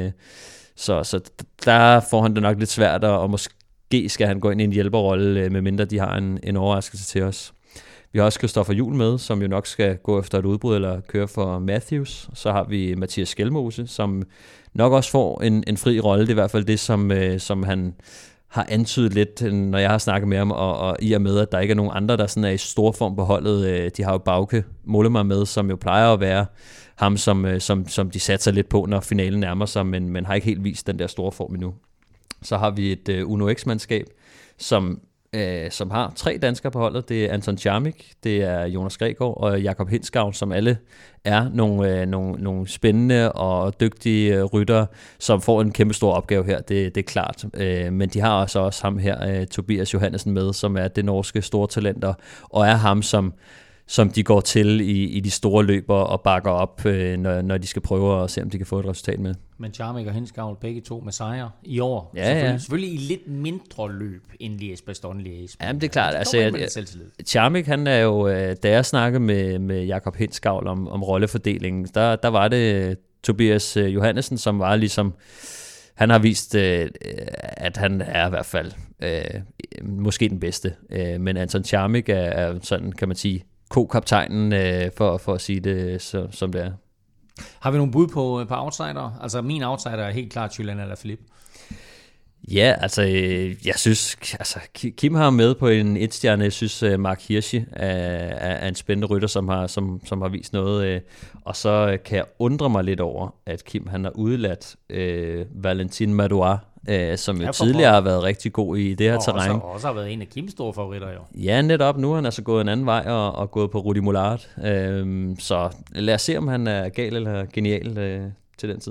Så der får han det nok lidt svært, og måske skal han gå ind i en hjælperrolle, medmindre de har en overraskelse til os. Vi har også Christopher Juhl med, som jo nok skal gå efter et udbrud eller køre for Matthews. Så har vi Mathias Skelmose, som nok også får en fri rolle. Det er i hvert fald det, som han har antydet lidt, når jeg har snakket med ham, og i og med, at der ikke er nogen andre, der sådan er i stor form på holdet. De har jo Bauke Mollema med, som jo plejer at være ham, som de satser lidt på, når finalen nærmer sig, men har ikke helt vist den der store form endnu. Så har vi et Uno X-mandskab, som har 3 danskere på holdet. Det er Anton Charmik, det er Jonas Gregor og Jakob Hindsgavl, som alle er nogle spændende og dygtige ryttere, som får en kæmpe stor opgave her, det er klart. Men de har også ham her, Tobias Johannesen med, som er det norske store talenter, og er ham, som de går til i de store løber og bakker op, når de skal prøve at se, om de kan få et resultat med. Men Charmik og Hindsgavl, begge to med sejre i år. Ja. Selvfølgelig i lidt mindre løb end Liège-Bastogne-Liège. Jamen det er klart. Altså, Charmik, han er jo, da jeg snakkede med Jakob Hindsgavl om rollefordelingen, der var det Tobias Johannesen, som var ligesom, han har vist, at han er i hvert fald måske den bedste. Men Anton Charmik er sådan, kan man sige, ko-kaptajnen, for at sige det som det er. Har vi nogle bud på outsider? Altså min outsider er helt klart Julian Alaphilippe. Ja, altså jeg synes, altså Kim har med på en 1-stjerne. Jeg synes Mark Hirschi er en spændende rytter, som har vist noget. Og så kan jeg undre mig lidt over, at Kim han har udeladt Valentin Madouas, som jo tidligere har været rigtig god i det her terræn. Og også har været en af Kims store favoritter jo. Ja, netop. Nu er han altså gået en anden vej og gået på Rudy Mollard. Så lad os se, om han er gal eller genial til den tid.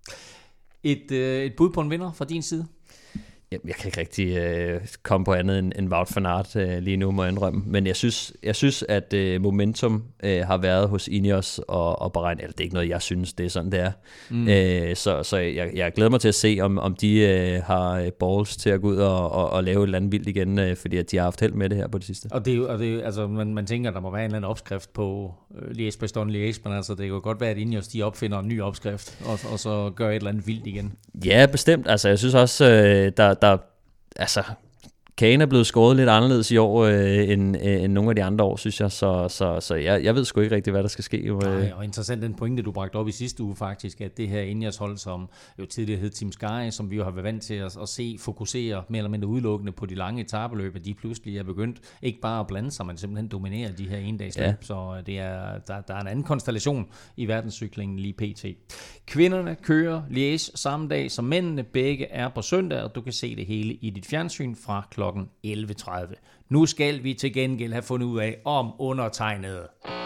Et bud på en vinder fra din side? Jeg kan ikke rigtig komme på andet end Wout van Aert lige nu, må jeg indrømme. Men jeg synes at momentum har været hos Ineos og Bahrain. Eller det er ikke noget, jeg synes, det er sådan, det er. Så jeg glæder mig til at se, om de har balls til at gå ud og lave et eller andet vildt igen, fordi at de har haft held med det her på det sidste. Og det er jo altså, man tænker, at der må være en eller anden opskrift på Liège-Bastogne-Liège, men altså, det kan jo godt være, at Ineos de opfinder en ny opskrift, og så gør et eller andet vildt igen. Ja, bestemt. Altså, jeg synes også, altså, kagen er blevet skåret lidt anderledes i år end nogle af de andre år, synes jeg. Så jeg ved sgu ikke rigtig, hvad der skal ske. Nej, og interessant den pointe, du bragte op i sidste uge faktisk, at det her Ineos hold, som jo tidligere hed Team Sky, som vi jo har været vant til at se fokusere mere eller mindre udelukkende på de lange etapeløb, at de pludselig er begyndt ikke bare at blande sig, men simpelthen dominere de her endagsløb. Ja. Så der er en anden konstellation i verdenscyklingen lige pt. Kvinderne kører Liège samme dag som mændene. Begge er på søndag, og du kan se det hele i dit fjernsyn fra kl. 11.30. Nu skal vi til gengæld have fundet ud af, om undertegnede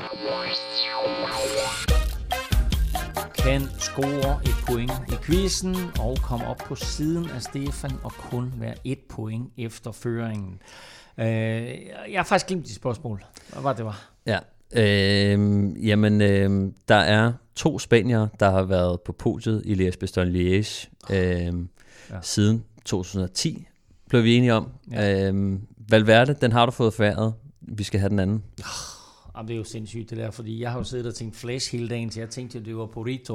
kan score et point i quizzen og komme op på siden af Stefan og kun være 1 point efter føringen. Jeg har faktisk glemt de spørgsmål. Hvad var det var? Ja. Der er 2 spaniere, der har været på podiet i Liège-Bastogne-Liège siden 2010, blev vi enige om. Ja. Valverde, den har du fået foræret. Vi skal have den anden. Det er jo sindssygt det der, fordi jeg har jo siddet og tænkt flash hele dagen, så jeg tænkte, at det var Porito.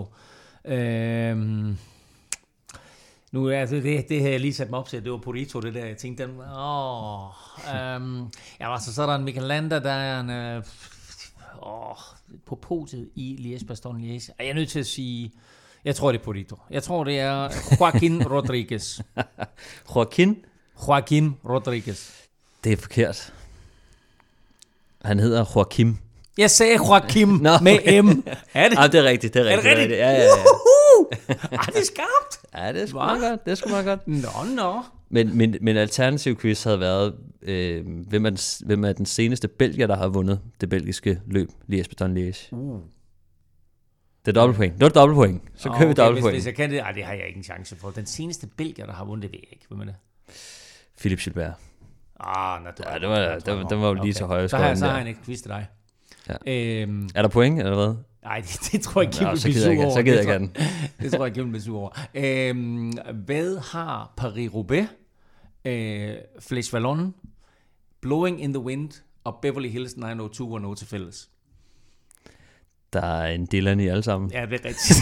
Nu er det her jeg lige sat mig op til, at det var Porito, det der. Jeg tænkte, så er der en Mikel Landa, der er en på podiet i Liège-Bastogne-Liège. Jeg er nødt til at sige, jeg tror det er Porito. Jeg tror det er Joaquin Rodriguez. Joaquin Rodriguez. Det er forkert. Han hedder Joaquim. Jeg sagde Joaquim med M. Er det? Det er rigtigt. Det er rigtigt. Ja. Det er skarpt. Ja, det er sgu meget godt. Det er sgu meget godt. Nå. Men alternativ quiz havde været, hvem er den seneste belgier, der har vundet det belgiske løb, Liège-Bastogne-Liège. Det er dobbeltpoint. Det var dobbeltpoint. Så kører vi dobbeltpoint. Hvis jeg kan det, det har jeg ikke en chance for. Den seneste belgier, der har vundet, det ved jeg ikke. Hvem er det? Philippe Gilbert. Det var jo lige til højre. Så har jeg en quiz til dig. Ja. Er der point, eller hvad? Nej, det tror jeg ikke, Kim vil blive sur over. Så gider jeg den. Det tror jeg ikke, Kim vil blive sur over. Hvad har Paris-Roubaix, Flèche Wallonne, Blowing in the Wind og Beverly Hills 90210 til fælles? Der er en Dylan i alle sammen. Ja, det er rigtigt.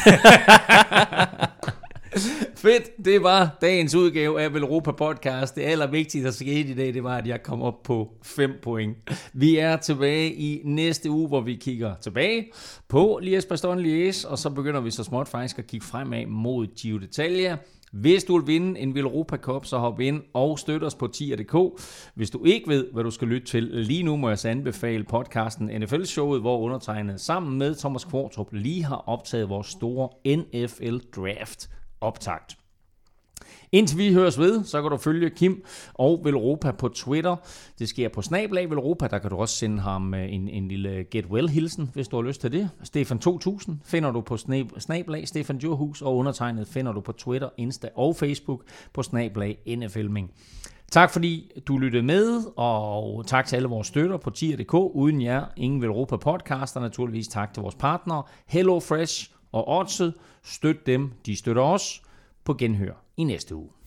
Fedt, det var dagens udgave af Velropa Podcast. Det allervigtigste, der skete i dag, det var, at jeg kom op på 5 point. Vi er tilbage i næste uge, hvor vi kigger tilbage på Liège-Bastogne-Liège, og så begynder vi så småt faktisk at kigge fremad mod Giro d'Italia. Hvis du vil vinde en Velropa Cup, så hop ind og støt os på tier.dk. Hvis du ikke ved, hvad du skal lytte til lige nu, må jeg så anbefale podcasten NFL-showet, hvor undertegnet sammen med Thomas Kvartrup lige har optaget vores store NFL-draft optakt. Indtil vi høres ved, så kan du følge Kim og Velropa på Twitter. Det sker på @Velropa. Der kan du også sende ham en lille get well hilsen, hvis du har lyst til det. Stefan 2000 finder du på @Stefan Djurhus, og undertegnet finder du på Twitter, Insta og Facebook på @NFLming. Tak fordi du lyttede med, og tak til alle vores støtter på tier.dk. Uden jer, ingen Velropa Podcast, og naturligvis tak til vores partnere, HelloFresh og Odset. Støt dem, de støtter os. På genhør i næste uge.